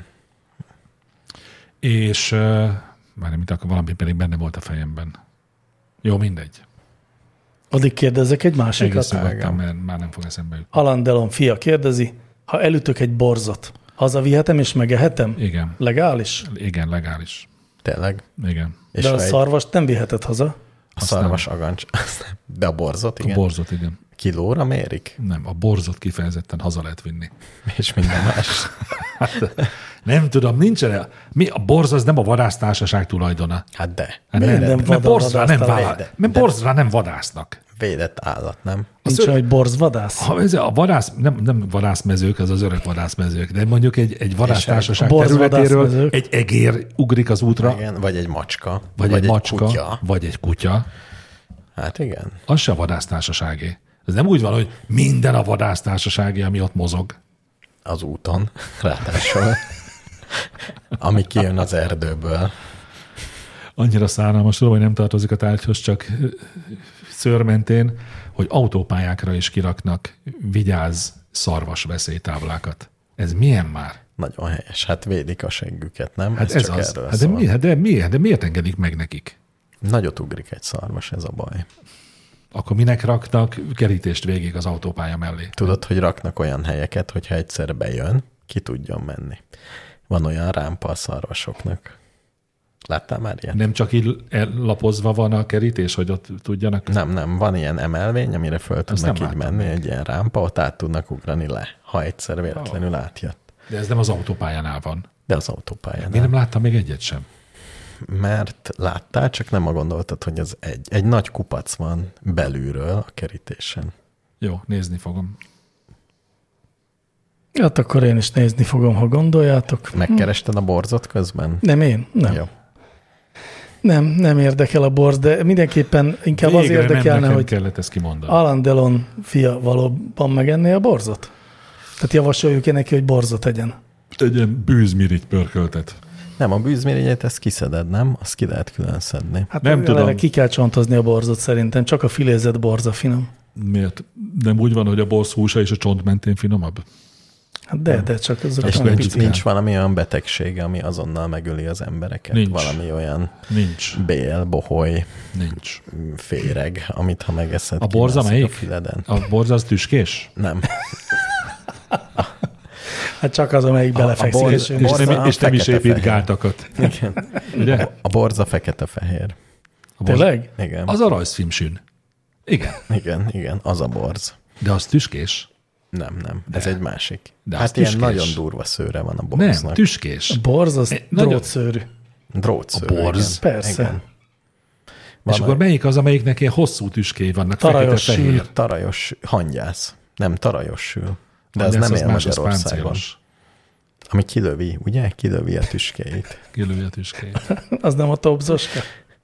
És már mint akkor valami pedig benne volt a fejemben. Jó, mindegy. Addig kérdezzek egy másikat. Egész nyugodtan, mert már nem fog eszembe jutni. Alan Delon fia kérdezi, ha elütök egy borzot, hazavihetem és megehetem? Igen. Legális? Igen, legális. Tényleg? Igen. És de a szarvast nem viheted haza? A szarvas agancs. De a borzot, igen? A borzot, igen. Kilóra mérik? Nem, a borzot kifejezetten haza lehet vinni. És minden más. Nem tudom, nincsen. A borz az nem a vadásztársaság tulajdona. Hát de. Hát mert borzra nem vadásznak. Védett állat, nem? Nincs olyan, hogy borzvadász? A vadász, nem vadászmezők, az örök vadászmezők, de mondjuk egy vadásztársaság a területéről egy egér ugrik az útra. Igen, vagy egy macska. Vagy egy macska, kutya. vagy egy kutya. Hát igen. Az se a vadásztársaságé. Ez nem úgy van, hogy minden a vadásztársaságé, ami ott mozog. Az úton, ráadásul. Ami kijön az erdőből. Annyira szánalmas, tudom, hogy nem tartozik a tárgyhoz, csak szőrmentén, hogy autópályákra is kiraknak vigyázz szarvas veszélytáblákat. Ez milyen már? Nagyon helyes. Hát védik a seggüket, nem? Hát ez csak az. erről Hát szól. de miért engedik meg nekik? Nagyot ugrik egy szarvas, ez a baj. Akkor minek raknak kerítést végig az autópálya mellé? Tudod, hogy raknak olyan helyeket, hogyha egyszer bejön, ki tudjon menni. Van olyan rámpa a szarvasoknak. Láttál már ilyet? Nem csak így lapozva van a kerítés, hogy ott tudjanak? Nem. Van ilyen emelvény, amire föl tudnak így menni, egy ilyen rámpa, ott át tudnak ugrani le, ha egyszer véletlenül átjött. De ez nem az autópályánál van. De az autópályánál. Én nem láttam még egyet sem. Mert láttál, csak nem gondoltad, hogy ez egy nagy kupac van belülről a kerítésen. Jó, nézni fogom. Hát akkor én is nézni fogom, ha gondoljátok. Megkerested a borzot közben? Nem én? Nem. Jó. Nem érdekel a borz, de mindenképpen inkább az érdekelne, hogy kellett ezt kimondani. Alan Delon fia valóban megenné a borzot? Tehát javasoljuk-e neki, hogy borzot tegyen? Tegyen bűzmirigy pörköltet. Nem, a bűzmirigyet ezt kiszeded, nem? Azt ki lehet külön szedni. Hát nem tudom. Ki kell csontozni a borzot szerintem, csak a filézett borza finom. Miért? Nem úgy van, hogy a borz húsa és a csont mentén finomabb? Hát de csak azok És nem nincs valami olyan betegsége, ami azonnal megöli az embereket? Nincs. Valami olyan Nincs. boholy, Nincs. féreg, amit ha megeszed, A borza kimászik melyik? a füleden? A borza az tüskés? Nem. Hát csak az, amelyik belefekszik. borz- És borz- És nem is fekete-fehér. épít gátakat. Igen. Ugye? A borza fekete-fehér. A borza- Tényleg? Igen. Az a rajzfilmsűn. Igen. Igen, az a borz. De az tüskés? Nem. Ez egy másik. De az hát ilyen tüskés. nagyon durva szőre van a Nem, borznak. tüskés. A borz az Nagyon- drótszőrű. Drótszőre. A borz? Igen. Persze. Igen. És akkor melyik az, amelyiknek ilyen hosszú tüskéi vannak? Tarajos Fekete-fehér. sül. Tarajos hangyász. Nem, tarajos sül. De az Hangyász nem él más, az Magyarországon. páncélos. Ami kilövi, ugye? Kilövi a tüskéit. Kilövi a tüskéit. Az nem a tobzoska.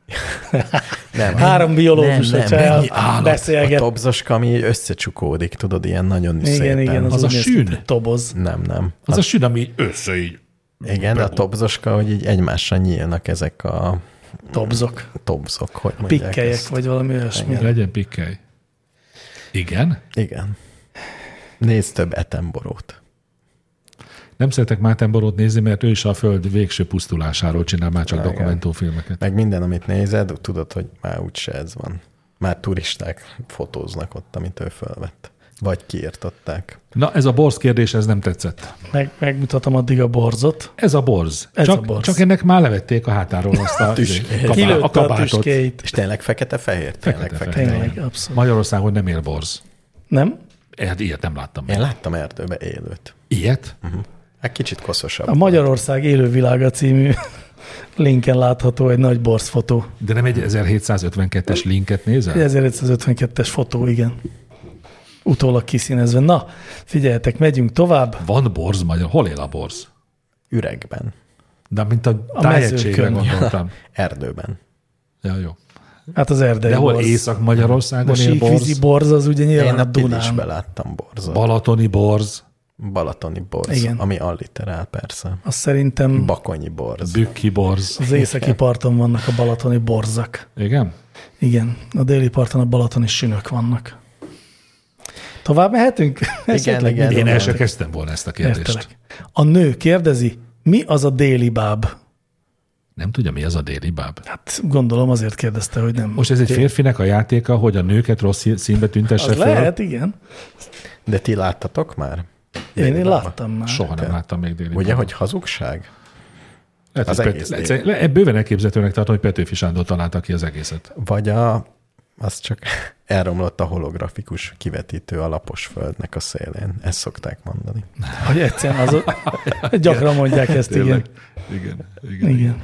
Nem. 3 biológus nem, a csaj mennyi állat. A beszélget. tobzoska, ami összecsukódik, tudod, ilyen nagyon szépen. Igen, Az a úgy néz ki, sűn. mint toboz. Nem. Az a sűn, ami össze így. Igen, de a tobzoska, hogy így egymásra nyílnak ezek a Tobzok. tobzok, hogy mondják Pikkelyek, ezt. vagy valami olyasmi. Legyen pikkely. Igen? Igen. Nézd több Attenborough-t. Nem szeretek Mátenborót nézni, mert ő is a föld végső pusztulásáról csinál már csak Igen. dokumentumfilmeket. Meg minden, amit nézed, tudod, hogy már úgyse ez van. Már turisták fotóznak ott, amit ő fölvett. Vagy kiirtották. Na, ez a borz kérdés, ez nem tetszett. Megmutatom addig a borzot. Ez a borz. Ez csak, a borz. csak ennek már levették a hátáról azt a, Tüskét. a Kilőtte a kabátot. tüskéit. És tényleg fekete-fehér? Tényleg Fekete-fehér. Tényleg, abszolút. Magyarországon nem él borz. Nem? Ilyet nem láttam Én még. láttam erdőbe élőt. Ilyet? Hát kicsit koszosabb. A Magyarország élővilága című linken látható egy nagy borzfotó. De nem egy 1752-es linket nézel? 1752-es fotó, igen. Utólag kiszínezve. Na, figyeljetek, megyünk tovább. Van borz magyar. Hol él a borz? Üregben. De mint a A tájegységre mezőkön. gondoltam. Erdőben. Ja, jó. Hát az erdei De hol borz. Észak-Magyarországon A él borz? síkvízi borz az ugye Én nyilván a a Dunán. Pilisbe láttam borzot. Balatoni borz, Balatoni borz, Igen. ami alliterál persze. Azt szerintem Bakonyi borz. bükki borz. az északi parton vannak a balatoni borzak. Igen? Igen, a déli parton a balatoni sünök vannak. Tovább mehetünk? Esetleg igen. mit Én el gondoltok? sem kezdtem volna ezt a kérdést. Értelek. A nő kérdezi, mi az a déli báb? Nem tudja, mi az a déli báb. Hát gondolom azért kérdezte, hogy nem. Most ez egy férfinek a játéka, hogy a nőket rossz színbe tüntesse Az fel? lehet, igen. De ti láttatok már? Én láttam már. Soha nem láttam még déli Ugye, bábot. hogy hazugság? Lehet, az hogy egész bőven elképzelhetőnek tartom, hogy Petőfi Sándor találta ki az egészet. Vagy az csak elromlott a holografikus kivetítő a lapos földnek a szélén. Ezt szokták mondani. Hogy egyszerűen gyakran mondják ezt, igen. Igen.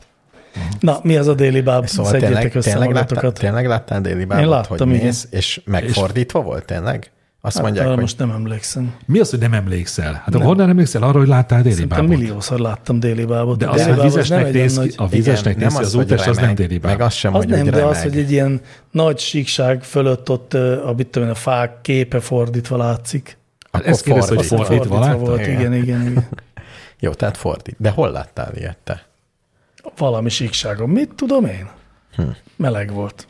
Na, mi az a déli báb? Szóval Szedjétek össze magatokat. tényleg láttál déli Én bábot, láttam, hogy igen. mész, és megfordítva volt tényleg? Azt Hát, mondják, arra hogy most nem emlékszem. Mi az, hogy nem emlékszel? Hát honnan emlékszel arra, hogy láttál déli Szerintem bábot? milliószor láttam déli bábot. De A az, déli hogy báb az nem vizesnek egy néz olyan ki, nagy... a vizesnek igen, néz ki az hogy útest, az nem remeg, déli báb. Meg az sem, Az hogy nem, úgy de az, remeg. hogy egy ilyen nagy síkság fölött ott a fák képe fordítva látszik. Hát ezt kérdezte, hogy Aztán fordítva láttad? volt, igen. Jó, tehát fordít. De hol láttál ilyet te? Valami síkságon. Mit tudom én? Meleg volt.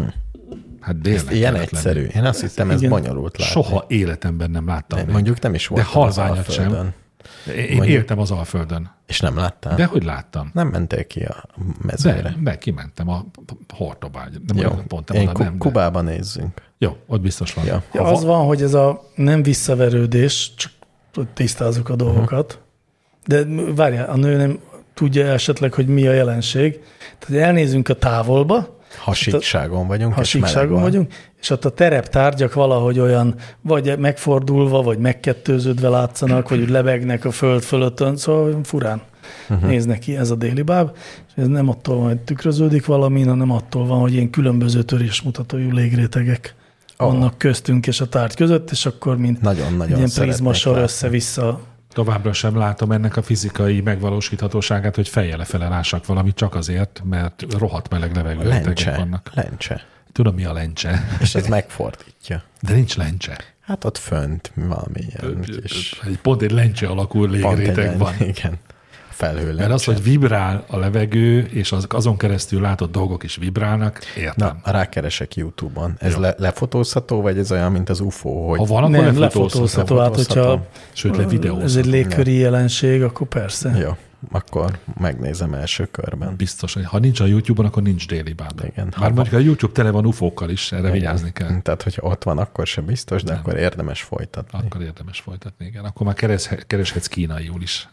Hát délnek Ilyen kellett egyszerű. lenni. Én azt hittem, ez Igen. bonyolult látni. Soha életemben nem láttam. még. Mondjuk nem is voltam az halványat sem. Alföldön. Én Mondjuk- éltem az Alföldön. És nem láttál? De hogy láttam? Nem mentél ki a mezőre? De kimentem a Hortobágy. Nem Jó, pont én oda, nem, de- Kubába nézzünk. Jó, ott biztos van. Ja. Ja, az van, hogy ez a nem visszaverődés, csak hogy tisztázzuk a dolgokat. De várjál, a nő nem tudja esetleg, hogy mi a jelenség. Tehát elnézünk a távolba, Ha síkságon vagyunk, ha és meleg síkságon van. vagyunk, és ott a tereptárgyak valahogy olyan, vagy megfordulva, vagy megkettőződve látszanak, vagy úgy lebegnek a föld fölöttön, szóval furán néznek ki ez a déli báb, és ez nem attól van, hogy tükröződik valamin, hanem attól van, hogy ilyen különböző törésmutatójú légrétegek vannak köztünk és a tárgy között, és akkor mint Nagyon-nagyon egy ilyen szeretnék prizmasor látni. össze-vissza. Továbbra sem látom ennek a fizikai megvalósíthatóságát, hogy fejjel lefele lássak valamit csak azért, mert rohadt meleg levegőrétegek vannak. Lencse. Tudom, mi a lencse. És ez megfordítja. De nincs lencse. Hát ott fönt valami ilyen kis... Pont egy lencse alakú pont egy légréteg ilyen- van. Igen. felhő Mert az, hogy vibrál a levegő, és azon keresztül látott dolgok is vibrálnak, értem. Na, rákeresek YouTube-on. Ez lefotózható, vagy ez olyan, mint az UFO? Hogy Ha van, akkor Nem, lefotózható. Hát, hogyha sőt, levideózható. ez egy légköri jelenség, akkor persze. Jó, akkor megnézem első körben. Biztos, hogy ha nincs a YouTube-on, akkor nincs Daily Báb. Igen. Már mondjuk a YouTube tele van ufókkal is, erre vigyázni kell. Tehát, hogyha ott van, akkor sem biztos, de akkor érdemes folytatni. Akkor érdemes folytatni, igen. Akkor már kereshetsz kínaiul is.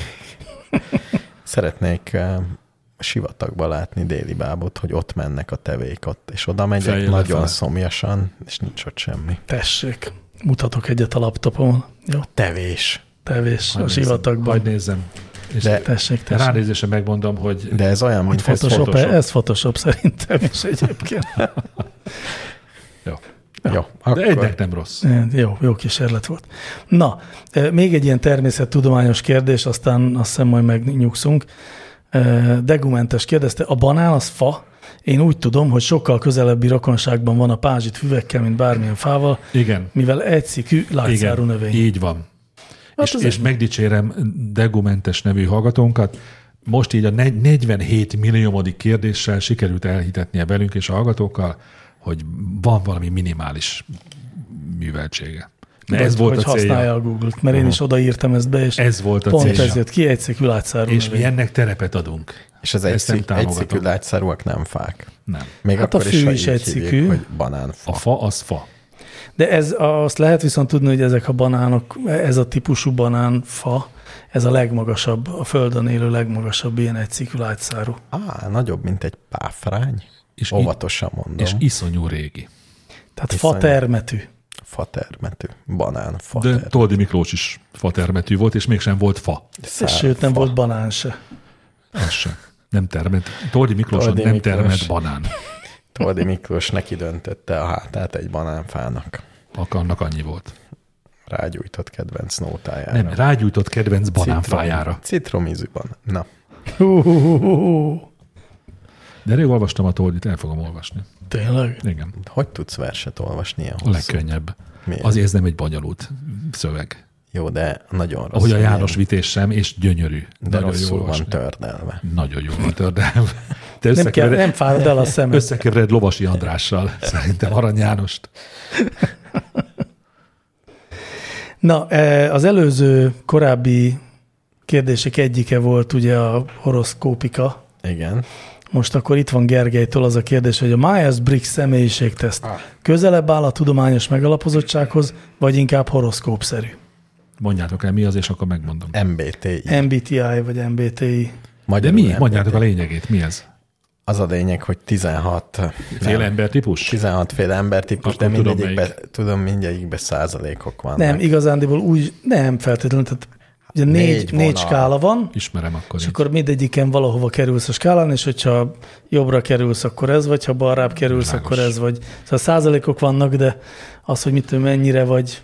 Szeretnék sivatagba látni Déli Bábot, hogy ott mennek a tevék ott, és oda megyek Feljön nagyon lefele. szomjasan, és nincs ott semmi. Tessék, mutatok egyet a laptopon. Jó, Tevés. tevés a sivatagban. Hadd nézzem. És De- Tessék. ránézésre megmondom, hogy De ez olyan, mint Photoshop, ez Photoshop szerintem is egyébként. jó. Jó, De egynek nem rossz. Jó kísérlet volt. Na, még egy ilyen természettudományos kérdés, aztán azt hiszem majd megnyugszunk. Degumentes kérdezte, a banán az fa? Én úgy tudom, hogy sokkal közelebbi rokonságban van a pázsit füvekkel, mint bármilyen fával, Igen. mivel egyszikű, látszárú növény. Így van. Hát És megdicsérem Degumentes nevű hallgatónkat. Most így a 47 milliómodik kérdéssel sikerült elhitetnie velünk és a hallgatókkal, hogy van valami minimális műveltsége. De ez volt hogy a célja. használja a Google-t, mert én is odaírtam ezt be, és Ez volt a pont célja. ez jött ki, egyszikű, látszárú És növény. mi ennek terepet adunk. És az Ezt nem egyszikű támogatom. lágyszárúak nem fák. Nem. Még Hát a akkor fű is, ha is így egyszikű. hívják, hogy banánfa. A fa az fa. De azt lehet viszont tudni, hogy ezek a banánok, ez a típusú banánfa, ez a legmagasabb, a Földön élő legmagasabb ilyen egyszikű látszárú. Nagyobb, mint egy páfrány. És Óvatosan mondom. És iszonyú régi. Tehát Viszont- fa termetű. Fatermetű. Banánfa. De Toldi Miklós is fa termetű volt, és mégsem volt fa. Sőt, nem volt banán se. Az sem. Nem termet. Toldi Miklós Toldi nem Miklós. termet banán. Toldi Miklós neki döntötte a hátát egy banánfának. Annak annyi volt. Rágyújtott kedvenc nótájára. Nem, rágyújtott kedvenc banánfájára. Citromízű banán. Na, De rég olvastam a Toldit, el fogom olvasni. Tényleg? Igen, hogy tudsz verset olvasni ilyen a hosszú? legkönnyebb. Miért? Azért ez nem egy bonyolult szöveg. Jó, de nagyon rossz. Ahogy a János Vitéz sem, és gyönyörű. De Nagyon jó rosszul van olvasni. tördelve. Nagyon jó van tördelve. Te Nem fárad el a szemed. összekevered Lovasi Andrással, szerintem Arany Jánost. Na, az előző korábbi kérdések egyike volt ugye a horoszkópika. Igen. Most akkor itt van Gergelytől az a kérdés, hogy a Myers-Briggs személyiségteszt közelebb áll a tudományos megalapozottsághoz, vagy inkább horoszkópszerű? Mondjátok el, mi az, és akkor megmondom. MBTI. MBTI vagy MBTI. De Magyarul mi? MBTI. Mondjátok a lényegét, mi ez? Az a lényeg, hogy 16 Féle ember típus? 16 féle embertípus, de Akkor tudom, mindegyikben mindegyikben százalékok vannak. Nem, igazándiból úgy, nem feltétlenül, tehát ugye négy vonal. skála van, Ismerem akkor. és így. akkor mindegyiken valahova kerülsz a skálán, és hogyha jobbra kerülsz, akkor ez, vagy ha balrább kerülsz, Világos. akkor ez, vagy. Szóval százalékok vannak, de az, hogy mit tudom, mennyire vagy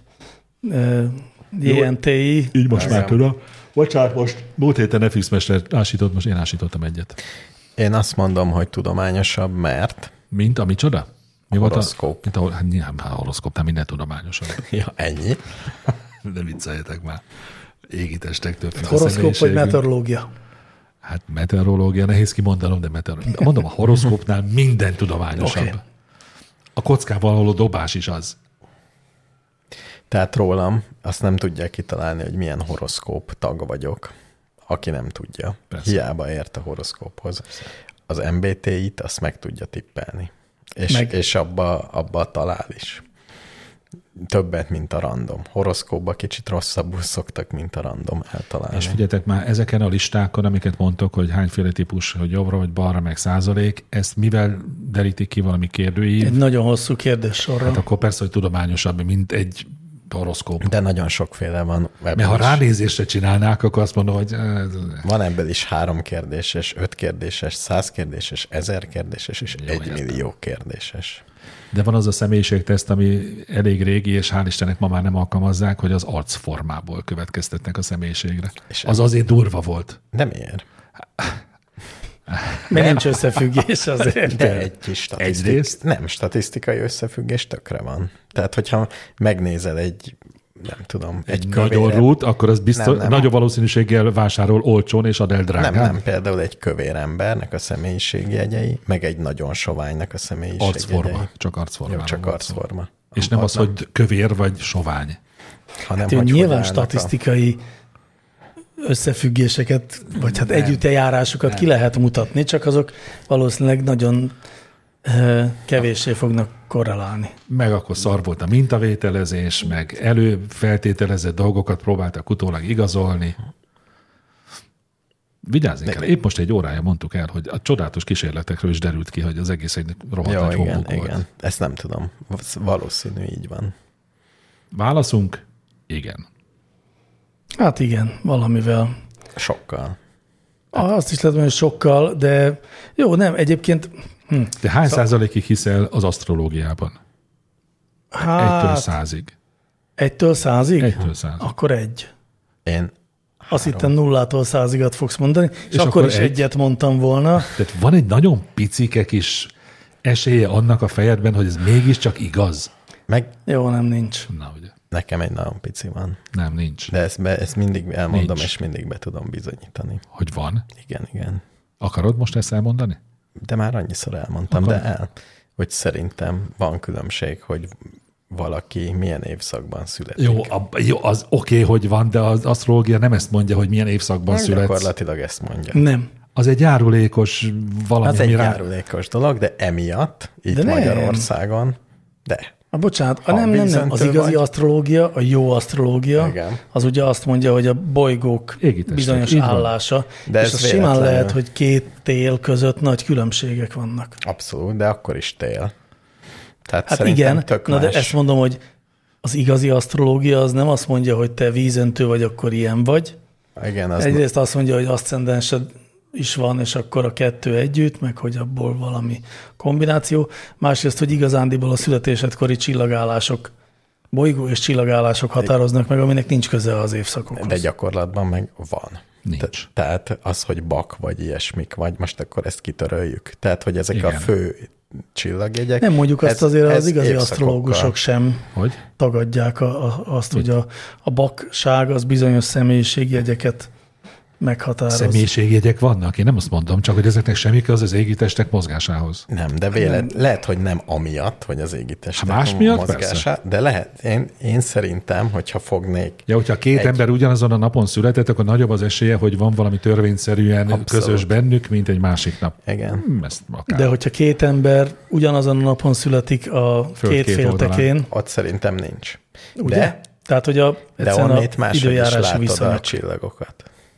INTI. Így most már tudom. Bocsánat, most múlt héten FX Mester ásított, most én ásítottam egyet. Én azt mondom, hogy tudományosabb, mert Mint a micsoda? Mi volt horoszkóp. Mint a, hát nyilván a horoszkópnál minden tudományosabb. ja, ennyi. De vicceljetek már. Égitestek többféle Horoszkóp vagy személyiségünk. meteorológia? Hát meteorológia, nehéz kimondanom, de mondom, a horoszkópnál minden tudományosabb. Oké. A kockával való dobás is az. Tehát rólam azt nem tudják kitalálni, hogy milyen horoszkóp tag vagyok, aki nem tudja. Persze. Hiába ért a horoszkóphoz. Az MBTI-t azt meg tudja tippelni. És abba talál is. Többet, mint a random. Horoszkópba kicsit rosszabbul szoktak, mint a random eltalálni. És figyeljetek már, ezeken a listákon, amiket mondtok, hogy hányféle típus, hogy jobbra vagy balra, meg százalék, ezt mivel derítik ki valami kérdőív? Egy nagyon hosszú kérdés sorra. Hát akkor persze, hogy tudományosabb, mint egy horoszkóp. De nagyon sokféle van. Mert ha ránézésre csinálnák, akkor azt mondom, hogy... Van ebből is 3 kérdéses, 5 kérdéses, 100 kérdéses, 1000 kérdéses és 1 millió kérdéses. De van az a személyiségteszt, ami elég régi, és hál' Istennek ma már nem alkalmazzák, hogy az arcformából következtetnek a személyiségre. És az azért durva volt. De miért? Mert nincs összefüggés azért. De egy kis Egyrészt. nem, statisztikai összefüggés tökre van. Tehát, hogyha megnézel egy nem tudom, egy nagyon rút, akkor az biztos nagyobb valószínűséggel vásárol olcsón és ad el drágán. Nem, például egy kövér embernek a személyiségjegyei, meg egy nagyon soványnak a személyiségjegyei. Arcforma, csak arcforma. Jó, csak arcforma. És nem az, hogy kövér vagy sovány. Hanem, hát, hogy nyilván statisztikai összefüggéseket, vagy hát együttjárásokat ki lehet mutatni, csak azok valószínűleg nagyon kevéssé fognak korrelálni. Meg akkor szar volt a mintavételezés, meg előfeltételezett dolgokat próbáltak utólag igazolni. Vigyázzunk el, épp most egy órája mondtuk el, hogy a csodálatos kísérletekről is derült ki, hogy az egész egy rohadt nagy hombok volt. Igen. Ezt nem tudom. Valószínű így van. Válaszunk? Igen. Hát igen, valamivel. Sokkal. Azt is lehet mondani, hogy sokkal, de jó, nem, egyébként... De hány százalékig hiszel az asztrológiában? Hát, 1-től 100-ig. 1-től 100-ig? 1-től 100-ig. Akkor 1. Én azt hittem 0-tól 100-igat fogsz mondani, és akkor is egyet mondtam volna. Tehát van egy nagyon picike kis esélye annak a fejedben, hogy ez mégiscsak igaz. Jó, nem nincs. Na, ugye. Nekem egy nagyon pici van. Nem, nincs. De ezt mindig elmondom, nincs. És mindig be tudom bizonyítani. Hogy van? Igen. Akarod most ezt elmondani? De már annyiszor elmondtam, hogy szerintem van különbség, hogy valaki milyen évszakban születik. Jó, az oké, hogy van, de az asztrológia nem ezt mondja, hogy milyen évszakban születsz. Gyakorlatilag ezt mondja. Nem. Az egy járulékos valami. Az egy járulékos dolog, de emiatt, itt Magyarországon, de... Bocsánat, nem. Az igazi asztrológia, a jó asztrológia, igen. Az ugye azt mondja, hogy a bolygók bizonyos állása, de és az simán lehet, hogy 2 tél között nagy különbségek vannak. Abszolút, de akkor is tél. Tehát hát igen, de ezt mondom, hogy az igazi asztrológia az nem azt mondja, hogy te vízöntő vagy, akkor ilyen vagy. Igen, egyrészt azt mondja, hogy aszcendensed is van, és akkor a 2 együtt, meg hogy abból valami kombináció. Másrészt, hogy igazándiból a születésedkori csillagállások, bolygó és csillagállások határoznak meg, aminek nincs köze az évszakokhoz. De gyakorlatban meg van. Nincs. Tehát az, hogy bak vagy ilyesmik vagy, most akkor ezt kitöröljük. Tehát, hogy ezek a fő csillagjegyek. Nem mondjuk azt azért az igazi asztrológusok sem tagadják azt, hogy a bakság az bizonyos személyiségjegyeket meghatároz. Személyiségjegyek vannak? Én nem azt mondom, csak hogy ezeknek semmi köze az égitestek mozgásához. Nem, de lehet, hogy nem amiatt, hogy az égitestek mozgása, de lehet. Én szerintem, hogyha fognék... Ja, hogyha 2 ember ugyanazon a napon született, akkor nagyobb az esélye, hogy van valami törvényszerűen közös bennük, mint egy másik nap. Igen. De hogyha 2 ember ugyanazon a napon születik a két féltekén... Ott szerintem nincs. Ugye? Tehát, hogy de onnét máshogy is látod a csillagokat.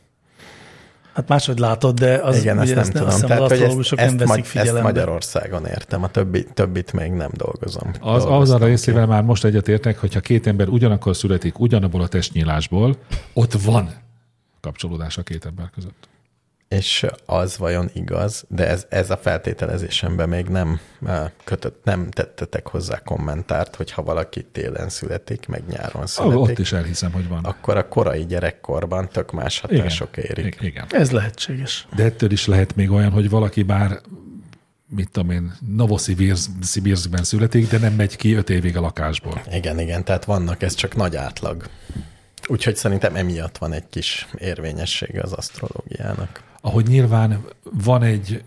Hát máshogy látod, de az igen, ugye ezt nem tudom. Tehát, hogy ezt Magyarországon értem, a többit még nem dolgozom. Az arra részével már most egyetértek, hogyha 2 ember ugyanakkor születik, ugyanabból a testnyílásból, ott van kapcsolódás a 2 ember között. És az vajon igaz, de ez a feltételezésemben még nem tettetek hozzá kommentárt, hogy ha valaki télen születik, meg nyáron születik. Ott is elhiszem, hogy van. Akkor a korai gyerekkorban tök más hatások érik. Igen. Ez lehetséges. De ettől is lehet még olyan, hogy valaki bár, mit tudom én, Novosibirskben születik, de nem megy ki 5 évig a lakásból. Igen, tehát vannak, ez csak nagy átlag. Úgyhogy szerintem emiatt van egy kis érvényessége az asztrológiának. Ahogy nyilván van egy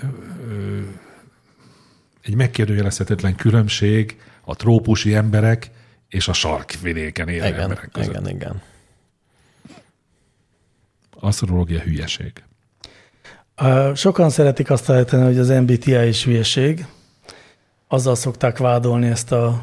megkérdőjelezhetetlen különbség a trópusi emberek és a sarkvidéken élő emberek között. Igen. Asztrológia hülyeség. Sokan szeretik azt állítani, hogy az MBTI is hülyeség. Azzal szokták vádolni ezt a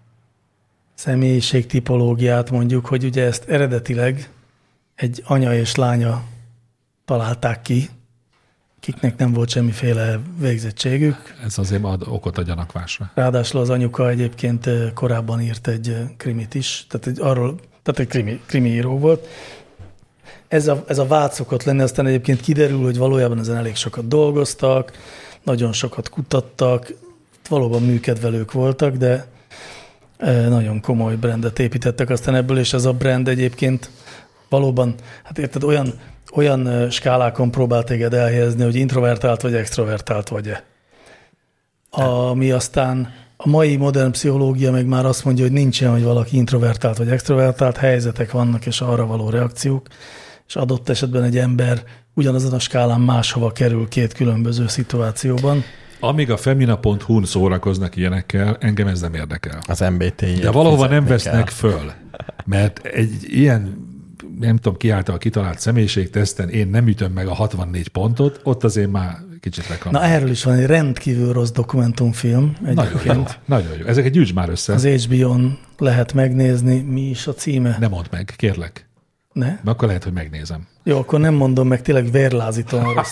személyiségtipológiát, mondjuk, hogy ugye ezt eredetileg egy anya és lánya találták ki, akiknek nem volt semmiféle végzettségük. Ez azért ad okot a gyanakvásra. Ráadásul az anyuka egyébként korábban írt egy krimit is, tehát egy krimiíró volt. Ez a vád szokott lenni, aztán egyébként kiderül, hogy valójában ezen elég sokat dolgoztak, nagyon sokat kutattak, valóban műkedvelők voltak, de nagyon komoly brandet építettek aztán ebből, és ez a brand egyébként valóban, hát érted, olyan skálákon próbál téged elhelyezni, hogy introvertált vagy extrovertált vagy-e. Ami aztán A mai modern pszichológia meg már azt mondja, hogy nincsen, hogy valaki introvertált vagy extrovertált, helyzetek vannak, és arra való reakciók, és adott esetben egy ember ugyanazon a skálán máshova kerül két különböző szituációban. Amíg a femina.hu-n szórakoznak ilyenekkel, engem ez nem érdekel. Az MBTI. De valahova nem vesznek föl, mert egy ilyen, nem tudom ki által kitalált személyiségteszten én nem ütöm meg a 64 pontot, ott azért már kicsit lekapom. Na erről is van egy rendkívül rossz dokumentumfilm egyébként. Nagyon jó. Ezeket gyűjtsd már össze. Az HBO-n lehet megnézni. Mi is a címe? Ne mondd meg, kérlek. Ne? Mert akkor lehet, hogy megnézem. Jó, akkor nem mondom meg, tényleg vérlázítóan rossz.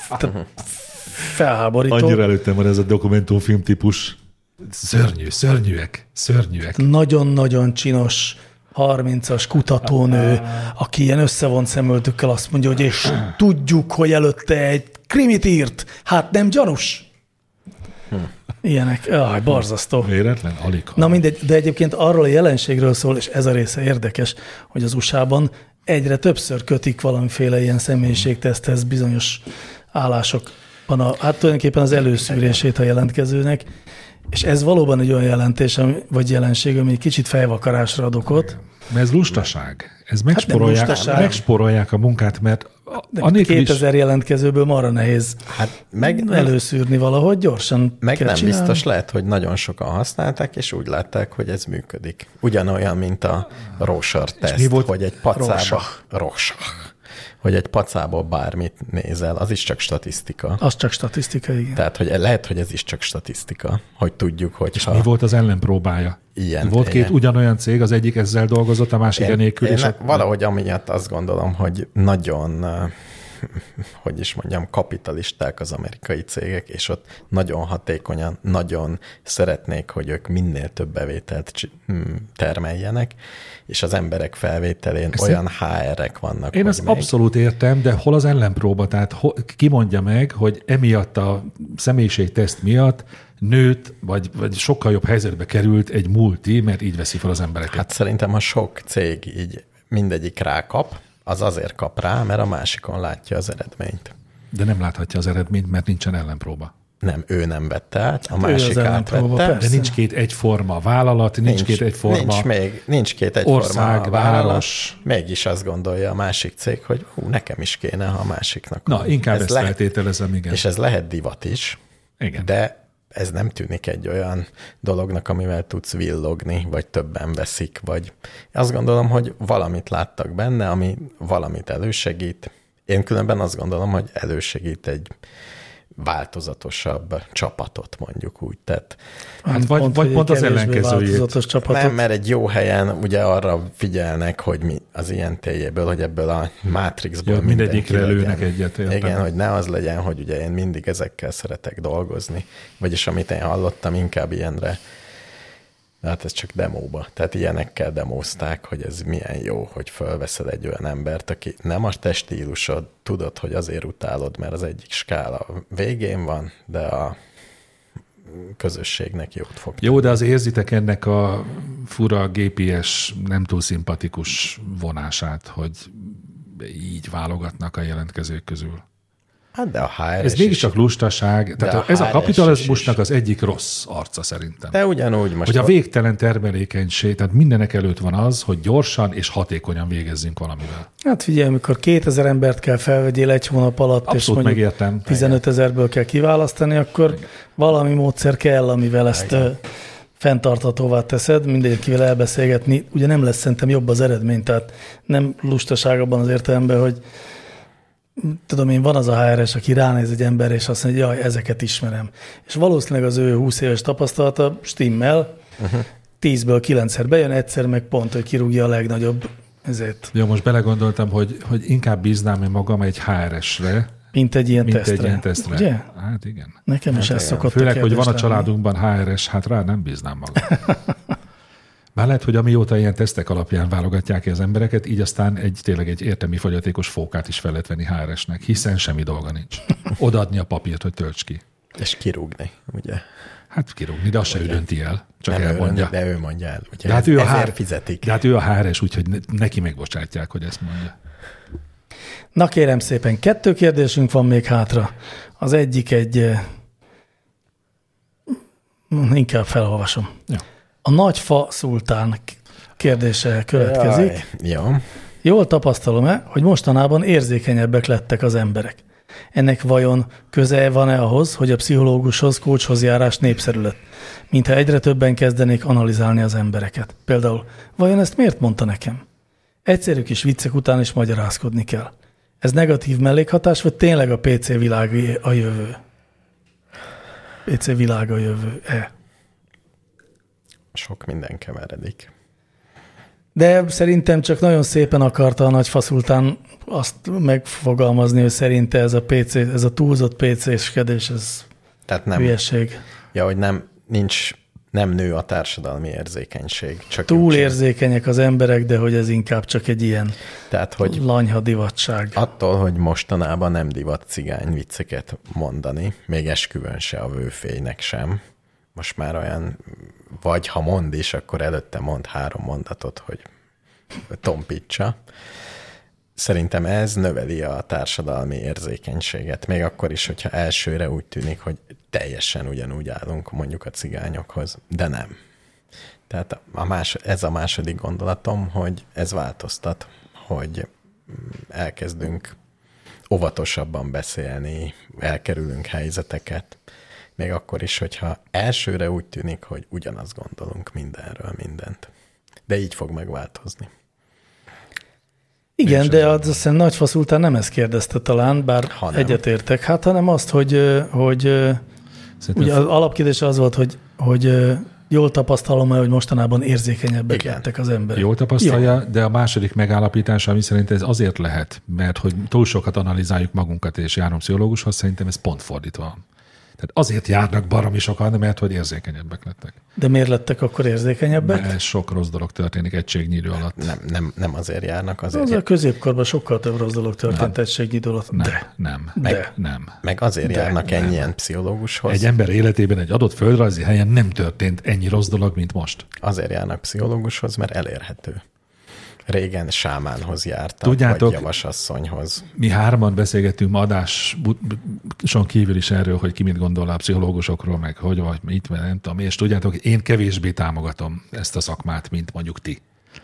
Felháborító. Annyira előttem van ez a dokumentumfilm típus. Szörnyűek. Nagyon-nagyon csinos 30-as kutatónő, aki ilyen összevont szemöltökkel azt mondja, hogy és tudjuk, hogy előtte egy krimit írt. Hát nem gyanús? Ilyenek. Borzasztó. Véletlen? Alig. Na mindegy, de egyébként arról a jelenségről szól, és ez a része érdekes, hogy az USA-ban egyre többször kötik valamiféle ilyen személyiségteszthez bizonyos állásokban, hát tulajdonképpen az előszűrését a jelentkezőnek, és ez valóban egy olyan jelentés, vagy jelenség, ami egy kicsit fejvakarásra ad okot. Mert ez lustaság. Ez megspórolják a munkát, mert anélkül 2000 jelentkezőből marra nehéz előszűrni valahogy, gyorsan meg kell nem csinálni. biztos, lehet, hogy nagyon sokan használták, és úgy látták, hogy ez működik. Ugyanolyan, mint a Rorschach-teszt, hogy egy pacába... hogy egy pacából bármit nézel, az is csak statisztika. Az csak statisztika, igen. Tehát hogy lehet, hogy ez is csak statisztika, hogy tudjuk, hogy... És mi volt az ellenpróbája? Ilyen. Volt két ugyanolyan cég, az egyik ezzel dolgozott, a másik enélkül. Valahogy amiatt azt gondolom, hogy nagyon, hogy is mondjam, kapitalisták az amerikai cégek, és ott nagyon hatékonyan, nagyon szeretnék, hogy ők minél több bevételt termeljenek, és az emberek felvételén olyan HR-ek vannak. Én ezt abszolút értem, de hol az ellenpróba? Tehát ki mondja meg, hogy emiatt a személyiségteszt miatt nőtt, vagy sokkal jobb helyzetbe került egy multi, mert így veszi fel az embereket? Hát szerintem, ha sok cég így mindegyik rákap, az azért kap rá, mert a másikon látja az eredményt. De nem láthatja az eredményt, mert nincsen ellenpróba. Nem, ő nem vette át, a másik átvette. De nincs két egyforma vállalat, nincs két egyforma nincs két egyforma ország, város. Mégis azt gondolja a másik cég, hogy nekem is kéne, ha a másiknak. Na, inkább ezt feltételezem, igen. És ez lehet divat is, igen. De ez nem tűnik egy olyan dolognak, amivel tudsz villogni, vagy többen veszik, vagy azt gondolom, hogy valamit láttak benne, ami valamit elősegít. Én különben azt gondolom, hogy elősegít egy változatosabb csapatot, mondjuk úgy. Tehát, hát vagy pont az ellenkezőjét. Nem, mert egy jó helyen ugye arra figyelnek, hogy mi az ilyen téjéből, hogy ebből a Matrixból mindegyikre lőnek egyet. Igen, hogy ne az legyen, hogy ugye én mindig ezekkel szeretek dolgozni. Vagyis amit én hallottam, inkább ilyenre, hát ez csak demóba. Tehát ilyenekkel demózták, hogy ez milyen jó, hogy fölveszed egy olyan embert, aki nem a te stílusod, tudod, hogy azért utálod, mert az egyik skála végén van, de a közösségnek jót fog. Jó, de az érzitek ennek a fura GPS, nem túl szimpatikus vonását, hogy így válogatnak a jelentkezők közül. Hát de a HR ez mégiscsak lustaság. Tehát ez a kapitalizmusnak az egyik rossz arca szerintem. De ugyanúgy most... Hogy a végtelen termelékenység, tehát mindenek előtt van az, hogy gyorsan és hatékonyan végezzünk valamivel. Hát figyelj, amikor 2000 embert kell felvegyél egy hónap alatt, abszolút és mondjuk megértem. 15 000-ből kell kiválasztani, akkor valami módszer kell, amivel ezt fenntarthatóvá teszed, mindenkivel elbeszélgetni. Ugye nem lesz szerintem jobb az eredmény, tehát nem lustaság abban az értelemben, hogy tudom én, van az a HR-es, aki ránéz egy ember, és azt mondja, hogy jaj, ezeket ismerem. És valószínűleg az ő 20 éves tapasztalata stimmel, 10-ből 9-szer bejön, egyszer meg pont, hogy kirúgja a legnagyobb ezért. Jó, most belegondoltam, hogy inkább bíznám én magam egy HR-esre, mint egy ilyen tesztre. Ugye? Hát igen. Nekem is ez szokott. Főleg, hogy van a családunkban HR-es, hát rá nem bíznám magam. Már lehet, hogy amióta ilyen tesztek alapján válogatják ki az embereket, így aztán tényleg egy értelmi fogyatékos fókát is fel lehet venni HR-esnek, hiszen semmi dolga nincs. Odaadni a papírt, hogy tölts ki. És kirúgni, ugye? Hát kirúgni, de azt se ő dönti el, csak nem elmondja. De ő mondja el. Ugye de hát ő fizetik. De hát ő a HR-es, úgyhogy neki megbocsátják, hogy ezt mondja. Na kérem szépen, 2 kérdésünk van még hátra. Az egyik egy Inkább felolvasom. Ja. A nagyfa szultán kérdése következik. Jó. Jól tapasztalom-e, hogy mostanában érzékenyebbek lettek az emberek? Ennek vajon köze van-e ahhoz, hogy a pszichológushoz, coachhoz járás népszerű lett? Mintha egyre többen kezdenék analizálni az embereket. Például, vajon ezt miért mondta nekem? Egyszerű kis viccek után is magyarázkodni kell. Ez negatív mellékhatás, vagy tényleg a PC világ a jövő? PC világ a jövő-e? Sok minden keveredik. De szerintem csak nagyon szépen akarta a nagyfa szultán azt megfogalmazni, hogy szerinte ez a PC, ez a túlzott PC-skedés, ez Tehát nem, hülyeség. ja, hogy nem nő a társadalmi érzékenység. Csak Túl érzékenyek az emberek, de hogy ez inkább csak egy ilyen Tehát, hogy lanyha divatság. attól, hogy mostanában nem divat cigány vicceket mondani, még esküvőn se a vőfélynek sem. Most már olyan, vagy ha mond is, akkor előtte mond 3 mondatot, hogy tompítsa. Szerintem ez növeli a társadalmi érzékenységet, még akkor is, hogyha elsőre úgy tűnik, hogy teljesen ugyanúgy állunk mondjuk a cigányokhoz, de nem. Tehát ez a második gondolatom, hogy ez változtat, hogy elkezdünk óvatosabban beszélni, elkerülünk helyzeteket, még akkor is, hogyha elsőre úgy tűnik, hogy ugyanazt gondolunk mindenről mindent. De így fog megváltozni. Igen, de azt hiszem nagyfa szultán nem ezt kérdezte talán, bár egyetértek, hanem azt, hogy ugye az alapkérdés az volt, hogy jól tapasztalom-e, hogy mostanában érzékenyebbek lettek az emberek. Jól tapasztalja, de a második megállapítása, ami szerint ez azért lehet, mert hogy túl sokat analizáljuk magunkat és járunk pszichológushoz, szerintem ez pont fordítva van. Tehát azért járnak baromi sokan, mert hogy érzékenyebbek lettek. De miért lettek akkor érzékenyebbek? Mert sok rossz dolog történik egységnyi idő alatt. Nem azért járnak, azért. Az a középkorban sokkal több rossz dolog történt egységnyi idő alatt. Nem. Meg azért járnak ennyien pszichológushoz. Egy ember életében egy adott földrajzi helyen nem történt ennyi rossz dolog, mint most. Azért járnak pszichológushoz, mert elérhető. Régen sámánhoz jártak, tudjátok, vagy javasasszonyhoz. Mi 3 beszélgettünk ma adáson kívül is erről, hogy ki mit gondol a pszichológusokról, meg hogy vagy mit, nem tudom. És tudjátok, én kevésbé támogatom ezt a szakmát, mint mondjuk ti.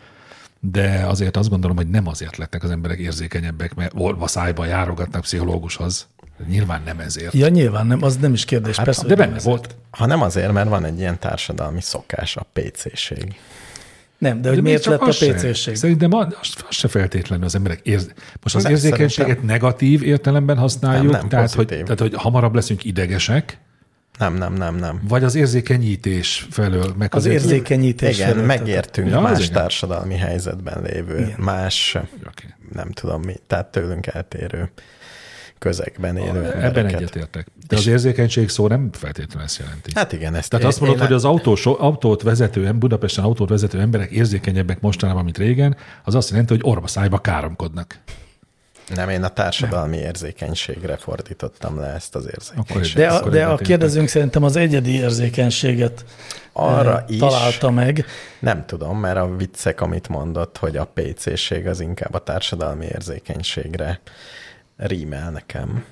De azért azt gondolom, hogy nem azért lettek az emberek érzékenyebbek, mert orva szájba járogatnak pszichológushoz. Nyilván nem ezért. Ja, nyilván nem, az nem is kérdés. Hát, persze, de benne volt. Ha nem azért, mert van egy ilyen társadalmi szokás, a PC-ség. Nem, de hogy miért lett a PC-ség? Szerintem az se feltétlenül az emberek most az érzékenységet negatív értelemben használjuk, nem tehát, hogy hamarabb leszünk idegesek. Nem. Vagy az érzékenyítés felől. Meg az érzékenyítés igen, felől. Megértünk más társadalmi helyzetben lévő, igen. Más, nem tudom mi, tehát tőlünk eltérő közegben élő embereket. Ebben egyetértek. De az érzékenység szó nem feltétlenül ezt jelenti. Hát igen, ezt tehát azt mondod, hogy az Budapesten autót vezető emberek érzékenyebbek mostanában, mint régen, az azt jelenti, hogy orva szájba káromkodnak. Nem, én a társadalmi érzékenységre fordítottam le ezt az érzékenységet. De a kérdezőnk szerintem az egyedi érzékenységet arra találta meg. Nem tudom, mert a viccek, amit mondott, hogy a PC-ség az inkább a társadalmi érzékenységre rímel nekem.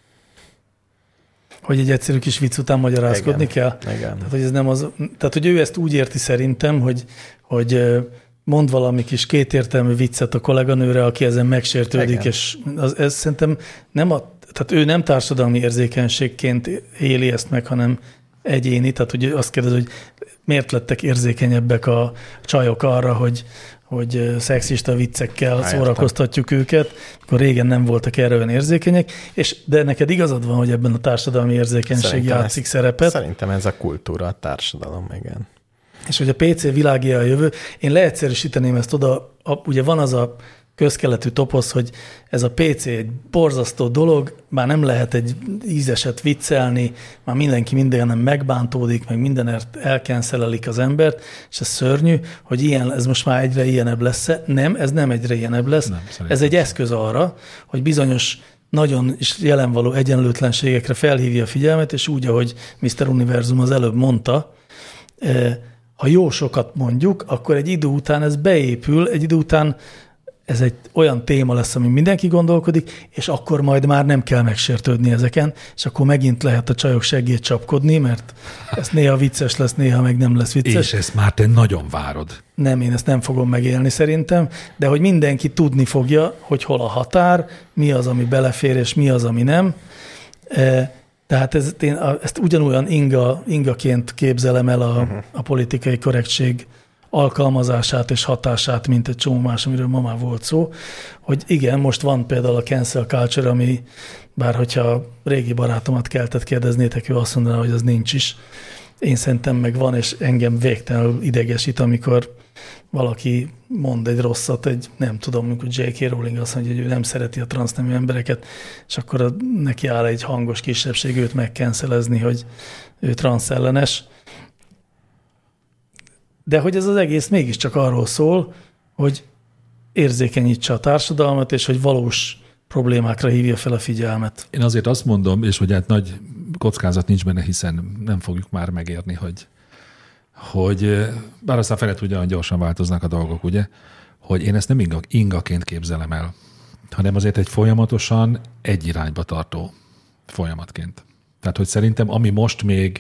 Hogy egy egyszerű kis vicc után magyarázkodni kell? Igen. Tehát, hogy ez nem az, tehát, hogy ő ezt úgy érti szerintem, hogy mond valami kis kétértelmű viccet a kolléganőre, aki ezen megsértődik, igen. És ez szerintem tehát ő nem társadalmi érzékenységként éli ezt meg, hanem egyéni, tehát hogy azt kérdez, hogy miért lettek érzékenyebbek a csajok arra, hogy szexista viccekkel szórakoztatjuk őket, akkor régen nem voltak erre olyan érzékenyek, de neked igazad van, hogy ebben a társadalmi érzékenység szerintem játszik szerepet. Szerintem ez a kultúra, a társadalom, igen. És hogy a PC világé a jövő, én leegyszerűsíteném ezt oda, ugye van az a közkeletű toposz, hogy ez a PC egy borzasztó dolog, már nem lehet egy ízeset viccelni, már mindenki mindenem megbántódik, meg mindenért elkenszelelik az embert, és ez szörnyű, hogy ez most már egyre ilyenebb lesz. Nem, ez nem egyre ilyenebb lesz. Nem, ez egy eszköz arra, hogy bizonyos nagyon is jelenvaló egyenlőtlenségekre felhívja a figyelmet, és úgy, ahogy Mr. Univerzum az előbb mondta, ha jó sokat mondjuk, akkor egy idő után ez beépül, egy idő után ez egy olyan téma lesz, ami mindenki gondolkodik, és akkor majd már nem kell megsértődni ezeken, és akkor megint lehet a csajok seggét csapkodni, mert ez néha vicces lesz, néha meg nem lesz vicces. És ezt már te nagyon várod. Nem, én ezt nem fogom megélni szerintem, de hogy mindenki tudni fogja, hogy hol a határ, mi az, ami belefér, és mi az, ami nem. Tehát ezt ugyanolyan ingaként képzelem el a politikai korrektség alkalmazását és hatását, mint egy csomó más, amiről ma már volt szó, hogy igen, most van például a cancel culture, ami bár hogyha régi barátomat keltett kérdeznétek, ő azt mondaná, hogy az nincs is. Én szerintem meg van, és engem végtelenül idegesít, amikor valaki mond egy rosszat, nem tudom, amikor J.K. Rowling azt mondja, hogy ő nem szereti a transznemű embereket, és akkor neki áll egy hangos kisebbség őt megcancelezni, hogy ő transzellenes. De hogy ez az egész mégiscsak arról szól, hogy érzékenyítse a társadalmat, és hogy valós problémákra hívja fel a figyelmet. Én azért azt mondom, és hogy hát nagy kockázat nincs benne, hiszen nem fogjuk már megérni, hogy bár aztán felett ugyan gyorsan változnak a dolgok, ugye, hogy én ezt nem ingaként képzelem el, hanem azért egy folyamatosan egy irányba tartó folyamatként. Tehát, hogy szerintem ami most még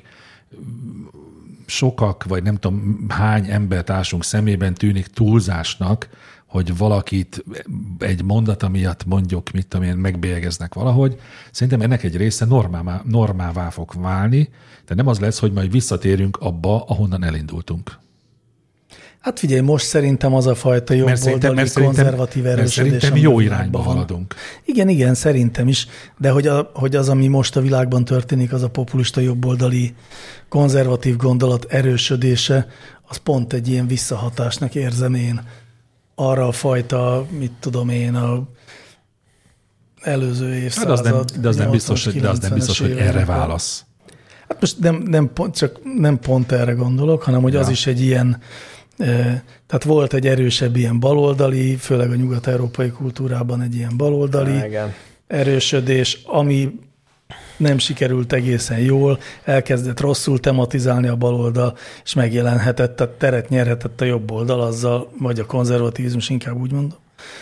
sokak, vagy nem tudom hány embertársunk szemében tűnik túlzásnak, hogy valakit egy mondata miatt mondjuk, mit tudom én, megbélyegeznek valahogy. Szerintem ennek egy része normává fog válni, de nem az lesz, hogy majd visszatérünk abba, ahonnan elindultunk. Hát figyelj, most szerintem az a fajta jobboldali konzervatív erősödés. Szerintem jó irányba haladunk. Igen, szerintem is, de hogy az, ami most a világban történik, az a populista jobboldali konzervatív gondolat erősödése, az pont egy ilyen visszahatásnak érzem én arra a fajta, mit tudom én, a előző évszázad. De az nem biztos, hogy erre válasz. Hát most nem pont erre gondolok, hanem hogy az is egy ilyen, tehát volt egy erősebb ilyen baloldali, főleg a nyugat-európai kultúrában egy ilyen baloldali erősödés, ami nem sikerült egészen jól, elkezdett rosszul tematizálni a baloldal, és megjelenhetett, tehát teret nyerhetett a jobb oldal azzal, vagy a konzervativizmus, inkább úgy mondom,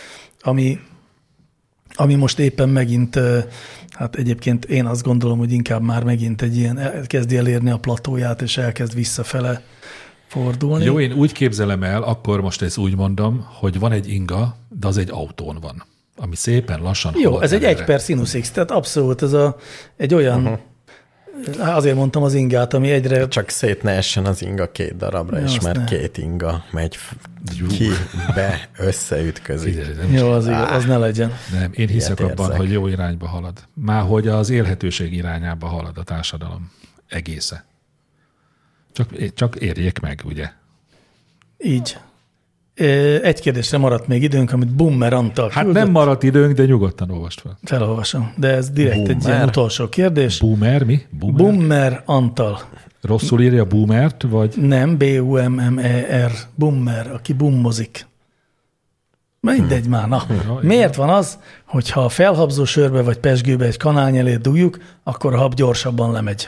ami most éppen megint, hát egyébként én azt gondolom, hogy inkább már megint egy ilyen, kezdi elérni a platóját, és elkezd visszafele fordulni. Jó, én úgy képzelem el, akkor most ezt úgy mondom, hogy van egy inga, de az egy autón van, ami szépen lassan jó, ez egy 1 per sinus x, tehát abszolút ez egy olyan, azért mondtam az ingát, ami egyre... Csak szét ne essen az inga 2 darabra, és mert 2 inga megy ki, be, összeütközik. Jó, az ne legyen. Nem, én hiszek abban, hogy jó irányba halad. Már hogy az élhetőség irányába halad a társadalom egésze. Csak érjék meg, ugye? Így. Egy kérdésre maradt még időnk, amit Bummer Antal küldött. Hát nem maradt időnk, de nyugodtan olvast fel. Felolvasom, de ez direkt egy ilyen utolsó kérdés. Boomer mi? Bummer Antal. Rosszul írja Boomert, vagy? Nem, B-U-M-M-E-R. Bummer, aki bummozik. Mindegy már, na. Miért van az, hogyha a felhabzó sörbe vagy pezsgőbe egy kanálnyelét dugjuk, akkor a hab gyorsabban lemegy?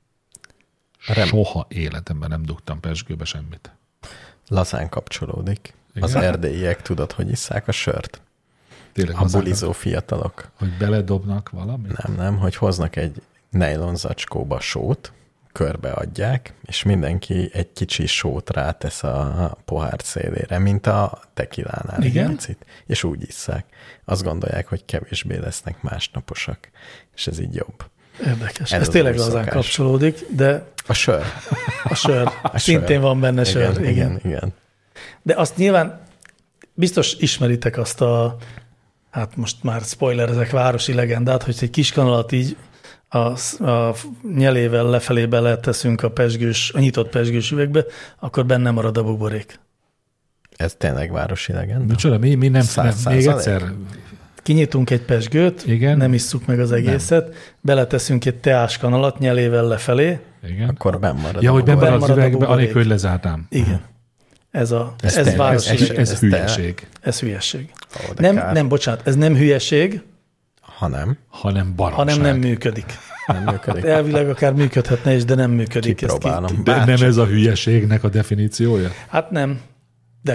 Soha életemben nem dugtam pezsgőbe semmit. Lazán kapcsolódik. Igen? Az erdélyiek tudod, hogy isszák a sört? Tényleg a bulizó fiatalok. Hogy beledobnak valamit? Nem, hogy hoznak egy nejlon zacskóba sót, körbeadják, és mindenki egy kicsi sót rátesz a pohár szélére, mint a tekilánál. Igen? És úgy isszák. Azt gondolják, hogy kevésbé lesznek másnaposak, és ez így jobb. Érdekes. Ez tényleg lazán kapcsolódik, de... A sör. A sör. Szintén van benne sör. Igen. De azt nyilván biztos ismeritek azt hát most már spoilerezek, városi legendát, hogy egy kis kanalat így a nyelével lefelé beleteszünk a nyitott pezsgős üvegbe, akkor benne marad a buborék. Ez tényleg városi legenda? Micsoda, mi nem még egyszer... Kinyitunk egy pezsgőt, igen. Nem isszuk meg az egészet, beleteszünk egy teáskanalat nyelével lefelé. Igen. Akkor benn marad. Ja, hogy benn marad az üvegbe, anélkül, hogy lezártám. Igen. Ez hülyeség. Ez hülyeség. Nem, bocsánat, ez nem hülyeség, hanem baromság. Hanem nem működik. Elvileg akár működhetne is, de nem működik. Kipróbálom. De nem ez a hülyeségnek a definíciója? Hát nem, de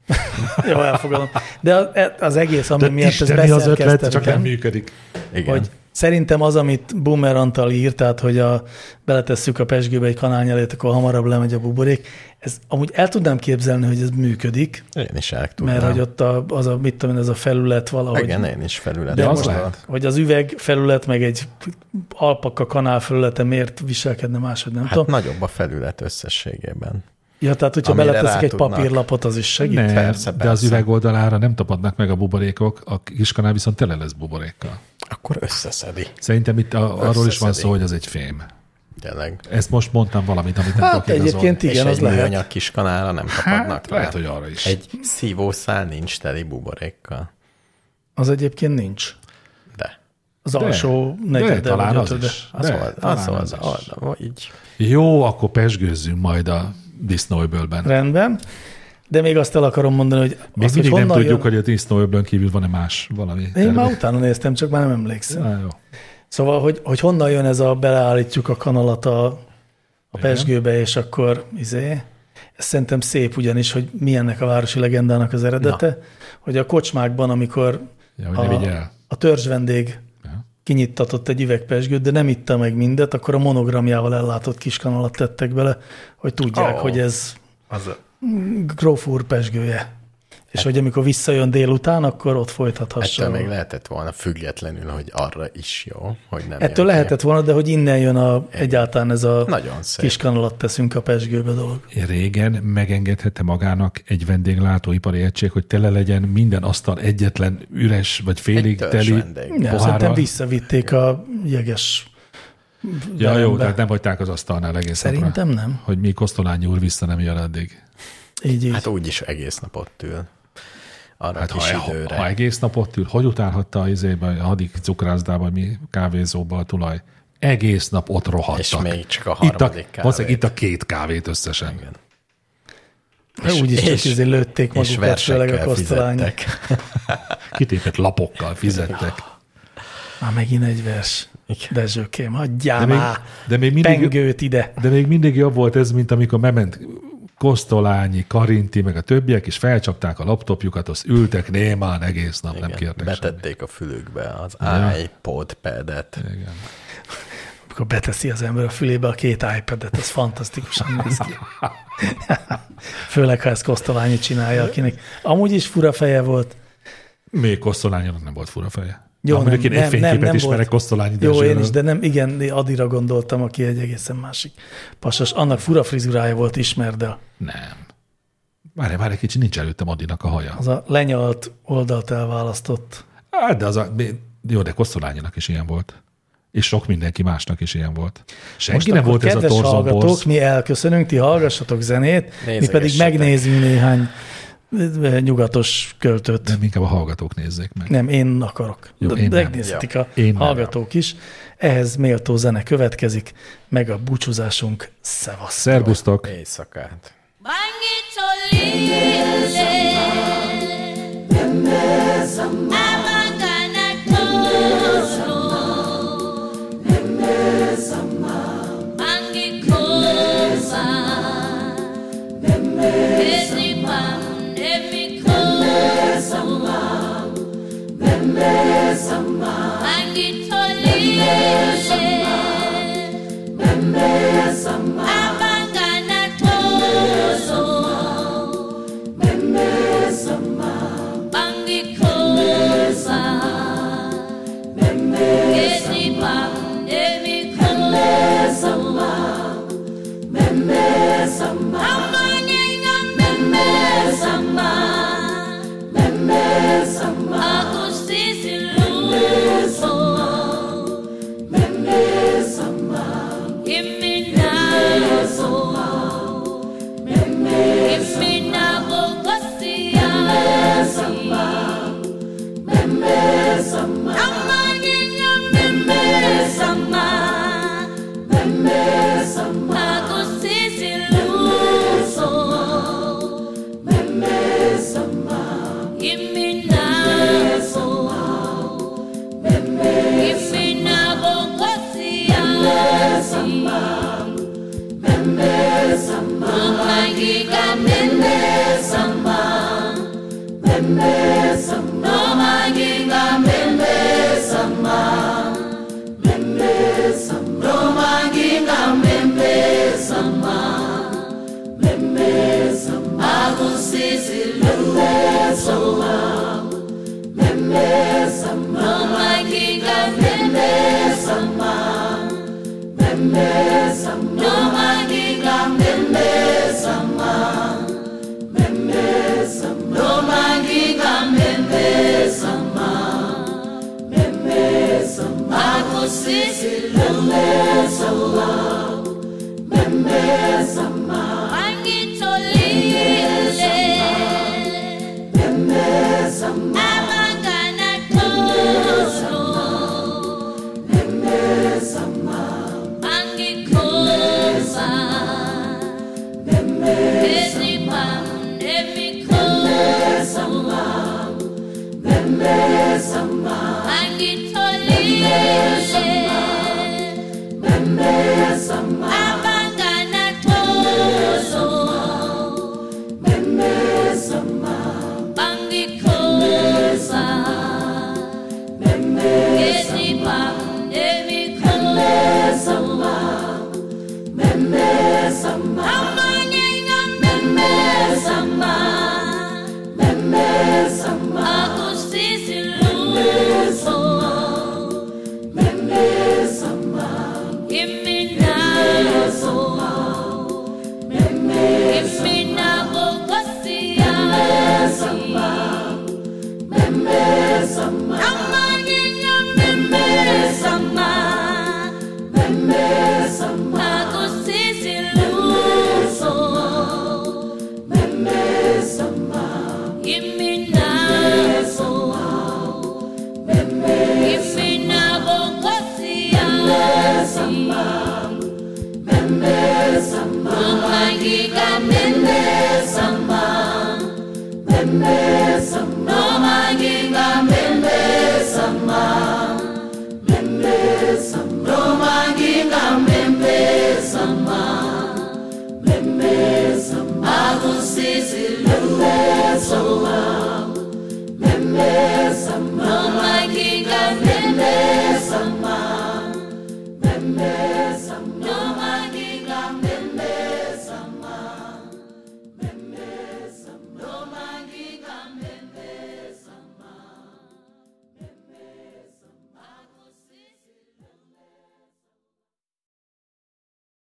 Jó, elfogadom. De az egész, ami De miatt ez isteni az ötlet, csak nem beszerkeztetlen, működik. Igen. hogy szerintem az, amit Boomer Antal írt, tehát, hogy beletesszük a pezsgőbe egy kanálnyelét, akkor hamarabb lemegy a buborék, ez amúgy el tudnám képzelni, hogy ez működik, Én is el tudnám. mert hogy ott mit tudom én, ez a felület valahogy. Igen, én is felület. De az most, lehet. hogy az üveg felület, meg egy alpaka kanál felülete miért viselkedne máshogy, nem Hát tudom. nagyobb a felület összességében. Ja, tehát hogyha amire beleteszik egy rá tudnak. papírlapot, az is segít. Nem, Persze, de az persze. üveg oldalára nem tapadnak meg a buborékok, a kiskanál viszont tele lesz buborékkal. Akkor összeszedi. Szerintem itt arról is van Összeszedi. szó, hogy ez egy fém. Tényleg. Ezt most mondtam valamit, amit nem Hát Hát tudok igazolni. egyébként igen, és az egy lehet. műanyag kis kanára nem tapadnak Hát, rá. lehet, hogy arra is. Egy szívószál nincs teli buborékkal. Az egyébként nincs. De. Az alsó negyede. talán vagy az ötöde. is. Az De, volt, talán az is. így. Jó, akkor pesgőzzünk majd a disznóöbölben. Rendben. De még azt el akarom mondani, hogy Még azt, mindig hogy nem honnan tudjuk, jön... hogy a disznóöblön kívül van-e más valami. Én termék. már utána néztem, csak már nem emlékszem. Jó. Szóval, hogy honnan jön ez a beleállítjuk a kanalat a pezsgőbe, és akkor ez szerintem szép ugyanis, hogy mi ennek a városi legendának az eredete, hogy a kocsmákban, amikor Ja, hogy ne vigye el. a törzsvendég Ja. kinyittatott egy üvegpezsgőt, de nem itta meg mindet, akkor a monogramjával ellátott kis kanalat tettek bele, hogy tudják, hogy ez Az gróf úr pezsgője. És hogy amikor visszajön délután, akkor ott folytathassa. ettől még lehetett volna függetlenül, hogy arra is jó, hogy nem Ettől jön ki. lehetett volna, de hogy innen jön egyáltalán ez a Nagyon szép. kis kanalat teszünk a pezsgőbe dolog. Régen megengedhette magának egy vendéglátóipari egység, hogy tele legyen minden asztal egyetlen üres vagy félig Egy teli törzsvendég. Nem, pohárral. szerintem visszavitték a jeges Ja, jó, verembe. tehát nem hagyták az asztalnál egész napra. Szerintem nem. Hogy mi Kosztolányi úr vissza nem jön addig. Így. Hát úgyis egész nap ott ül. Arra Hát a kis ha időre. egész nap ott ül, hogy utálhatta a hadik cukrászdába, mi kávézóba a tulaj? Egész nap ott rohadtak. És még csak a itt harmadik kávét. Itt a 2 kávét összesen. Igen. De úgyis csak lőtték és magukat, főleg a versekkel kosztolányok. fizettek. Kitépett lapokkal fizettek. Már megint egy vers. Dezsőkém, hagyjál De még- már de még mindig- pengőt ide. De még mindig jobb volt ez, mint amikor ment Kosztolányi, Karinti, meg a többiek, és felcsapták a laptopjukat, azt ültek némán egész nap, nem kértek Betették a fülükbe az Ja. iPod padet. semmit. Igen. Amikor beteszi az ember a fülébe a 2 iPad-et, az fantasztikusan néz ki. Főleg, ha ezt Kosztolányi csinálja, akinek amúgy is fura feje volt. Még Kosztolányinak nem volt fura feje. Jó, Mondjuk én egy fényképet ismerek volt. Kosztolányi Jó, Dezsőről. én is, de nem, igen, Adira gondoltam, aki egy egészen másik pasas. Annak fura frizurája volt, ismerd el. Nem. Várj egy kicsit, nincs előttem Adinak a haja. Az a lenyalt oldalt elválasztott. Hát, de jó, de Kosztolányinak is ilyen volt. És sok mindenki másnak is ilyen volt. Senki nem akkor, volt ez a kedves hallgatók, torzomborz. mi elköszönünk, ti hallgassatok zenét, mi pedig Nézegessetek. megnézünk néhány nyugatos költőt. Nem, inkább a hallgatók nézzék meg. Nem, én akarok. Jó, De én nem. megnézhetik a Én nem. hallgatók is. Ehhez méltó zene következik, meg a búcsúzásunk. Szevasz. Szerbusztok! Éjszakát. Bangitholile amagana tolo bangikhoza ezibam nemikhoza bangitholile abangana tolo bangikhoza ezibam nemikhoza amanye ngamemezama akusisi lutho iminazo iminabo Nkosi yazi amanye ngamemezama akusisi lutho iminazo iminabo Nkosi yazi ungangika memezama akusisi lutho memeza noma ngingamemeza memeza noma ngingamemeza memeza noma ngingamemeza memeza akusisi lutho memeza angitholile memeza abangana thozo memeza angikhoza memeza emikhoza memeza angitholile memeza abangana thozo memeza bangikhoza memeza emikhoza memeza amanye ngamemeza memeza akusisi lutho memeza iminazo iminabo Nkosi yami memeza amanye ngamemeza memeza akusisi lutho memeza iminazo iminabo Nkosi yami memeza noma ngingamemeza memeza noma ngingamemeza memeza noma ngingamemeza memeza akusisi lutho